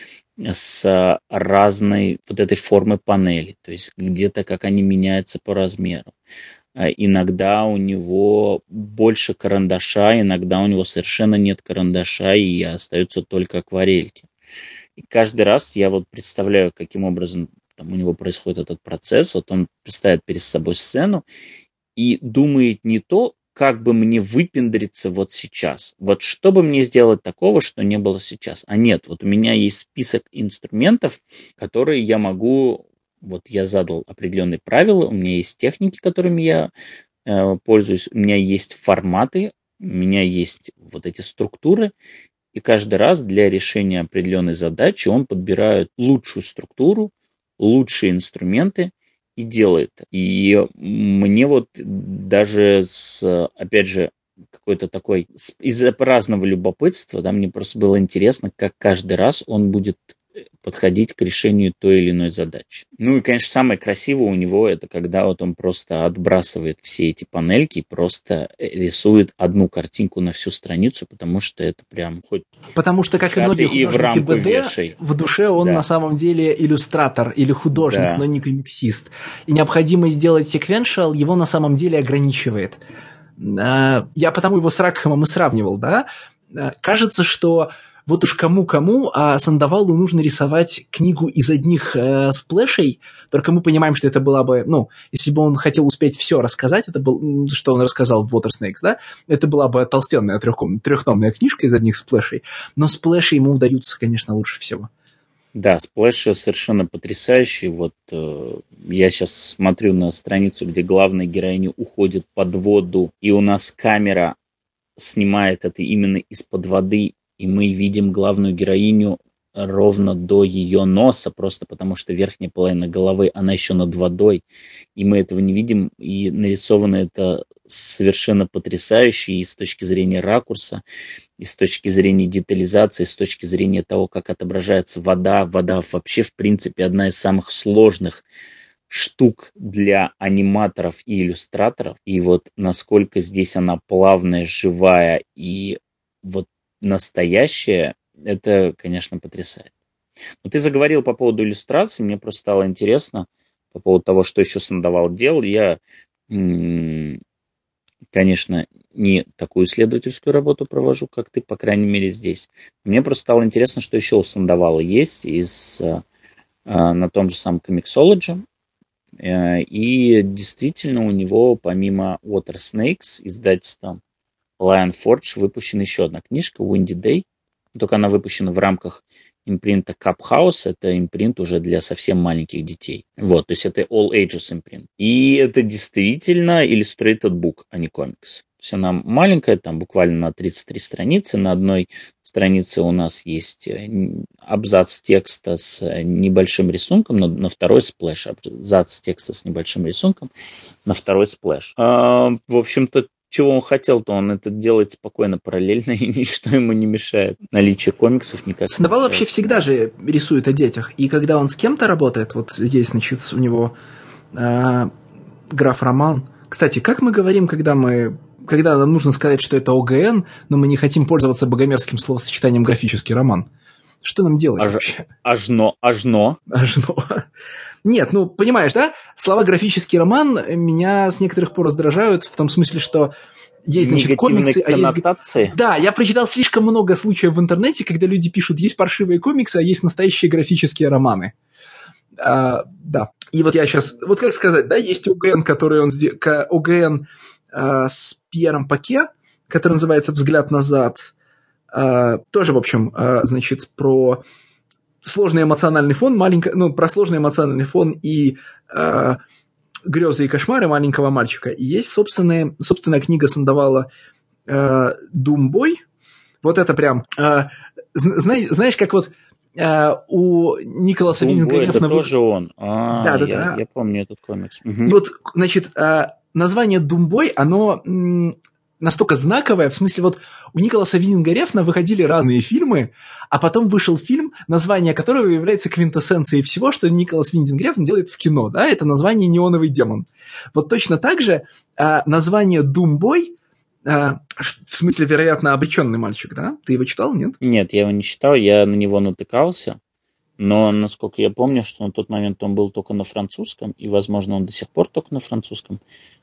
С разной вот этой формы панели, то есть где-то как они меняются по размеру. Иногда у него больше карандаша, иногда у него совершенно нет карандаша и остаются только акварельки. И каждый раз я вот представляю, каким образом там у него происходит этот процесс. Вот он представит перед собой сцену и думает не то, как бы мне выпендриться вот сейчас. Вот что бы мне сделать такого, что не было сейчас. А нет, вот у меня есть список инструментов, которые я могу... Вот я задал определенные правила, у меня есть техники, которыми я э, пользуюсь, у меня есть форматы, у меня есть вот эти структуры, и каждый раз для решения определенной задачи он подбирает лучшую структуру, лучшие инструменты, и делает. И мне вот даже с, опять же, какой-то такой, из-за праздного любопытства, да, мне просто было интересно, как каждый раз он будет подходить к решению той или иной задачи. Ну и, конечно, самое красивое у него это когда вот он просто отбрасывает все эти панельки и просто рисует одну картинку на всю страницу, потому что это прям хоть... Потому что, как и многие художники БД, в душе он да. на самом деле иллюстратор или художник, да. но не комиксист. И необходимость сделать секвеншал его на самом деле ограничивает. Я потому его с Ракхэмом и сравнивал, да? Кажется, что вот уж кому-кому, а Сандовалу нужно рисовать книгу из одних э, сплэшей, только мы понимаем, что это была бы, ну, если бы он хотел успеть все рассказать, это был, что он рассказал в Water Snakes, да, это была бы толстенная трехтомная книжка из одних сплэшей, но сплэши ему удаются, конечно, лучше всего. Да, сплэши совершенно потрясающие. Вот э, я сейчас смотрю на страницу, где главная героиня уходит под воду, и у нас камера снимает это именно из-под воды, и мы видим главную героиню ровно до ее носа, просто потому что верхняя половина головы, она еще над водой, и мы этого не видим, и нарисовано это совершенно потрясающе и с точки зрения ракурса, и с точки зрения детализации, и с точки зрения того, как отображается вода. Вода вообще, в принципе, одна из самых сложных штук для аниматоров и иллюстраторов, и вот насколько здесь она плавная, живая и вот настоящее, это, конечно, потрясает. Но ты заговорил по поводу иллюстрации, мне просто стало интересно по поводу того, что еще Сандовал делал. Я, конечно, не такую исследовательскую работу провожу, как ты, по крайней мере, здесь. Мне просто стало интересно, что еще у Сандовала есть из, на том же самом Comixology. И действительно у него, помимо Water Snakes, издательства Lion Forge, выпущена еще одна книжка Windy Day, только она выпущена в рамках импринта Cup House, это импринт уже для совсем маленьких детей. Вот, то есть это All Ages импринт. И это действительно illustrated book, а не комикс. То есть она маленькая, там буквально на тридцать три страницы. На одной странице у нас есть абзац текста с небольшим рисунком, но на второй сплэш. Абзац текста с небольшим рисунком, на второй сплэш. А, в общем-то, чего он хотел-то, он это делает спокойно, параллельно, и ничто ему не мешает. Наличие комиксов никак не Сандовал вообще всегда же рисует о детях. И когда он с кем-то работает, вот здесь, значит, у него э, граф-роман. Кстати, как мы говорим, когда мы... Когда нам нужно сказать, что это ОГН, но мы не хотим пользоваться богомерзким словосочетанием «графический роман». Что нам делать Аж, вообще? Ажно, ажно. Ажно. Нет, ну, понимаешь, да? Слова «графический роман» меня с некоторых пор раздражают, в том смысле, что есть, значит, комиксы... коннотации. А есть... Да, я прочитал слишком много случаев в интернете, когда люди пишут, есть паршивые комиксы, а есть настоящие графические романы. А, да. И вот я сейчас... Вот как сказать, да, есть ОГН, который он... ОГН а, с Пьером Паке, который называется «Взгляд назад». А, тоже, в общем, а, значит, про сложный эмоциональный фон, маленько, ну, про сложный эмоциональный фон и а, грезы и кошмары маленького мальчика. И есть собственная, собственная книга Сандовала а, «Думбой». Вот это прям... А, знаешь, знаешь, как вот а, у Николаса Виндинга Рефна... Это тоже он. А, да, да, я, да. Я помню этот комикс. Угу. Вот, значит, а, название «Думбой», оно... М- настолько знаковая, в смысле, вот у Николаса Виндинга Рефна выходили разные фильмы, а потом вышел фильм, название которого является квинтэссенцией всего, что Николас Виндинг Рефн делает в кино, да, это название «Неоновый демон». Вот точно так же а, название «Думбой», а, в смысле, вероятно, обреченный мальчик, да? Ты его читал, нет? Нет, я его не читал, я на него натыкался, но, насколько я помню, что на тот момент он был только на французском, и, возможно, он до сих пор только на французском.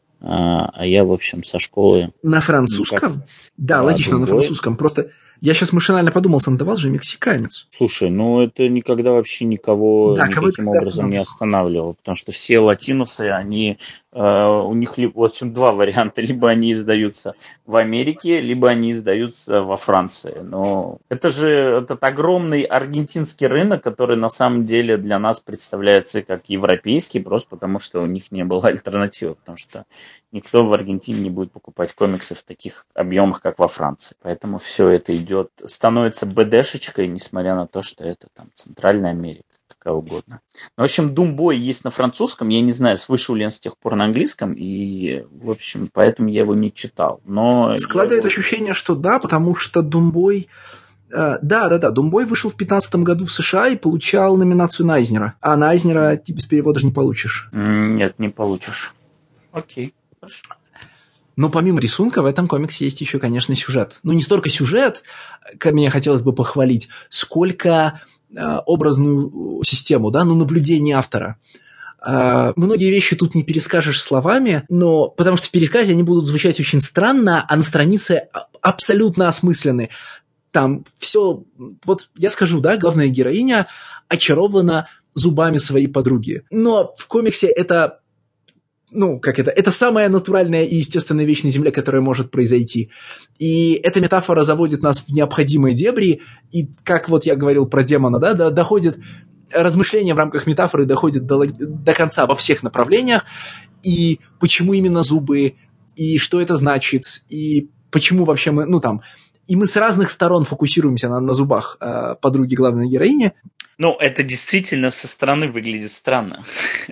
А я, в общем, со школы... На французском? Никак... Да, а, логично, другой. На французском. Просто я сейчас машинально подумал, Сандовал же мексиканец. Слушай, ну это никогда вообще никого да, никаким образом не останавливало, потому что все латиносы, они... Uh, у них, в общем, два варианта. Либо они издаются в Америке, либо они издаются во Франции. Но это же этот огромный аргентинский рынок, который на самом деле для нас представляется как европейский, просто потому что у них не было альтернативы. Потому что никто в Аргентине не будет покупать комиксы в таких объемах, как во Франции. Поэтому все это идет, становится БДшечкой, несмотря на то, что это там Центральная Америка. Какая угодно. В общем, Думбой есть на французском, я не знаю, вышел ли он с тех пор на английском, и, в общем, поэтому я его не читал. Но складывается его... ощущение, что да, потому что Думбой... Э, да, да, да, Думбой вышел в пятнадцатом году в США и получал номинацию на Айзнера. А на Айзнера ты без перевода же не получишь. Нет, не получишь. Окей, хорошо. Но помимо рисунка в этом комиксе есть еще, конечно, сюжет. Ну, не столько сюжет, как мне хотелось бы похвалить, сколько... образную систему, да, ну, наблюдение автора. А, многие вещи тут не перескажешь словами, но потому что в пересказе они будут звучать очень странно, а на странице абсолютно осмысленны. Там все, вот я скажу, да, главная героиня очарована зубами своей подруги. Но в комиксе это, ну, как это, это самая натуральная и естественная вещь на Земле, которая может произойти. И эта метафора заводит нас в необходимые дебри, и, как вот я говорил про демона, да, до, доходит, размышления в рамках метафоры доходят до, до конца во всех направлениях, и почему именно зубы, и что это значит, и почему вообще мы, ну, там, и мы с разных сторон фокусируемся на, на зубах э, подруги главной героини. Ну, это действительно со стороны выглядит странно.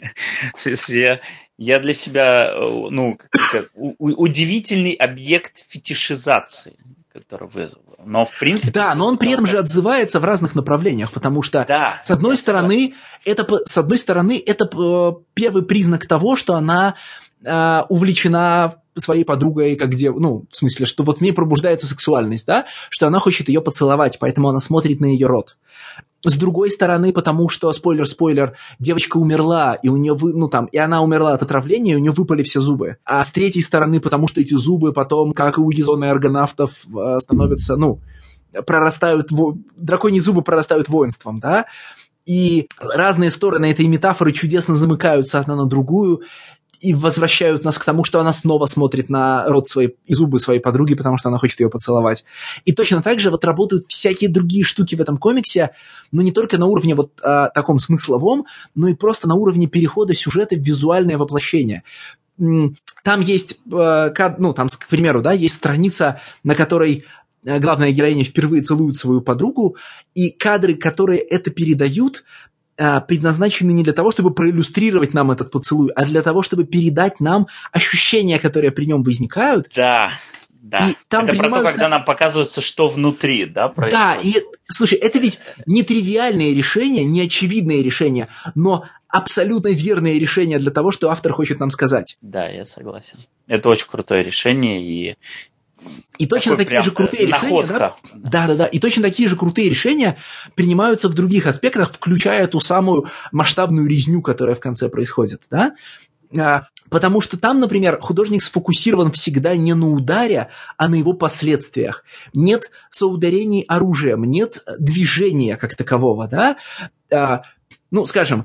я, я для себя, ну, как, у, удивительный объект фетишизации, который вызвал. Но, в принципе... Да, но он при этом же отзывается в разных направлениях, потому что, да, с одной стороны, это, с одной стороны, это первый признак того, что она э, увлечена своей подругой, как дев... ну, в смысле, что вот в ней пробуждается сексуальность, да, что она хочет ее поцеловать, поэтому она смотрит на ее рот. С другой стороны, потому что, спойлер-спойлер, девочка умерла, и у нее, вы... ну, там, и она умерла от отравления, и у нее выпали все зубы. А с третьей стороны, потому что эти зубы потом, как и у Езона и аргонавтов, становятся, ну, прорастают, во... драконьи зубы прорастают воинством, да, и разные стороны этой метафоры чудесно замыкаются одна на другую, и возвращают нас к тому, что она снова смотрит на рот своей и зубы своей подруги, потому что она хочет ее поцеловать. И точно так же вот работают всякие другие штуки в этом комиксе, но не только на уровне вот а, таком смысловом, но и просто на уровне перехода сюжета в визуальное воплощение. Там есть, ну, там, к примеру, да, есть страница, на которой главная героиня впервые целует свою подругу, и кадры, которые это передают, предназначены не для того, чтобы проиллюстрировать нам этот поцелуй, а для того, чтобы передать нам ощущения, которые при нем возникают. Да, да. И там это принимаются... про то, когда нам показывается, что внутри, да, происходит. Да, и, слушай, это ведь нетривиальное решение, неочевидное решение, но абсолютно верное решение для того, что автор хочет нам сказать. Да, я согласен. Это очень крутое решение, и И точно такие же крутые находка. решения, да? Да, да, да. И точно такие же крутые решения принимаются в других аспектах, включая ту самую масштабную резню, которая в конце происходит, да? Потому что там, например, художник сфокусирован всегда не на ударе, а на его последствиях. Нет соударений оружием, нет движения как такового, да? Ну, скажем,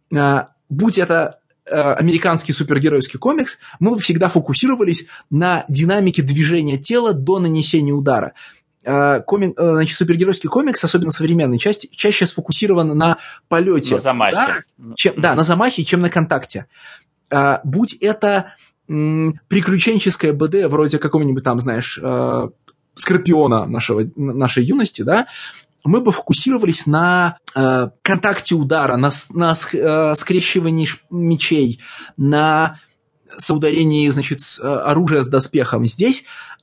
будь это американский супергеройский комикс, мы бы всегда фокусировались на динамике движения тела до нанесения удара. Комик, значит, супергеройский комикс, особенно современный, ча- чаще сфокусирован на полете. На замахе. Да, чем, да, на замахе, чем на контакте. Будь это м, приключенческое БД, вроде какого-нибудь там, знаешь, э, Скорпиона нашего, нашей юности, да, мы бы фокусировались на э, контакте удара, на, на э, скрещивании мечей, на соударении, значит, оружия с доспехом. Здесь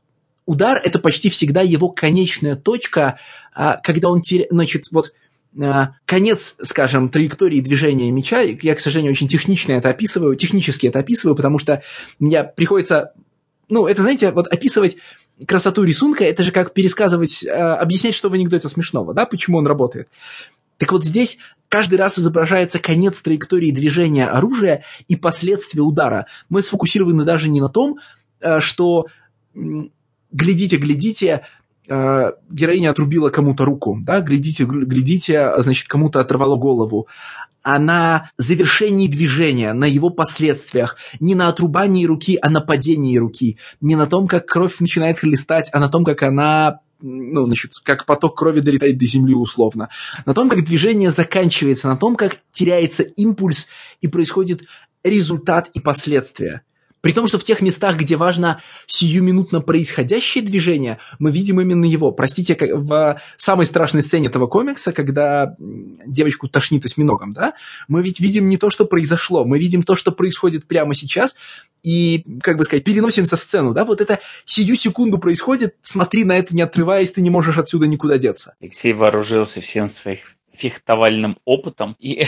удар – это почти всегда его конечная точка, э, когда он теряет, значит, вот э, конец, скажем, траектории движения меча. Я, к сожалению, очень технично это описываю, технически это описываю, потому что мне приходится, ну, это, знаете, вот описывать красоту рисунка, это же как пересказывать, э, объяснять, что в анекдоте смешного, да, почему он работает. Так вот здесь каждый раз изображается конец траектории движения оружия и последствия удара. Мы сфокусированы даже не на том, э, что м, глядите, глядите, э, героиня отрубила кому-то руку, да, глядите, глядите, значит, кому-то оторвало голову, а на завершении движения, на его последствиях, не на отрубании руки, а на падении руки, не на том, как кровь начинает хлестать, а на том, как она, ну, значит, как поток крови долетает до земли условно, на том, как движение заканчивается, на том, как теряется импульс и происходит результат и последствия. При том, что в тех местах, где важно сиюминутно происходящее движение, мы видим именно его. Простите, в самой страшной сцене этого комикса, когда девочку тошнит осьминогом, да, мы ведь видим не то, что произошло, мы видим то, что происходит прямо сейчас, и, как бы сказать, переносимся в сцену, да, вот это сию секунду происходит, смотри на это не отрываясь, ты не можешь отсюда никуда деться. Алексей вооружился всем своим фехтовальным опытом и,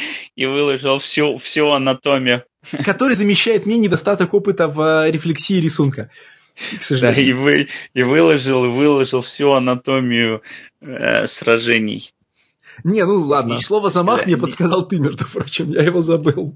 и выложил всю, всю анатомию. Который замещает мне недостаток опыта в рефлексии рисунка. Да, и, вы, и выложил, и выложил всю анатомию э, сражений. Не, ну ладно, слово «замах» мне подсказал ты, между прочим, я его забыл.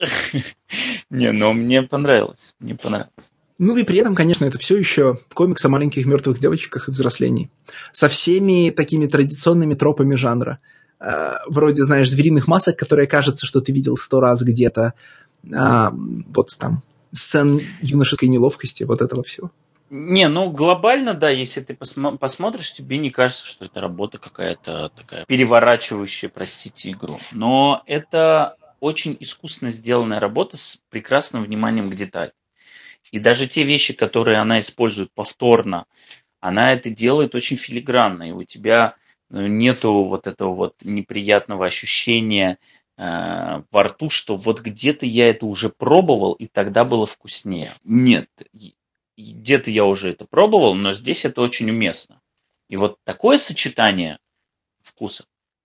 Не, ну мне понравилось, мне понравилось. Ну и при этом, конечно, это все еще комикс о маленьких мертвых девочках и взрослении. Со всеми такими традиционными тропами жанра. Вроде, знаешь, звериных масок, которые кажется, что ты видел сто раз где-то. А, вот там сцен юношеской неловкости, вот этого всего. Не, ну глобально, да, если ты посмо- посмотришь, тебе не кажется, что это работа какая-то такая переворачивающая, простите, игру. Но это очень искусно сделанная работа с прекрасным вниманием к деталям. И даже те вещи, которые она использует повторно, она это делает очень филигранно, и у тебя нету вот этого вот неприятного ощущения во рту, что вот где-то я это уже пробовал, и тогда было вкуснее. Нет, где-то я уже это пробовал, но здесь это очень уместно. И вот такое сочетание вкусов,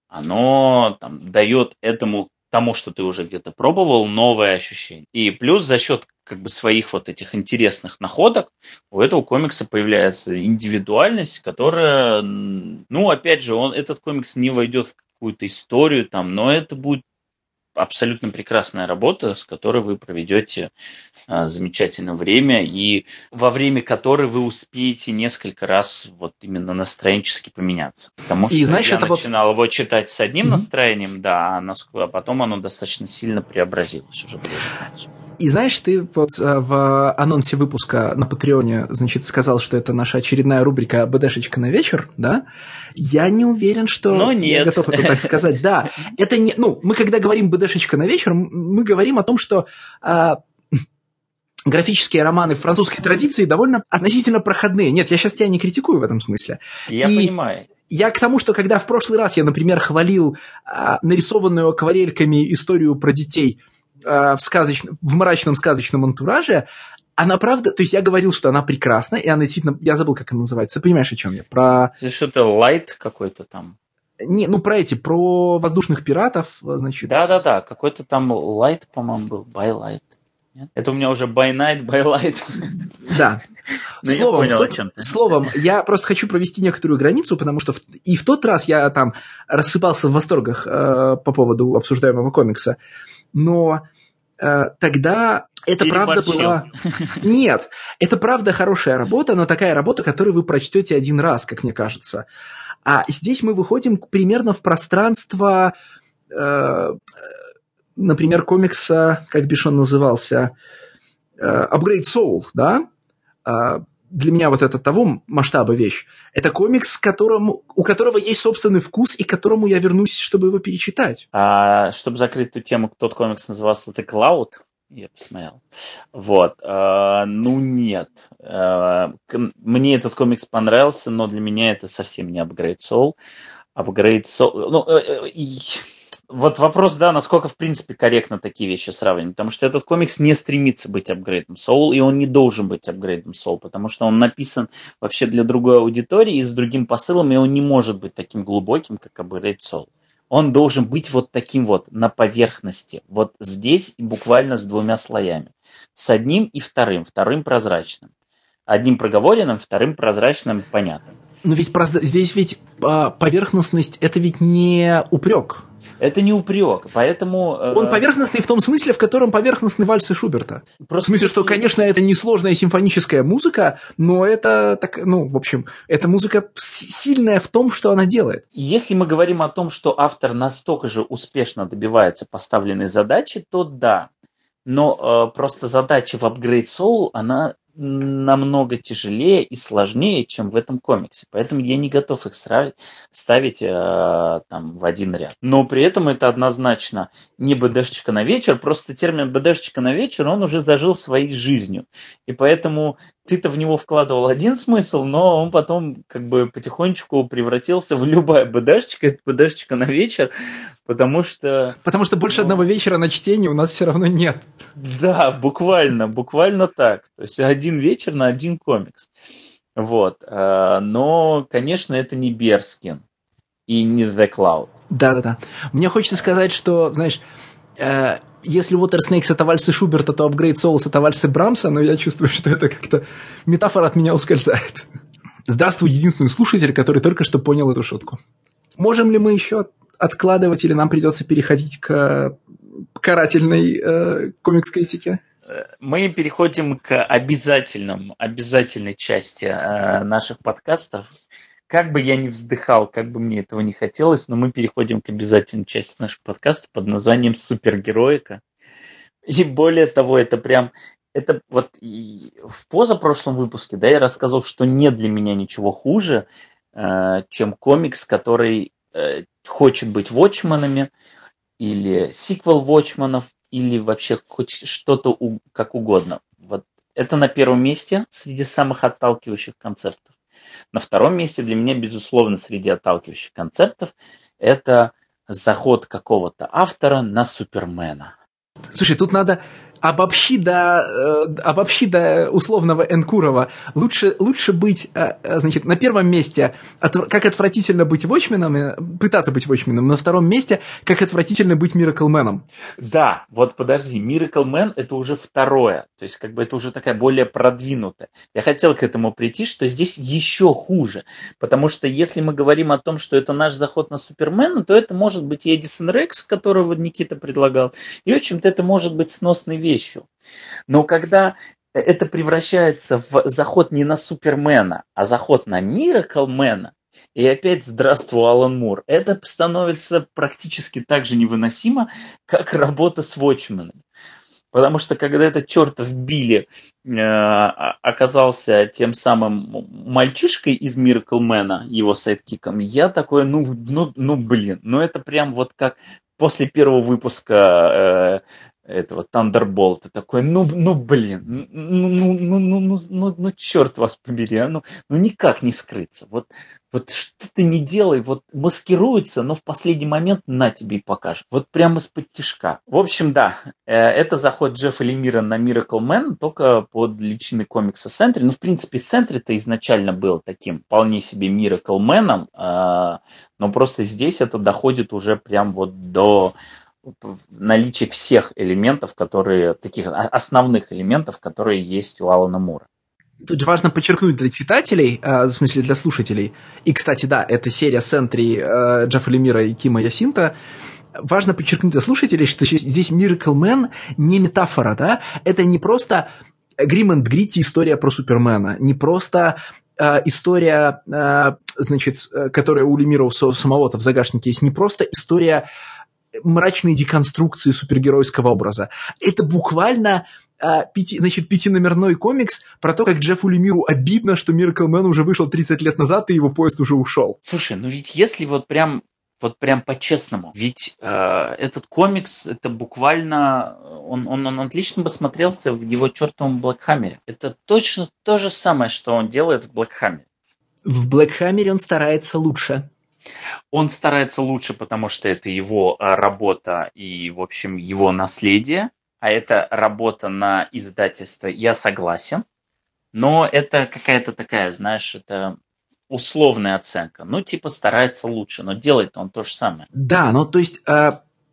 оно там, дает этому, тому, что ты уже где-то пробовал, новое ощущение. И плюс за счет как бы своих вот этих интересных находок у этого комикса появляется индивидуальность, которая, ну, опять же, он, этот комикс не войдет в какую-то историю, там, но это будет абсолютно прекрасная работа, с которой вы проведете а, замечательное время, и во время которой вы успеете несколько раз вот именно настроенчески поменяться. Потому что и, знаешь, я это начинал вот... его читать с одним mm-hmm. настроением, да, а потом оно достаточно сильно преобразилось уже ближе к концу. И знаешь, ты вот в анонсе выпуска на Патреоне, значит, сказал, что это наша очередная рубрика «БДшечка на вечер», да? Я не уверен, что Но нет. Я готов это так сказать. Да, это не... Ну, мы когда говорим «БДшечка на вечер», мы говорим о том, что а, графические романы в французской традиции довольно относительно проходные. Нет, я сейчас тебя не критикую в этом смысле. Я И... понимаю. Я к тому, что когда в прошлый раз я, например, хвалил а, нарисованную акварельками историю про детей в, сказочном, в мрачном сказочном антураже, она правда, то есть я говорил, что она прекрасна, и она действительно, я забыл, как она называется, ты понимаешь, о чем я? Про... Это что-то лайт какой-то там. Не, ну про эти, про воздушных пиратов, значит. Да-да-да, какой-то там Light, по-моему, был, By Light. Нет? Это у меня уже By Night, By Light. Да. Но словом, я понял, тот, о чем ты. Словом, я просто хочу провести некоторую границу, потому что в, и в тот раз я там рассыпался в восторгах э, по поводу обсуждаемого комикса, но э, тогда это правда была... Нет, это правда хорошая работа, но такая работа, которую вы прочтете один раз, как мне кажется. А здесь мы выходим примерно в пространство, э, например, комикса, как бишь он назывался, э, Upgrade Soul, да? Э, для меня вот это того масштаба вещь. Это комикс, которому, у которого есть собственный вкус, и к которому я вернусь, чтобы его перечитать. А, чтобы закрыть ту тему, тот комикс назывался The Cloud, я посмотрел. Вот. А, ну, нет. А, мне этот комикс понравился, но для меня это совсем не Upgrade Soul. Upgrade Soul... Ну, и... Вот вопрос, да, насколько, в принципе, корректно такие вещи сравнивать. Потому что этот комикс не стремится быть апгрейдом Soul, и он не должен быть апгрейдом Soul, потому что он написан вообще для другой аудитории и с другим посылом, и он не может быть таким глубоким, как Upgrade Soul. Он должен быть вот таким вот, на поверхности. Вот здесь буквально с двумя слоями. С одним и вторым. Вторым прозрачным. Одним проговоренным, вторым прозрачным, понятным. Но ведь здесь ведь поверхностность – это ведь не упрек. Это не упрек, поэтому... Он поверхностный в том смысле, в котором поверхностны вальсы Шуберта. Просто в смысле, что, конечно, это не сложная симфоническая музыка, но это, так, ну, в общем, эта музыка сильная в том, что она делает. Если мы говорим о том, что автор настолько же успешно добивается поставленной задачи, то да. Но э, просто задача в Upgrade Soul, она намного тяжелее и сложнее, чем в этом комиксе. Поэтому я не готов их ставить э, там, в один ряд. Но при этом это однозначно не БДшечка на вечер. Просто термин БДшечка на вечер, он уже зажил своей жизнью. И поэтому ты-то в него вкладывал один смысл, но он потом как бы потихонечку превратился в любая БДшечка. Это БДшечка на вечер, потому что... Потому что больше ну... одного вечера на чтение у нас все равно нет. Да, буквально, буквально так. То есть один вечер на один комикс. Вот. Но, конечно, это не Берскин и не The Cloud. Да-да-да. Мне хочется сказать, что, знаешь, э, если Water Snakes это вальсы Шуберта, то Upgrade Souls это вальсы Брамса, но я чувствую, что это как-то метафора от меня ускользает. Здравствуй, единственный слушатель, который только что понял эту шутку. Можем ли мы еще откладывать, или нам придется переходить к карательной э, комикс-критике? Мы переходим к обязательным, обязательной части э, наших подкастов. Как бы я ни вздыхал, как бы мне этого не хотелось, но мы переходим к обязательной части наших подкастов под названием «Супергероика». И более того, это прям... Это вот в позапрошлом выпуске, да, я рассказал, что нет для меня ничего хуже, э, чем комикс, который э, хочет быть Watchmen'ами, или сиквел Watchmen'ов, или вообще хоть что-то у, как угодно. Вот это на первом месте среди самых отталкивающих концептов. На втором месте для меня, безусловно, среди отталкивающих концептов это заход какого-то автора на Супермена. Слушай, тут надо... Обобщи до, э, обобщи до условного Энкурова. Лучше, лучше быть, э, значит, на первом месте, от, как отвратительно быть Watchmen'ом, пытаться быть Watchmen'ом, на втором месте, как отвратительно быть Miracleman'ом. Да, вот подожди, Miracleman это уже второе, то есть как бы это уже такая более продвинутая. Я хотел к этому прийти, что здесь еще хуже, потому что если мы говорим о том, что это наш заход на Супермена, то это может быть и Эдисон Рекс, которого Никита предлагал, и, в общем-то, это может быть сносный вещь. Но когда это превращается в заход не на Супермена, а заход на Мираклмена, и опять здравствуй, Алан Мур, это становится практически так же невыносимо, как работа с Watchmen'ами. Потому что когда этот чертов Билли э, оказался тем самым мальчишкой из Мираклмена, его сайдкиком, я такой, ну, ну, ну блин, ну это прям вот как... После первого выпуска этого Thunderbolt. И такой, ну, ну, блин, ну, ну, ну, ну, ну, ну, ну, черт вас побери, а ну, ну, никак не скрыться. Вот, вот что ты не делай, вот маскируется, но в последний момент на тебе и покажет. Вот прямо из-под тишка. В общем, да, это заход Джеффа Лемира на Miracle Man только под личиной комикса Sentry. Ну, в принципе, Sentry-то изначально был таким вполне себе Miracle Man, но просто здесь это доходит уже прям вот до наличия всех элементов, которые, таких основных элементов, которые есть у Алана Мура. Тут же важно подчеркнуть для читателей, в смысле для слушателей, и, кстати, да, это серия Sentry Джеффа Лемира и Кима Ясинта. Важно подчеркнуть для слушателей, что здесь Miracle Man не метафора, да, это не просто Grim and Gritty история про Супермена, не просто э, история, э, значит, которая у Лемира самого-то в загашнике есть, не просто история мрачной деконструкции супергеройского образа. Это буквально э, пяти, значит, пятиномерной комикс про то, как Джеффу Лемиру обидно, что Miracle Man уже вышел тридцать лет назад, и его поезд уже ушел. Слушай, ну ведь если вот прям Вот прям по-честному. Ведь э, этот комикс, это буквально... Он, он, он отлично бы смотрелся в его чертовом Блэкхаммере. Это точно то же самое, что он делает в Блэкхаммере. В Блэкхаммере он старается лучше. Он старается лучше, потому что это его работа и, в общем, его наследие. А это работа на издательство, я согласен. Но это какая-то такая, знаешь, это... условная оценка. Ну, типа, старается лучше, но делает он то же самое. Да, ну, то есть э,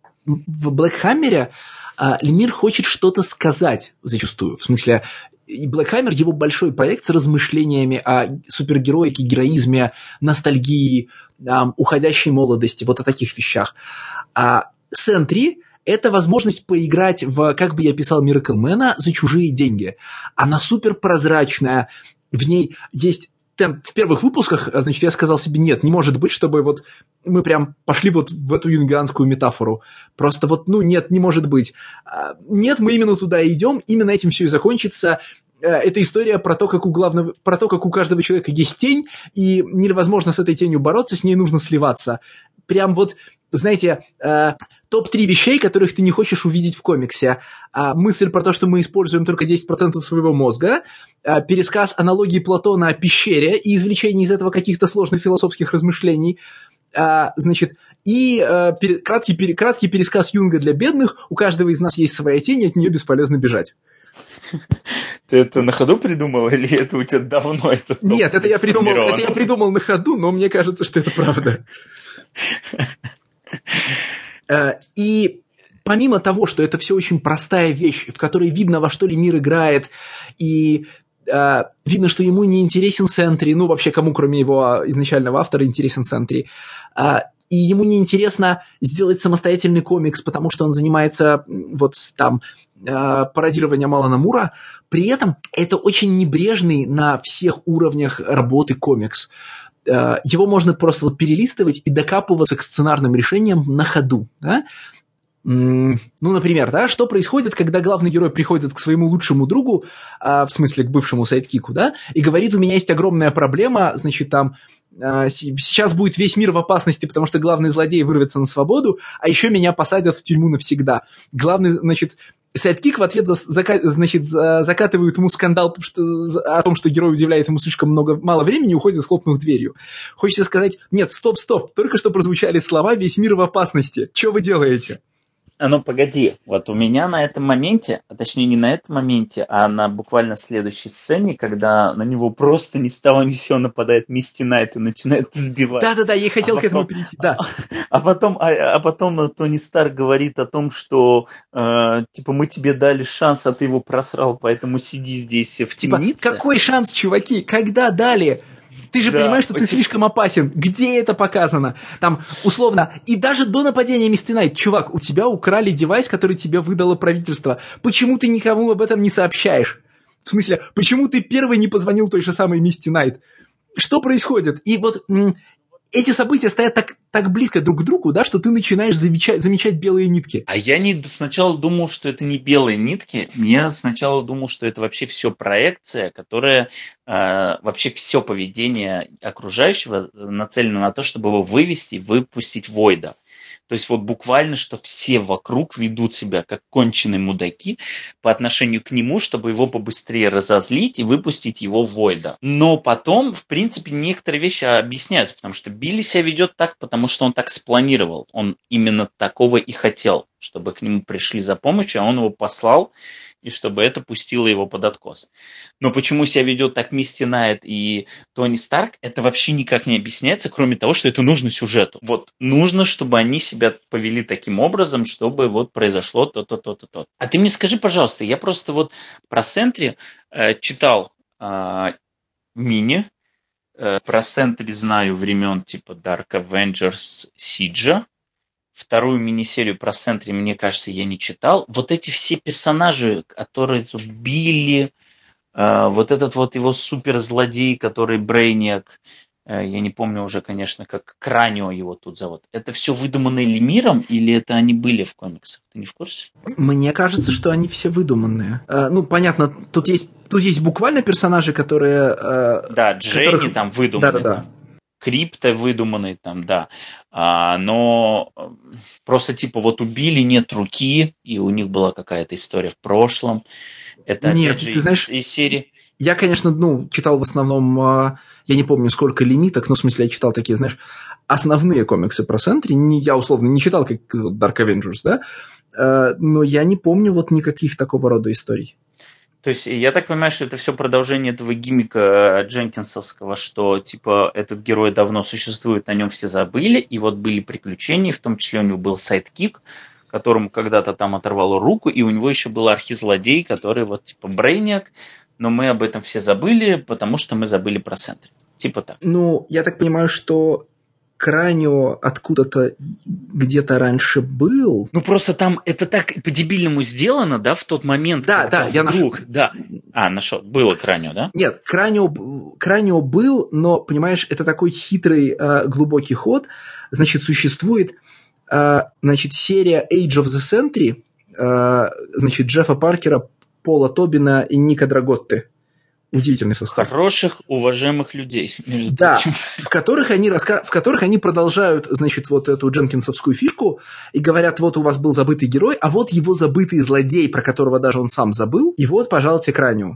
в Блэкхаммере э, Лемир хочет что-то сказать зачастую. В смысле, и Блэкхаммер, его большой проект с размышлениями о супергероике, героизме, ностальгии, э, уходящей молодости, вот о таких вещах. А Sentry – это возможность поиграть в, как бы я писал, Miracle Man за чужие деньги. Она суперпрозрачная, в ней есть... В первых выпусках, значит, я сказал себе, нет, не может быть, чтобы вот мы прям пошли вот в эту юнгианскую метафору. Просто вот, ну, нет, не может быть. Нет, мы именно туда идем, именно этим все и закончится. Это история про то, как у главного, про то, как у каждого человека есть тень, и невозможно с этой тенью бороться, с ней нужно сливаться. Прям вот, знаете, топ три вещей, которых ты не хочешь увидеть в комиксе. А, мысль про то, что мы используем только десять процентов своего мозга, а, пересказ аналогии Платона о пещере и извлечение из этого каких-то сложных философских размышлений, а, значит, и а, пере, краткий, пере, краткий пересказ Юнга для бедных. У каждого из нас есть своя тень, от нее бесполезно бежать. Ты это на ходу придумал, или это у тебя давно это? Нет, это я придумал, это я придумал на ходу, но мне кажется, что это правда. И помимо того, что это все очень простая вещь, в которой видно, во что Лемир играет, и э, видно, что ему не интересен Sentry, ну, вообще, кому, кроме его изначального автора, интересен Sentry, э, и ему не интересно сделать самостоятельный комикс, потому что он занимается вот там э, пародированием Алана Мура, при этом это очень небрежный на всех уровнях работы комикс. Его можно просто вот перелистывать и докапываться к сценарным решениям на ходу. Да? Ну, например, да, что происходит, когда главный герой приходит к своему лучшему другу, в смысле к бывшему сайдкику, да, и говорит, у меня есть огромная проблема, значит, там, сейчас будет весь мир в опасности, потому что главный злодей вырвется на свободу, а еще меня посадят в тюрьму навсегда. Главный, значит, сайдкик в ответ, за, зака, значит, за, закатывает ему скандал что, о том, что герой уделяет ему слишком много, мало времени, и уходит, хлопнув дверью. Хочется сказать, нет, стоп, стоп, только что прозвучали слова «весь мир в опасности». Что вы делаете? А ну погоди, вот у меня на этом моменте, а точнее не на этом моменте, а на буквально следующей сцене, когда на него просто ни с того ни с сего нападает Мисти Найт и начинает сбивать. Да-да-да, я хотел а к потом, этому перейти, да. А, а, потом, а, а потом Тони Старк говорит о том, что э, типа мы тебе дали шанс, а ты его просрал, поэтому сиди здесь в типа, темнице. Какой шанс, чуваки? Когда дали? Ты же да, понимаешь, что очень... ты слишком опасен. Где это показано? Там, условно, и даже до нападения Мисти Найт, чувак, у тебя украли девайс, который тебе выдало правительство. Почему ты никому об этом не сообщаешь? В смысле, почему ты первый не позвонил той же самой Мисти Найт? Что происходит? И вот м- эти события стоят так, так близко друг к другу, да, что ты начинаешь замечать, замечать белые нитки. А я не, сначала думал, что это не белые нитки. Я сначала думал, что это вообще все проекция, которая э, вообще все поведение окружающего нацелено на то, чтобы его вывести, выпустить Войда. То есть вот буквально, что все вокруг ведут себя как конченые мудаки по отношению к нему, чтобы его побыстрее разозлить и выпустить его в Войда. Но потом, в принципе, некоторые вещи объясняются, потому что Билли себя ведет так, потому что он так спланировал. Он именно такого и хотел, чтобы к нему пришли за помощью, а он его послал, и чтобы это пустило его под откос. Но почему себя ведет так Мисти Найт и Тони Старк, это вообще никак не объясняется, кроме того, что это нужно сюжету. Вот нужно, чтобы они себя повели таким образом, чтобы вот произошло то-то, то-то, то-то. А ты мне скажи, пожалуйста, я просто вот про Сентри э, читал э, мини, э, про Сентри знаю времен типа Dark Avengers Сиджа. Вторую мини-серию про Сентри, мне кажется, я не читал. Вот эти все персонажи, которые Билли, э, вот этот вот его суперзлодей, который Брейниак, э, я не помню уже, конечно, как Кранио его тут зовут. Это все выдуманные ли миром, или это они были в комиксах? Ты не в курсе? Мне кажется, что они все выдуманные. Э, ну, понятно, тут есть, тут есть буквально персонажи, которые... Э, да, Дженни которых... там выдуманные. Да-да-да. Крипто выдуманный там, да. А, но просто типа вот у Билли нет руки, и у них была какая-то история в прошлом. Это нет, опять же ты знаешь, из, из серии. Я, конечно, ну, читал в основном, я не помню, сколько лимиток, но в смысле я читал такие, знаешь, основные комиксы про Сентри. Не, я, условно, не читал, как Dark Avengers, да, но я не помню вот никаких такого рода историй. То есть, я так понимаю, что это все продолжение этого гиммика дженкинсовского, что, типа, этот герой давно существует, на нем все забыли, и вот были приключения, в том числе у него был сайдкик, которому когда-то там оторвало руку, и у него еще был архизлодей, который вот, типа, Брейниак, но мы об этом все забыли, потому что мы забыли про Сентри. Типа так. Ну, я так понимаю, что Кранио откуда-то где-то раньше был. Ну, просто там это так по-дебильному сделано, да, в тот момент, да, когда да, я вдруг... нашел. Да. А, нашел. Было Кранио, да? Нет, Кранио, Кранио был, но, понимаешь, это такой хитрый, э, глубокий ход. Значит, существует э, значит, серия Age of the Sentry, э, значит, Джеффа Паркера, Пола Тобина и Ника Драготты. Удивительный состав. Хороших, уважаемых людей. Да, в которых, они раска... в которых они продолжают, значит, вот эту дженкинсовскую фишку и говорят, вот у вас был забытый герой, а вот его забытый злодей, про которого даже он сам забыл, и вот, пожалуйста, Кранио.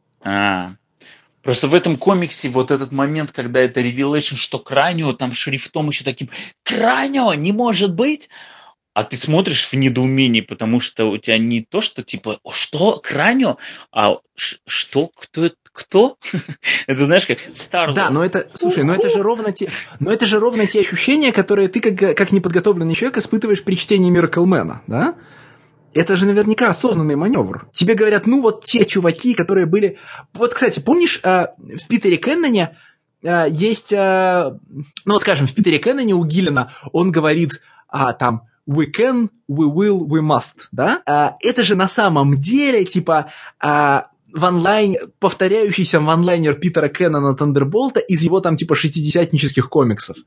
А, просто в этом комиксе вот этот момент, когда это ревелейшн, что Кранио, там шрифтом еще таким, Кранио, не может быть! А ты смотришь в недоумении, потому что у тебя не то, что типа, что, Кранио, а что, кто это, кто? Это знаешь, как Star-Lord. Да, но это, слушай, но это же ровно те, но это же ровно те ощущения, которые ты как, как неподготовленный человек испытываешь при чтении Miracle Man, да? Это же наверняка осознанный маневр. Тебе говорят, ну вот те чуваки, которые были... Вот, кстати, помнишь, в Питере Кенноне есть... Ну вот, скажем, в Питере Кенноне у Гиллена он говорит там... We can, we will, we must, да? А, это же на самом деле, типа, а, ванлайн, повторяющийся ванлайнер Питера Кеннона Тандерболта из его там, типа, шестидесятнических комиксов.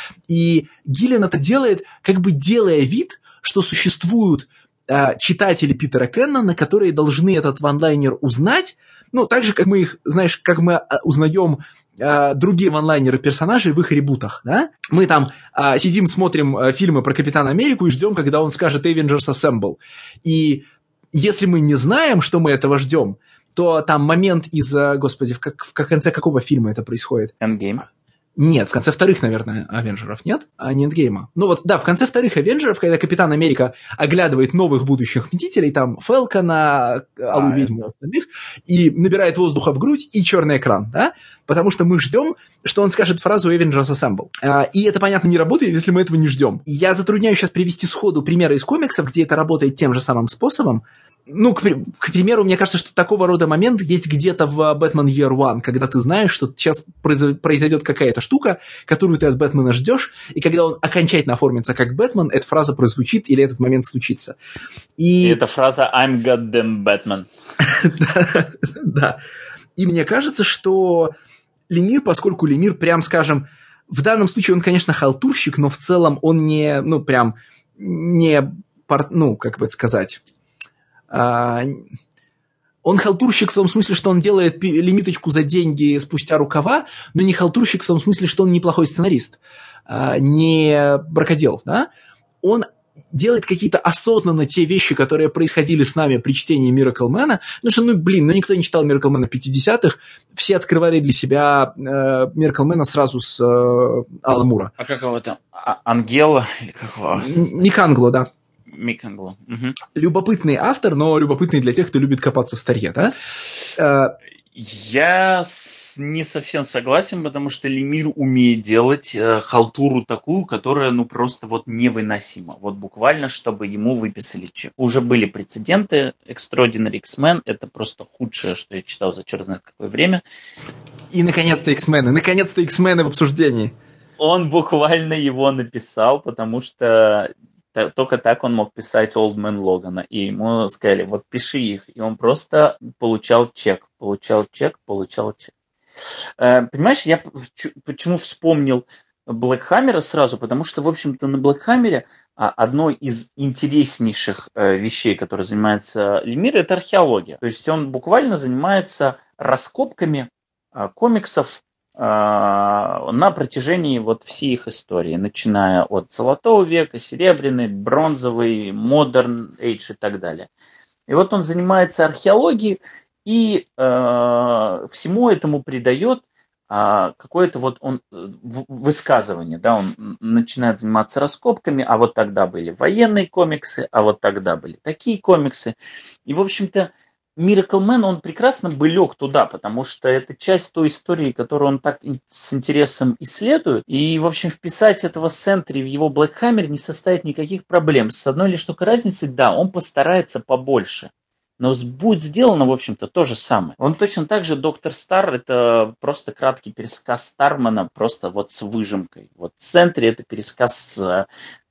И Гиллен это делает, как бы делая вид, что существуют а, читатели Питера Кеннона, которые должны этот ванлайнер узнать, ну, так же, как мы их, знаешь, как мы узнаем другие ванлайнеры персонажей в их ребутах, да? Мы там а, сидим, смотрим а, фильмы про Капитана Америку и ждем, когда он скажет Avengers Assemble. И если мы не знаем, что мы этого ждем, то там момент из, господи, в, как, в конце какого фильма это происходит? Endgame. Нет, в конце вторых, наверное, Авенджеров, нет? А не Эндгейма. Ну вот, да, в конце вторых Авенджеров, когда Капитан Америка оглядывает новых будущих Мстителей, там, Фелкона, Алую а, Ведьму и остальных, и набирает воздуха в грудь, и черный экран, да? Потому что мы ждем, что он скажет фразу Avengers Assemble. А, и это, понятно, не работает, если мы этого не ждем. Я затрудняюсь сейчас привести сходу примеры из комиксов, где это работает тем же самым способом. Ну, к, к примеру, мне кажется, что такого рода момент есть где-то в Batman Year One, когда ты знаешь, что сейчас произойдет какая-то штука, которую ты от Бэтмена ждешь, и когда он окончательно оформится как Бэтмен, эта фраза прозвучит или этот момент случится. И, и эта фраза «I'm goddamn Batman». Да. И мне кажется, что Лемир, поскольку Лемир, прям скажем, в данном случае он, конечно, халтурщик, но в целом он не, ну, прям, не, ну, как бы сказать... Он халтурщик в том смысле, что он делает лимиточку за деньги спустя рукава, но не халтурщик в том смысле, что он неплохой сценарист, не бракодел, да? он делает какие-то осознанно те вещи, которые происходили с нами при чтении Miracle Man. Ну что, ну, блин, ну никто не читал Miracle Man в пятидесятых. Все открывали для себя э, Miracle Man сразу с э, Алана Мура. А как его там? А, Ангела? Или как его? Микангло, да. Микангло. Угу. Любопытный автор, но любопытный для тех, кто любит копаться в старье, да? Э, Я не совсем согласен, потому что Лемир умеет делать э, халтуру такую, которая, ну, просто вот невыносима. Вот буквально, чтобы ему выписали чек. Уже были прецеденты. Extraordinary X-Men – это просто худшее, что я читал за черт знает какое время. И, наконец-то, X-Men. Наконец-то X-Men в обсуждении. Он буквально его написал, потому что... Только так он мог писать Old Man Logan. И ему сказали, вот пиши их. И он просто получал чек, получал чек, получал чек. Понимаешь, я почему вспомнил Black Hammer сразу? Потому что, в общем-то, на Black Hammer одной из интереснейших вещей, которой занимается Лемир, это археология. То есть он буквально занимается раскопками комиксов на протяжении вот всей их истории, начиная от Золотого века, Серебряный, Бронзовый, Modern Age и так далее. И вот он занимается археологией и э, всему этому придает э, какое-то вот он высказывание, да, он начинает заниматься раскопками, а вот тогда были военные комиксы, а вот тогда были такие комиксы. И, в общем-то, Miracle Man, он прекрасно бы лег туда, потому что это часть той истории, которую он так с интересом исследует. И, в общем, вписать этого Сентри в его Black Hammer не составит никаких проблем. С одной лишь только разницей, да, он постарается побольше. Но будет сделано, в общем-то, то же самое. Он точно так же, Доктор Стар, это просто краткий пересказ Стармана, просто вот с выжимкой. Вот Сентри это пересказ э,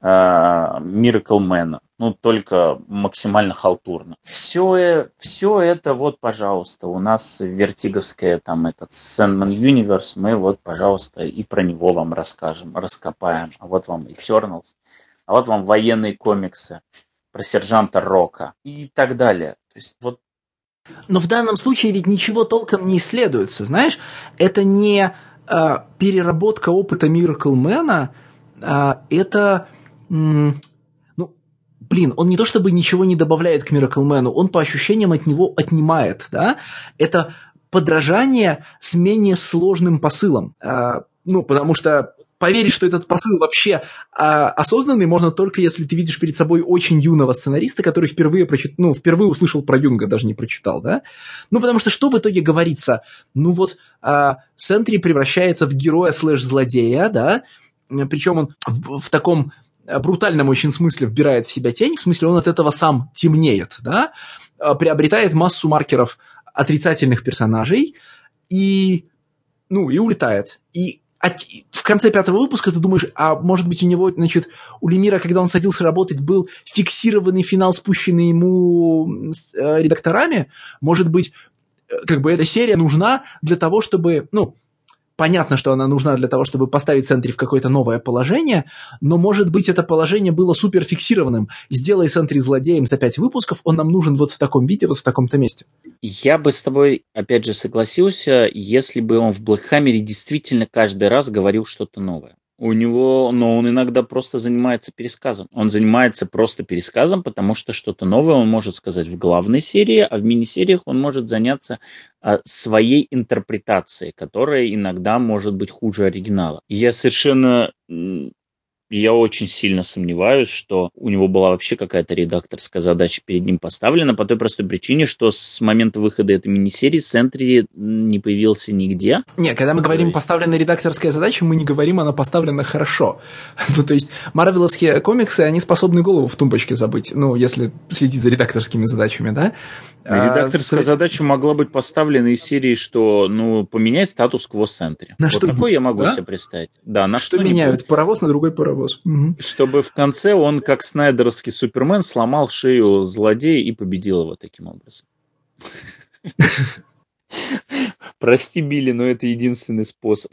Miracle Man. Ну, только максимально халтурно. Все, все это вот, пожалуйста, у нас вертиговская там этот Sandman Universe, мы вот, пожалуйста, и про него вам расскажем, раскопаем. А вот вам Eternals, а вот вам военные комиксы про сержанта Рока и так далее. То есть вот. Но в данном случае ведь ничего толком не исследуется, знаешь? Это не а, переработка опыта Miracle Man, а, это... М- Блин, он не то чтобы ничего не добавляет к Miracle Man, он по ощущениям от него отнимает, да? Это подражание с менее сложным посылом. А, ну, потому что поверить, что этот посыл вообще а, осознанный, можно только если ты видишь перед собой очень юного сценариста, который впервые, прочит... ну, впервые услышал про Юнга, даже не прочитал, да? Ну, потому что что в итоге говорится? Ну, вот а, Сентри превращается в героя слэш-злодея, да? Причем он в, в таком... брутальном очень смысле вбирает в себя тень, в смысле он от этого сам темнеет, да, приобретает массу маркеров отрицательных персонажей и, ну, и улетает. И от, в конце пятого выпуска ты думаешь, а может быть у него, значит, у Лемира, когда он садился работать, был фиксированный финал, спущенный ему э, редакторами? Может быть, как бы эта серия нужна для того, чтобы, ну, понятно, что она нужна для того, чтобы поставить Сентри в какое-то новое положение, но, может быть, это положение было суперфиксированным. Сделай Сентри злодеем за пять выпусков, он нам нужен вот в таком виде, вот в таком-то месте. Я бы с тобой, опять же, согласился, если бы он в Black Hammer действительно каждый раз говорил что-то новое. У него, но он иногда просто занимается пересказом. Он занимается просто пересказом, потому что что-то новое он может сказать в главной серии, а в мини-сериях он может заняться а, своей интерпретацией, которая иногда может быть хуже оригинала. Я совершенно... Я очень сильно сомневаюсь, что у него была вообще какая-то редакторская задача перед ним поставлена, по той простой причине, что с момента выхода этой мини-серии Сентри не появился нигде. Не, когда мы то говорим есть... поставлена редакторская задача, мы не говорим, она поставлена хорошо. Ну, то есть, марвеловские комиксы, они способны голову в тумбочке забыть, ну, если следить за редакторскими задачами, да? Редакторская а, задача могла быть поставлена из серии, что, ну, поменяй статус-кво Сентри. На вот что такое я могу да? себе представить. Да, на что меняют? Паровоз на другой паровоз. Угу. Чтобы в конце он, как снайдеровский Супермен, сломал шею злодея и победил его таким образом. Прости, Билли, но это единственный способ.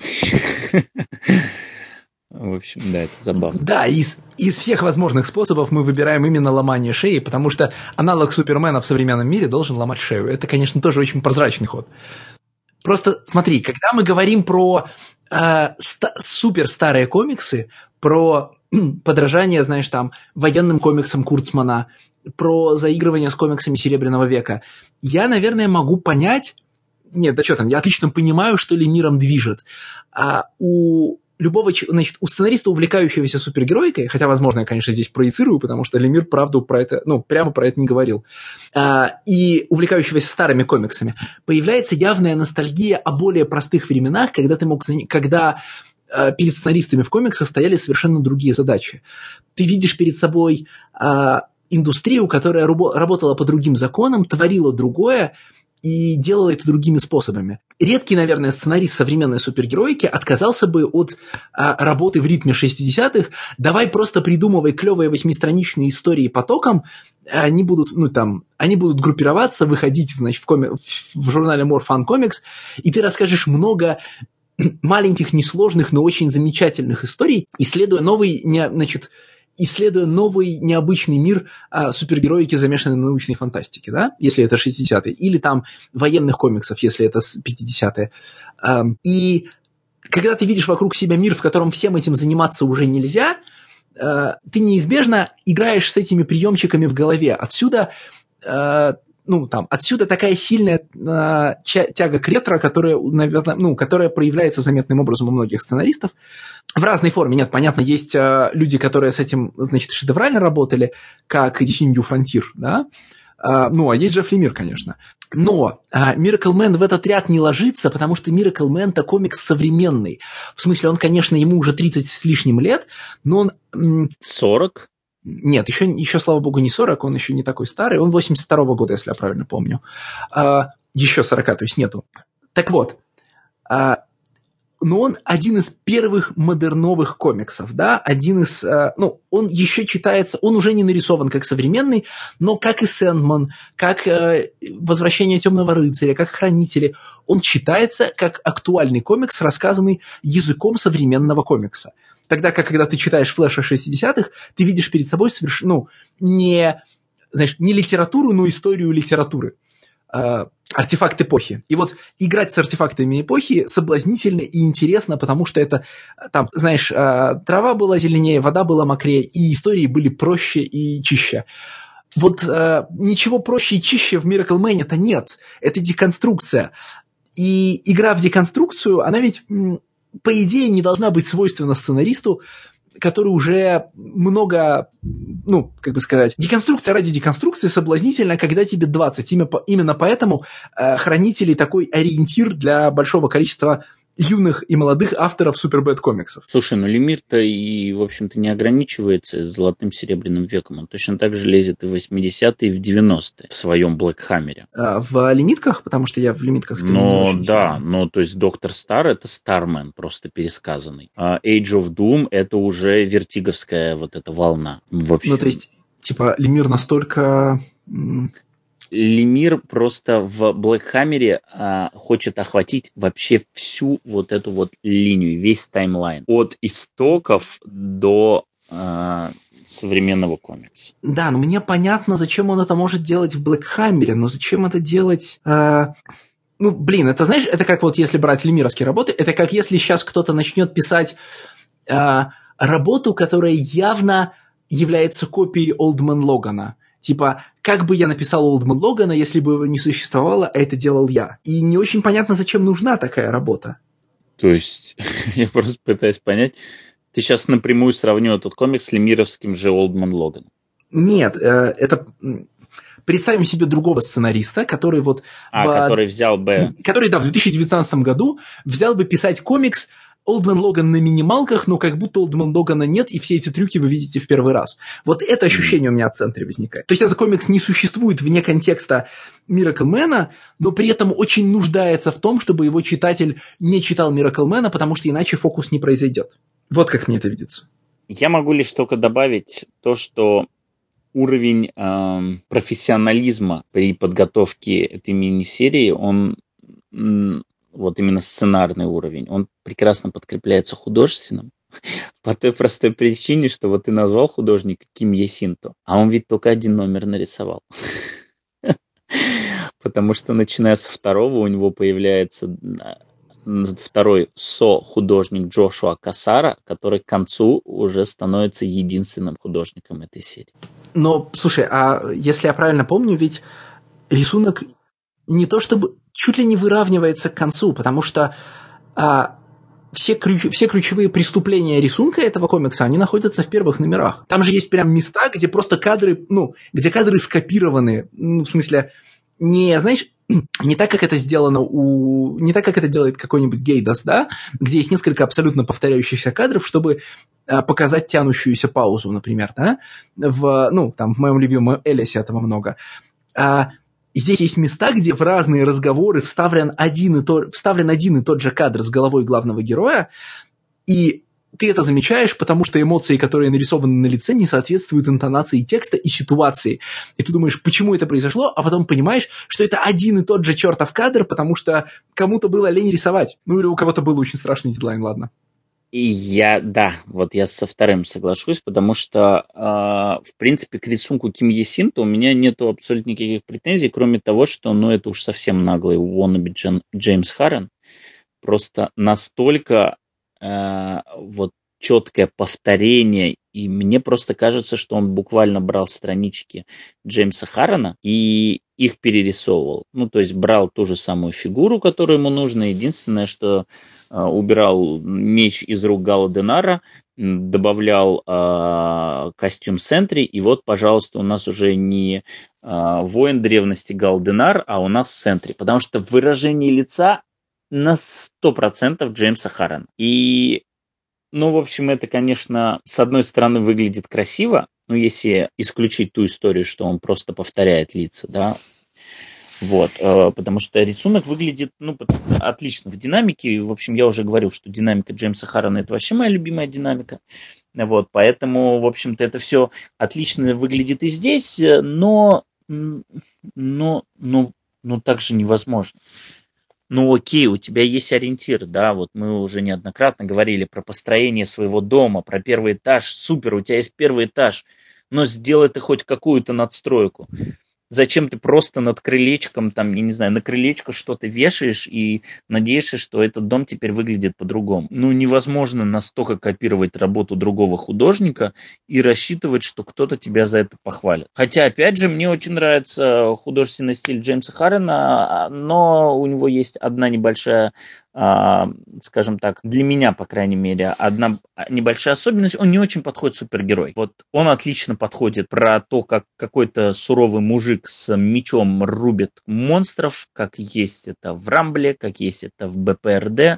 В общем, да, это забавно. Да, из, из всех возможных способов мы выбираем именно ломание шеи, потому что аналог Супермена в современном мире должен ломать шею. Это, конечно, тоже очень прозрачный ход. Просто смотри, когда мы говорим про э, ста- супер старые комиксы, про подражание, знаешь, там, военным комиксам Курцмана, про заигрывание с комиксами Серебряного века. Я, наверное, могу понять... Нет, да что там, я отлично понимаю, что Лемиром движет. А у любого... Значит, у сценариста, увлекающегося супергероикой, хотя, возможно, я, конечно, здесь проецирую, потому что Лемир, правду, про это... Ну, прямо про это не говорил. А, и увлекающегося старыми комиксами, появляется явная ностальгия о более простых временах, когда ты мог... Когда... перед сценаристами в комиксах стояли совершенно другие задачи. Ты видишь перед собой а, индустрию, которая рубо- работала по другим законам, творила другое и делала это другими способами. Редкий, наверное, сценарист современной супергероики отказался бы от а, работы в ритме шестидесятых. Давай просто придумывай клевые восьмистраничные истории потоком. Они будут, ну, там, они будут группироваться, выходить значит, в, коми- в, в журнале More Fun Comics, и ты расскажешь много маленьких, несложных, но очень замечательных историй, исследуя новый, не, значит, исследуя новый необычный мир а, супергероики, замешанной на научной фантастике, да, если это шестидесятые, или там военных комиксов, если это пятидесятые. А, и когда ты видишь вокруг себя мир, в котором всем этим заниматься уже нельзя, а, ты неизбежно играешь с этими приемчиками в голове. Отсюда... А, Ну, там, отсюда такая сильная э, тяга к ретро, которая, наверное, ну, которая проявляется заметным образом у многих сценаристов. В разной форме. Нет, понятно, есть э, люди, которые с этим, значит, шедеврально работали, как ди си New Frontier, да? Э, ну, а есть Джефф Лемир, конечно. Но э, Miracle Man в этот ряд не ложится, потому что Miracle Man-то комикс современный. В смысле, он, конечно, ему уже тридцать с лишним лет, но он... М- сорок? Нет, еще, еще, слава богу, не сорок, он еще не такой старый, он восемьдесят второго года, если я правильно помню. А, еще сорок, то есть нету. Так вот, а, но он один из первых модерновых комиксов, да, один из, а, ну, он еще читается, он уже не нарисован как современный, но как и Сэндман, как а, Возвращение Темного рыцаря, как Хранители, он читается как актуальный комикс, рассказанный языком современного комикса. Тогда как, когда ты читаешь Флэша шестидесятых, ты видишь перед собой соверш... ну, не, знаешь, не литературу, но историю литературы. Э, артефакт эпохи. И вот играть с артефактами эпохи соблазнительно и интересно, потому что это, там, знаешь, э, трава была зеленее, вода была мокрее, и истории были проще и чище. Вот э, ничего проще и чище в Miracle Man-то нет. Это деконструкция. И игра в деконструкцию, она ведь... по идее, не должна быть свойственна сценаристу, который уже много, ну, как бы сказать, деконструкция ради деконструкции соблазнительна, когда тебе двадцать. Именно поэтому э, «Хранители» такой ориентир для большого количества юных и молодых авторов Супербэд комиксов. Слушай, ну Лемир-то и, в общем-то, не ограничивается золотым серебряным веком. Он точно так же лезет и в восьмидесятые, и в девяностые в своем Блэк Хаммере. А, в лимитках? Потому что я в лимитках... Ну, да, ну, то есть Доктор Стар — это Стармен, просто пересказанный. А Age of Doom — это уже вертиговская вот эта волна. В общем. Ну, то есть, типа, Лемир настолько... Лемир просто в Блэк Хаммере а, хочет охватить вообще всю вот эту вот линию, весь таймлайн. От истоков до а, современного комикса. Да, но мне понятно, зачем он это может делать в Блэк Хаммере, но зачем это делать... А... Ну, блин, это, знаешь, это как вот если брать лемировские работы, это как если сейчас кто-то начнет писать а, работу, которая явно является копией Олдман Логана. Типа, как бы я написал Олдман Логана, если бы его не существовало, а это делал я. И не очень понятно, зачем нужна такая работа. То есть, я просто пытаюсь понять, ты сейчас напрямую сравнил этот комикс с лемировским же Олдман Логаном? Нет, это... Представим себе другого сценариста, который вот... А, в... который взял бы... Который, да, в две тысячи девятнадцатом году взял бы писать комикс Олдман Логан на минималках, но как будто Олдман Логана нет, и все эти трюки вы видите в первый раз. Вот это ощущение у меня от центра возникает. То есть этот комикс не существует вне контекста Miracle Man, но при этом очень нуждается в том, чтобы его читатель не читал Miracle Man, потому что иначе фокус не произойдет. Вот как мне это видится. Я могу лишь только добавить то, что уровень э, профессионализма при подготовке этой мини-серии, он... вот именно сценарный уровень, он прекрасно подкрепляется художественным, по той простой причине, что вот ты назвал художника Ким Ясинто, а он ведь только один номер нарисовал. Потому что начиная со второго у него появляется второй со-художник Джошуа Кассара, который к концу уже становится единственным художником этой серии. Но, слушай, а если я правильно помню, ведь рисунок не то чтобы чуть ли не выравнивается к концу, потому что а, все, ключ, все ключевые преступления рисунка этого комикса, они находятся в первых номерах. Там же есть прям места, где просто кадры, ну, где кадры скопированы, ну, в смысле, не, знаешь, не так, как это сделано у... Не так, как это делает какой-нибудь Гейдас, да, где есть несколько абсолютно повторяющихся кадров, чтобы а, показать тянущуюся паузу, например, да, в, ну, там, в моем любимом Элисе этого много. А, здесь есть места, где в разные разговоры вставлен один, и то, вставлен один и тот же кадр с головой главного героя, и ты это замечаешь, потому что эмоции, которые нарисованы на лице, не соответствуют интонации текста и ситуации. И ты думаешь, почему это произошло, а потом понимаешь, что это один и тот же чертов кадр, потому что кому-то было лень рисовать. Ну или у кого-то был очень страшный дедлайн, ладно. И я, да, вот я со вторым соглашусь, потому что, э, в принципе, к рисунку Ким Е Син-то у меня нету абсолютно никаких претензий, кроме того, что, ну, это уж совсем наглый wannabe Джен, Джеймс Харрен. Просто настолько э, вот четкое повторение, и мне просто кажется, что он буквально брал странички Джеймса Харрена и их перерисовывал. Ну, то есть брал ту же самую фигуру, которую ему нужно. Единственное, что э, убирал меч из рук Гала Денара, добавлял э, костюм Сентри, и вот, пожалуйста, у нас уже не э, воин древности Гал Денар, а у нас Сентри. Потому что выражение лица на сто процентов Джеймса Харрена. И, ну, в общем, это, конечно, с одной стороны выглядит красиво, ну, если исключить ту историю, что он просто повторяет лица, да, вот, э, потому что рисунок выглядит, ну, отлично в динамике, в общем, я уже говорил, что динамика Джеймса Харрена – это вообще моя любимая динамика, вот, поэтому, в общем-то, это все отлично выглядит и здесь, но, но, но, но так же невозможно. Ну окей, у тебя есть ориентир, да, вот мы уже неоднократно говорили про построение своего дома, про первый этаж, супер, у тебя есть первый этаж, но сделай ты хоть какую-то надстройку. Зачем ты просто над крылечком, там, я не знаю, на крылечко что-то вешаешь и надеешься, что этот дом теперь выглядит по-другому? Ну, невозможно настолько копировать работу другого художника и рассчитывать, что кто-то тебя за это похвалит. Хотя, опять же, мне очень нравится художественный стиль Джеймса Харрена, но у него есть одна небольшая, скажем так, для меня, по крайней мере, одна небольшая особенность. Он не очень подходит супергерой. Вот он отлично подходит про то, как какой-то суровый мужик с мечом рубит монстров, как есть это в Рамбле, как есть это в Бэ Пэ Эр Дэ,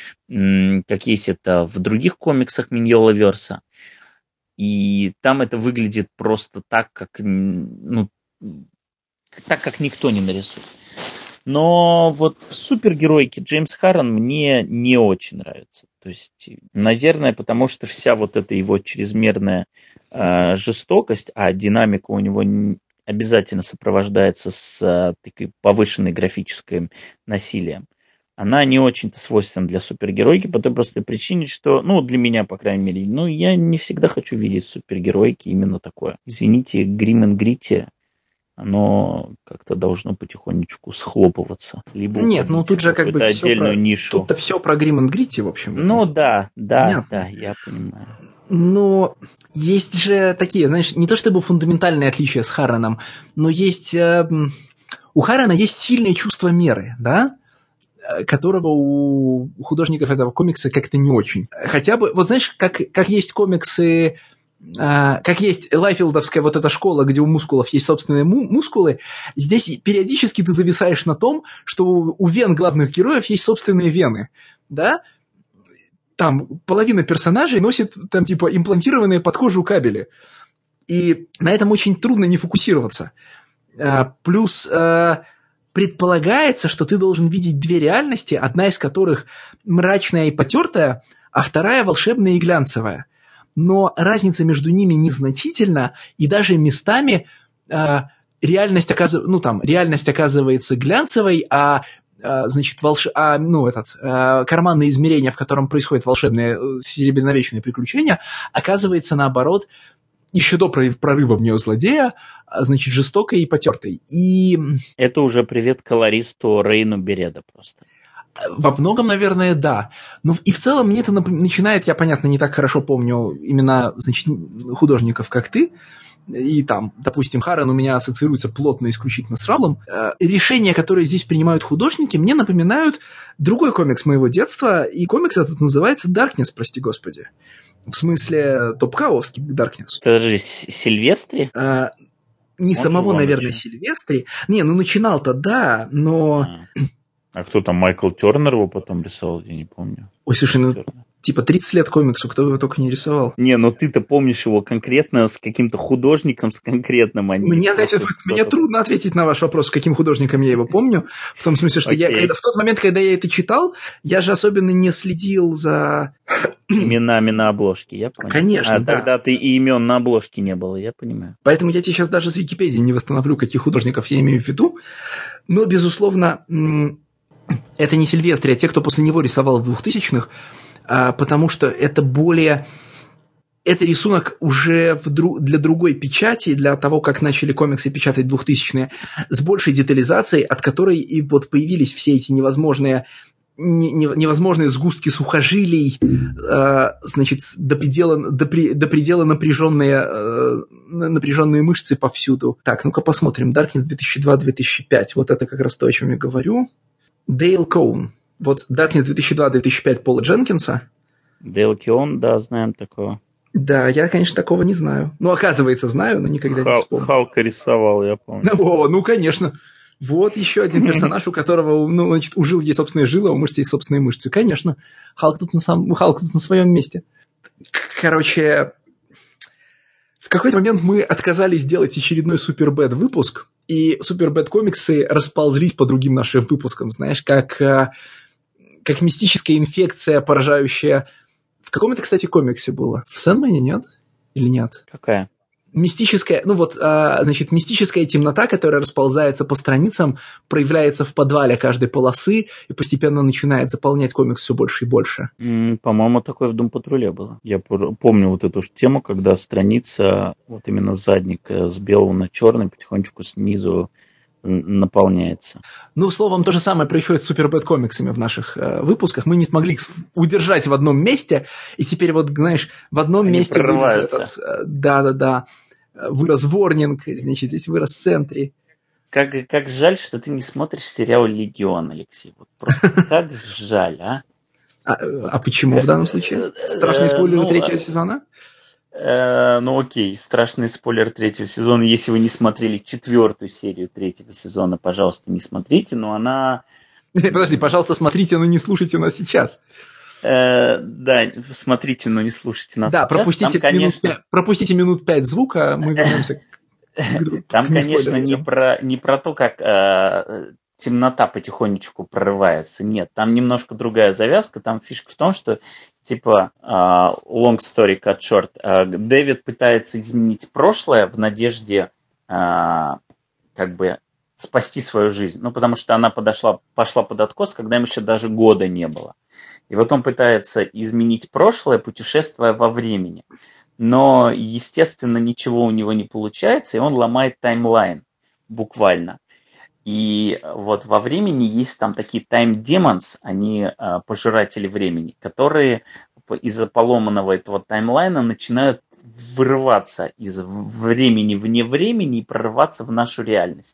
как есть это в других комиксах Миньолаверса. И там это выглядит просто так, как, ну, так, как никто не нарисует. Но вот в супергеройке Джеймс Харрен мне не очень нравится. То есть, наверное, потому что вся вот эта его чрезмерная э, жестокость, а динамика у него обязательно сопровождается с э, такой повышенной графическим насилием, она не очень-то свойственна для супергеройки по той простой причине, что, ну, для меня, по крайней мере, ну, я не всегда хочу видеть супергеройки именно такое. Извините, грим энд гритти, оно как-то должно потихонечку схлопываться. Либо Нет, ну тут же как бы отдельную про... нишу. Тут-то все про грим энд гритти, в общем. Ну да, да, Понятно. Да, я понимаю. Но есть же такие, знаешь, не то чтобы фундаментальные отличия с Харреном, но есть... Э, у Харрена есть сильное чувство меры, да? Которого у художников этого комикса как-то не очень. Хотя бы, вот знаешь, как, как есть комиксы... Uh, как есть лайфилдовская вот эта школа, где у мускулов есть собственные му- мускулы, здесь периодически ты зависаешь на том, что у, у вен главных героев есть собственные вены, да? Там половина персонажей носит там типа имплантированные под кожу кабели, и на этом очень трудно не фокусироваться. Uh, плюс uh, предполагается, что ты должен видеть две реальности, одна из которых мрачная и потертая, а вторая волшебная и глянцевая. Но разница между ними незначительна, и даже местами э, реальность, оказыв... ну, там, реальность оказывается глянцевой, а, э, значит, волш... а, ну, этот, э, карманное измерение, в котором происходят волшебные серебряновечные приключения, оказывается, наоборот, еще до прорыва в нее злодея, значит, жестокой и потертой. И... Это уже привет колористу Рейну Береда просто. Во многом, наверное, да. Но и в целом мне это начинает, я, понятно, не так хорошо помню имена, значит, художников, как ты, и там, допустим, Харрен у меня ассоциируется плотно исключительно с Рамблом. Решения, которые здесь принимают художники, мне напоминают другой комикс моего детства, и комикс этот называется «Darkness», прости господи. В смысле, топкауовский Darkness. Это же Сильвестри? А, не Он самого, наверное, Сильвестри. Не, ну начинал-то, да, но... А. А кто там, Майкл Тернер его потом рисовал, я не помню. Ой, слушай, ну, Тернер. Типа тридцать лет комиксу, кто его только не рисовал. Не, ну ты-то помнишь его конкретно с каким-то художником, с конкретным, а не Мне, знаете, мне трудно ответить на ваш вопрос, с каким художником я его помню. В том смысле, что okay. я, когда, в тот момент, когда я это читал, я же особенно не следил за... Именами на обложке, я понял. Конечно, А да. тогда ты и имен на обложке не было, я понимаю. Поэтому я тебе сейчас даже с Википедии не восстановлю, каких художников я имею в виду. Но, безусловно, это не Сильвестри, а те, кто после него рисовал в двухтысячных, потому что это более... Это рисунок уже в дру... для другой печати, для того, как начали комиксы печатать двухтысячные, с большей детализацией, от которой и вот появились все эти невозможные... невозможные сгустки сухожилий, э, значит, до предела, до, при, до предела напряженные, э, напряженные мышцы повсюду. Так, ну-ка посмотрим. Darkness две тысячи два - две тысячи пять. Вот это как раз то, о чем я говорю. Дейл Коун. Вот Darkness две тысячи два - две тысячи пять Пола Дженкинса. Дейл Коун, да, знаем такого. Да, я, конечно, такого не знаю. Ну, оказывается, знаю, но никогда Хал, не вспомню. Халка рисовал, я помню. О, ну, конечно. Вот еще один персонаж, у которого, ну, значит, у жил есть собственные жилы, а у мышц есть собственные мышцы. Конечно, Халк тут на, сам... Халк тут на своем месте. Короче, в какой-то момент мы отказались делать очередной Супербэд выпуск, и Супербэд комиксы расползлись по другим нашим выпускам, знаешь, как, как мистическая инфекция, поражающая... В каком это, кстати, комиксе было? В Сэндмэне, нет? Или нет? Какая? Мистическая, ну вот, а, значит, мистическая темнота, которая расползается по страницам, проявляется в подвале каждой полосы и постепенно начинает заполнять комикс все больше и больше. Mm, по-моему, такое в Дум-патруле было. Я помню вот эту тему, когда страница, вот именно задник с белого на черный потихонечку снизу наполняется. Ну, словом, то же самое происходит с Супербэд комиксами в наших э, выпусках. Мы не смогли их удержать в одном месте, и теперь вот, знаешь, в одном Они месте вырос этот, э, да-да-да, вырос Ворнинг, значит, здесь вырос Сентри. Как, как жаль, что ты не смотришь сериал «Легион», Алексей. Вот просто как жаль, а? А, а почему в данном случае? Страшные спойлеры третьего сезона? Э, ну окей, страшный спойлер третьего сезона. Если вы не смотрели четвертую серию третьего сезона, пожалуйста, не смотрите, но она... Подожди, пожалуйста, смотрите, но не слушайте нас сейчас. Э, да, смотрите, но не слушайте нас да, сейчас. Да, пропустите, Там, минут, конечно... пропустите минут пять звука, мы вернемся к... Там, конечно, не про, не про то, как... Э, темнота потихонечку прорывается. Нет, там немножко другая завязка. Там фишка в том, что типа uh, long story cut short, uh, Дэвид пытается изменить прошлое в надежде uh, как бы спасти свою жизнь. Ну, потому что она подошла, пошла под откос, когда им еще даже года не было. И вот он пытается изменить прошлое, путешествуя во времени. Но, естественно, ничего у него не получается, и он ломает таймлайн буквально. И вот во времени есть там такие time demons, они а, пожиратели времени, которые из-за поломанного этого таймлайна начинают вырываться из времени вне времени и прорываться в нашу реальность.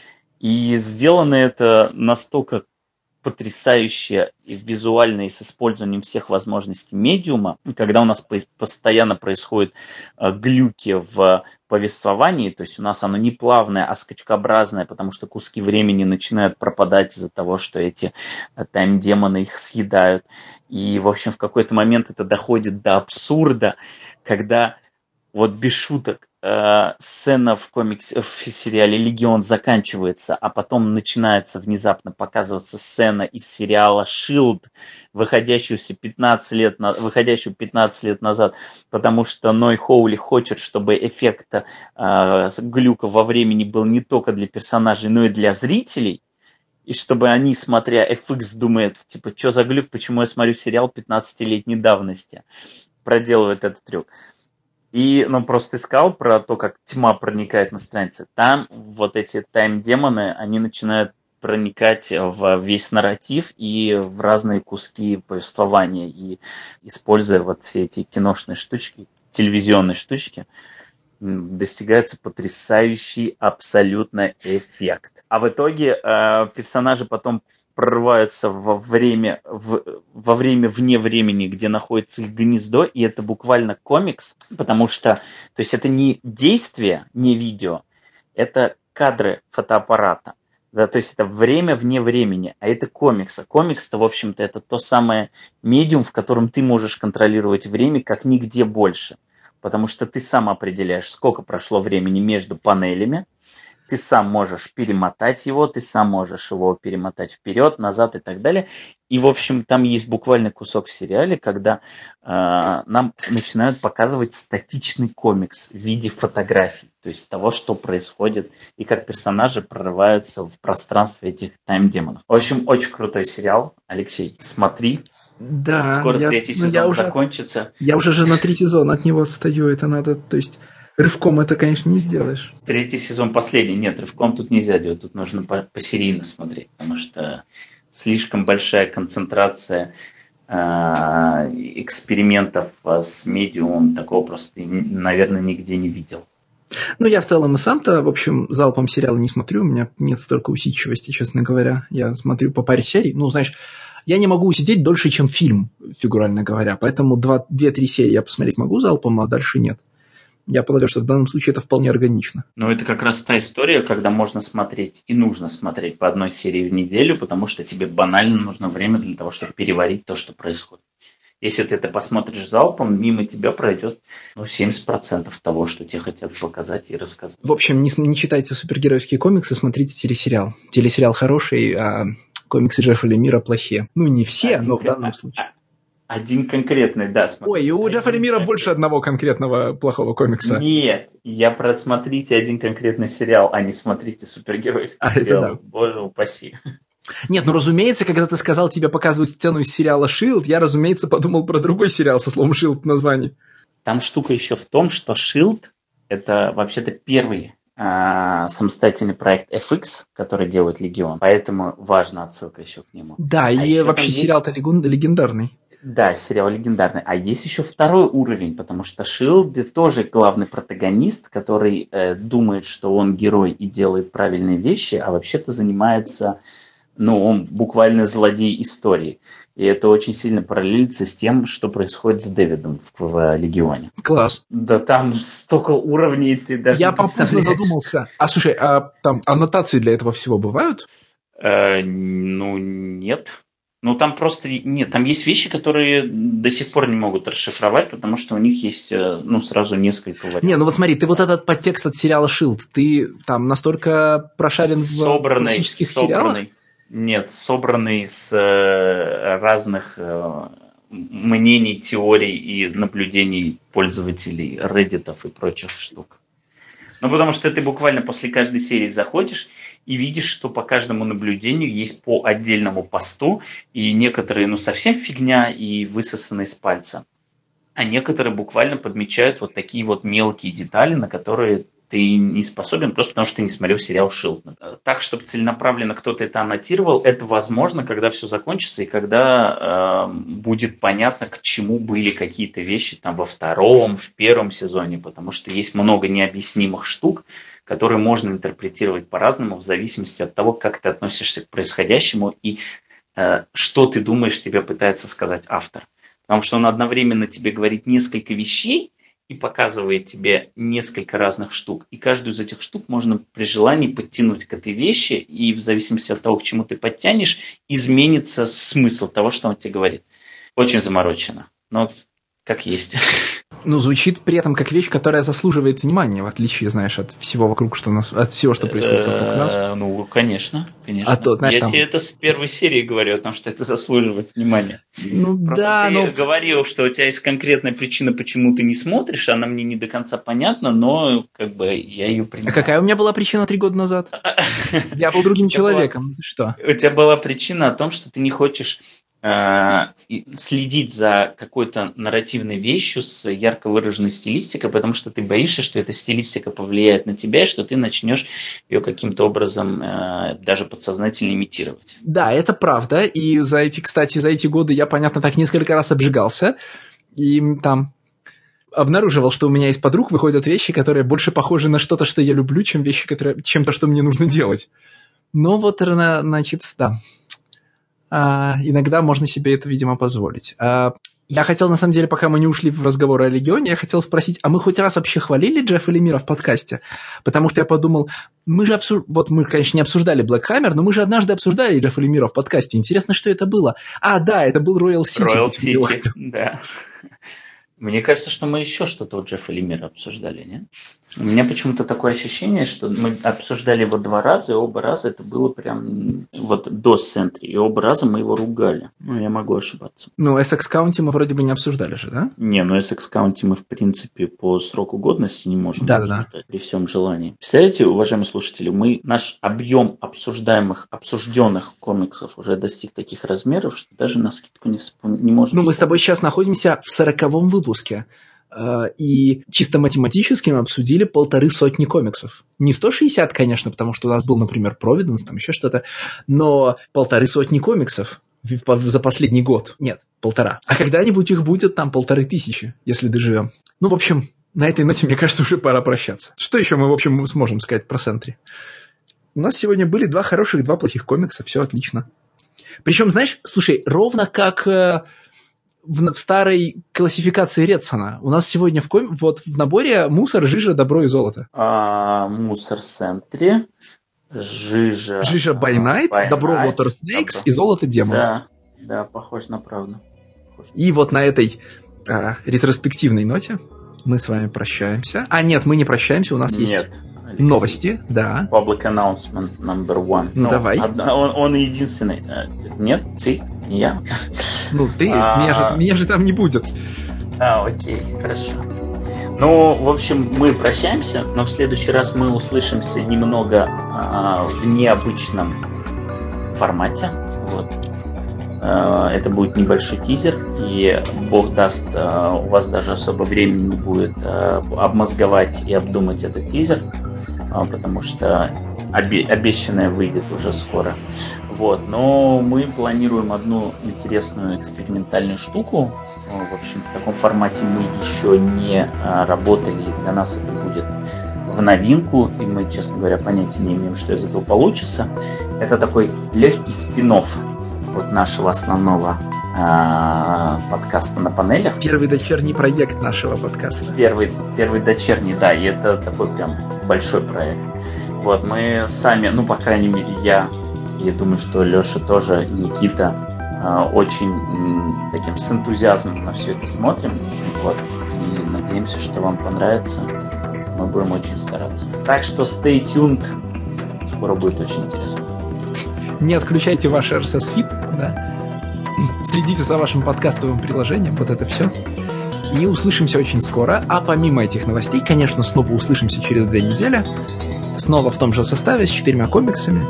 И сделано это настолько потрясающе и визуально, и с использованием всех возможностей медиума, когда у нас постоянно происходят глюки в повествовании, то есть у нас оно не плавное, а скачкообразное, потому что куски времени начинают пропадать из-за того, что эти тайм-демоны их съедают. И, в общем, в какой-то момент это доходит до абсурда, когда вот без шуток э, сцена в комиксе, в сериале «Легион» заканчивается, а потом начинается внезапно показываться сцена из сериала «Шилд», выходящую пятнадцать лет, на, выходящую пятнадцать лет назад, потому что Ной Хоули хочет, чтобы эффект э, глюка во времени был не только для персонажей, но и для зрителей, и чтобы они, смотря эф икс, думают, типа, что за глюк, почему я смотрю сериал пятнадцатилетней давности, проделывает этот трюк. И, ну, просто искал про то, как тьма проникает на странице. Там вот эти тайм-демоны, они начинают проникать в весь нарратив и в разные куски повествования, и используя вот все эти киношные штучки, телевизионные штучки, достигается потрясающий абсолютно эффект. А в итоге э, персонажи потом прорываются во время, в, во время вне времени, где находится их гнездо, и это буквально комикс, потому что, то есть это не действие, не видео, это кадры фотоаппарата. Да, то есть это время вне времени, а это комикс. А комикс-то, в общем-то, это то самое медиум, в котором ты можешь контролировать время как нигде больше. Потому что ты сам определяешь, сколько прошло времени между панелями, ты сам можешь перемотать его, ты сам можешь его перемотать вперед, назад и так далее. И, в общем, там есть буквально кусок в сериале, когда э, нам начинают показывать статичный комикс в виде фотографий, то есть того, что происходит, и как персонажи прорываются в пространстве этих тайм-демонов. В общем, очень крутой сериал. Алексей, смотри. Да, скоро я, третий ну, сезон я уже закончится. От, я уже же на третий сезон от него отстаю, это надо, то есть рывком это, конечно, не сделаешь. Третий сезон последний. Нет, рывком тут нельзя делать, тут нужно посерийно смотреть, потому что слишком большая концентрация э, экспериментов с медиумом, такого просто, наверное, нигде не видел. Ну, я в целом и сам-то, в общем, залпом сериалы не смотрю, у меня нет столько усидчивости, честно говоря. Я смотрю по паре серий, ну, знаешь, я не могу сидеть дольше, чем фильм, фигурально говоря, поэтому две-три серии я посмотреть могу залпом, а дальше нет. Я полагаю, что в данном случае это вполне органично. Но это как раз та история, когда можно смотреть и нужно смотреть по одной серии в неделю, потому что тебе банально нужно время для того, чтобы переварить то, что происходит. Если ты это посмотришь залпом, мимо тебя пройдет ну, семьдесят процентов того, что тебе хотят показать и рассказать. В общем, не, не читайте супергеройские комиксы, смотрите телесериал. Телесериал хороший, а комиксы Джеффа Лемира плохие. Ну, не все, Один, но в данном случае. Один конкретный, да. Смотрите. Ой, и у Джеффа Лемира больше одного конкретного плохого комикса. Нет, я про смотрите один конкретный сериал, а не смотрите супергеройский а, сериал. Да. Боже упаси. Нет, ну, разумеется, когда ты сказал, тебе показывают сцену из сериала «Шилд», я, разумеется, подумал про другой сериал со словом «Шилд» в названии. Там штука еще в том, что «Шилд» — это вообще-то первый а, самостоятельный проект эф икс, который делает «Легион», поэтому важна отсылка еще к нему. Да, а и вообще сериал-то есть... легендарный. Да, сериал легендарный. А есть еще второй уровень, потому что Шилд тоже главный протагонист, который э, думает, что он герой и делает правильные вещи, а вообще-то занимается... Ну, он буквально злодей истории. И это очень сильно параллелится с тем, что происходит с Дэвидом в, в «Легионе». Класс. Да там столько уровней, ты даже Я не попутно задумался. А слушай, а там аннотации для этого всего бывают? Э, ну, нет. Ну, там просто... Нет, там есть вещи, которые до сих пор не могут расшифровать, потому что у них есть, ну, сразу несколько вариантов. Не, ну вот смотри, ты вот этот подтекст от сериала «Шилд», ты там настолько прошарен собранный, в классических собранный. сериалах? Нет, собранный с э, разных э, мнений, теорий и наблюдений пользователей, реддитов и прочих штук. Ну, потому что ты буквально после каждой серии заходишь и видишь, что по каждому наблюдению есть по отдельному посту, и некоторые, ну, совсем фигня и высосаны из пальца, а некоторые буквально подмечают вот такие вот мелкие детали, на которые ты не способен, просто потому что ты не смотрел сериал «Шилд». Так, чтобы целенаправленно кто-то это аннотировал, это возможно, когда все закончится и когда э, будет понятно, к чему были какие-то вещи там во втором, в первом сезоне, потому что есть много необъяснимых штук, которые можно интерпретировать по-разному в зависимости от того, как ты относишься к происходящему и э, что ты думаешь, тебе пытается сказать автор. Потому что он одновременно тебе говорит несколько вещей, и показывает тебе несколько разных штук. И каждую из этих штук можно при желании подтянуть к этой вещи, и в зависимости от того, к чему ты подтянешь, изменится смысл того, что он тебе говорит. Очень заморочено, но как есть. Ну, звучит при этом как вещь, которая заслуживает внимания, в отличие, знаешь, от всего вокруг, что нас, от всего, что происходит вокруг нас. Ну, конечно, конечно. А то, знаешь, Я там... тебе это с первой серии говорю о том, что это заслуживает внимания. Ну, просто да, ты но... говорил, что у тебя есть конкретная причина, почему ты не смотришь, она мне не до конца понятна, но как бы я ее принимаю. А какая у меня была причина три года назад? Я был другим человеком. Что? У тебя была причина о том, что ты не хочешь э, следить за какой-то нарративной вещью с ярко выраженной стилистикой, потому что ты боишься, что эта стилистика повлияет на тебя, и что ты начнешь ее каким-то образом э, даже подсознательно имитировать. Да, это правда. И за эти, кстати, за эти годы я, понятно, так несколько раз обжигался. И там обнаруживал, что у меня из подруг выходят вещи, которые больше похожи на что-то, что я люблю, чем вещи, которые, чем то, что мне нужно делать. Но вот, значит, да. А, иногда можно себе это, видимо, позволить. А, я хотел, на самом деле, пока мы не ушли в разговор о Легионе, я хотел спросить, а мы хоть раз вообще хвалили Джеффа Лемира в подкасте? Потому что я подумал, мы же обсуждали, вот мы, конечно, не обсуждали Black Hammer, но мы же однажды обсуждали Джеффа Лемира в подкасте. Интересно, что это было? А, да, это был Royal City. Royal City, да. Мне кажется, что мы еще что-то у Джеффа Лемира обсуждали, нет? У меня почему-то такое ощущение, что мы обсуждали его два раза, и оба раза это было прям вот до Сентри, и оба раза мы его ругали. Ну, я могу ошибаться. Ну, Essex County мы вроде бы не обсуждали же, да? Не, ну Essex County мы, в принципе, по сроку годности не можем да, обсуждать да. при всем желании. Представляете, уважаемые слушатели, мы, наш объем обсуждаемых, обсужденных комиксов уже достиг таких размеров, что даже на скидку не, вспом... не можем... Ну, мы с тобой сейчас находимся в сороковом выпуске. И чисто математически мы обсудили полторы сотни комиксов. Не сто шестьдесят, конечно, потому что у нас был, например, Providence, там еще что-то, но полторы сотни комиксов за последний год. Нет, полтора. А когда-нибудь их будет там полторы тысячи, если доживем. Ну, в общем, на этой ноте, мне кажется, уже пора прощаться. Что еще мы, в общем, сможем сказать про Сентри? У нас сегодня были два хороших, два плохих комикса, все отлично. Причем, знаешь, слушай, ровно как... В, в старой классификации Редсона. У нас сегодня в, ком... вот в наборе мусор, жижа, добро и золото. А, мусор Сентри, жижа... Жижа By Night, by добро Night, Water Snakes добро. И золото Демон. Да, да, похоже на правду. Похоже. И вот на этой а, ретроспективной ноте мы с вами прощаемся. А нет, мы не прощаемся, у нас нет, есть Алексей. Новости. Да. Public announcement number one. Ну, ну давай. Он, он единственный. Нет, ты, не я. Ну, ты, а... меня, же, меня же там не будет. А, окей, хорошо. Ну, в общем, мы прощаемся, но в следующий раз мы услышимся немного а, в необычном формате. Вот. А, это будет небольшой тизер, и бог даст, а, у вас даже особо времени не будет а, обмозговать и обдумать этот тизер, а, потому что обе- обещанное выйдет уже скоро. Вот. Но мы планируем одну интересную экспериментальную штуку. В общем, в таком формате мы еще не а, работали, и для нас это будет в новинку, и мы, честно говоря, понятия не имеем, что из этого получится. Это такой легкий спин-офф от нашего основного а, подкаста на панелях. Первый дочерний проект нашего подкаста. Первый, первый дочерний, да, и это такой прям большой проект. Вот, мы сами, ну, по крайней мере, я, и думаю, что Леша тоже, и Никита э, очень м, таким с энтузиазмом на все это смотрим. Вот, и надеемся, что вам понравится. Мы будем очень стараться. Так что stay tuned. Скоро будет очень интересно. Не отключайте ваш эр эс эс-фид, да. Следите за вашим подкастовым приложением, вот это все. И услышимся очень скоро. А помимо этих новостей, конечно, снова услышимся через две недели. Снова в том же составе, с четырьмя комиксами.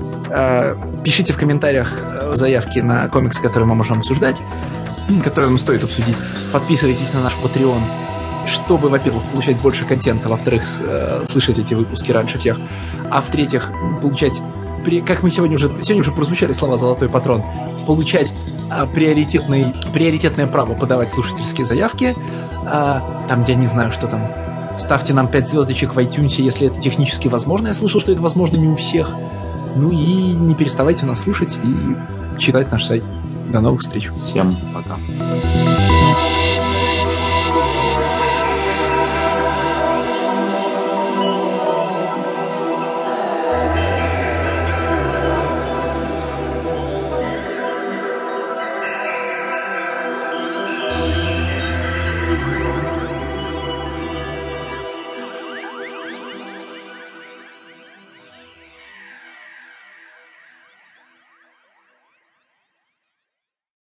Пишите в комментариях заявки на комиксы, которые мы можем обсуждать, которые нам стоит обсудить. Подписывайтесь на наш Patreon, чтобы, во-первых, получать больше контента, во-вторых, слышать эти выпуски раньше всех, а в-третьих, получать, как мы сегодня уже, сегодня уже прозвучали слова «золотой патрон», получать приоритетный, приоритетное право подавать слушательские заявки. Там, я не знаю, что там. Ставьте нам пять звездочек в iTunes, если это технически возможно. Я слышал, что это возможно не у всех. Ну и не переставайте нас слушать и читать наш сайт. До новых встреч. Всем пока.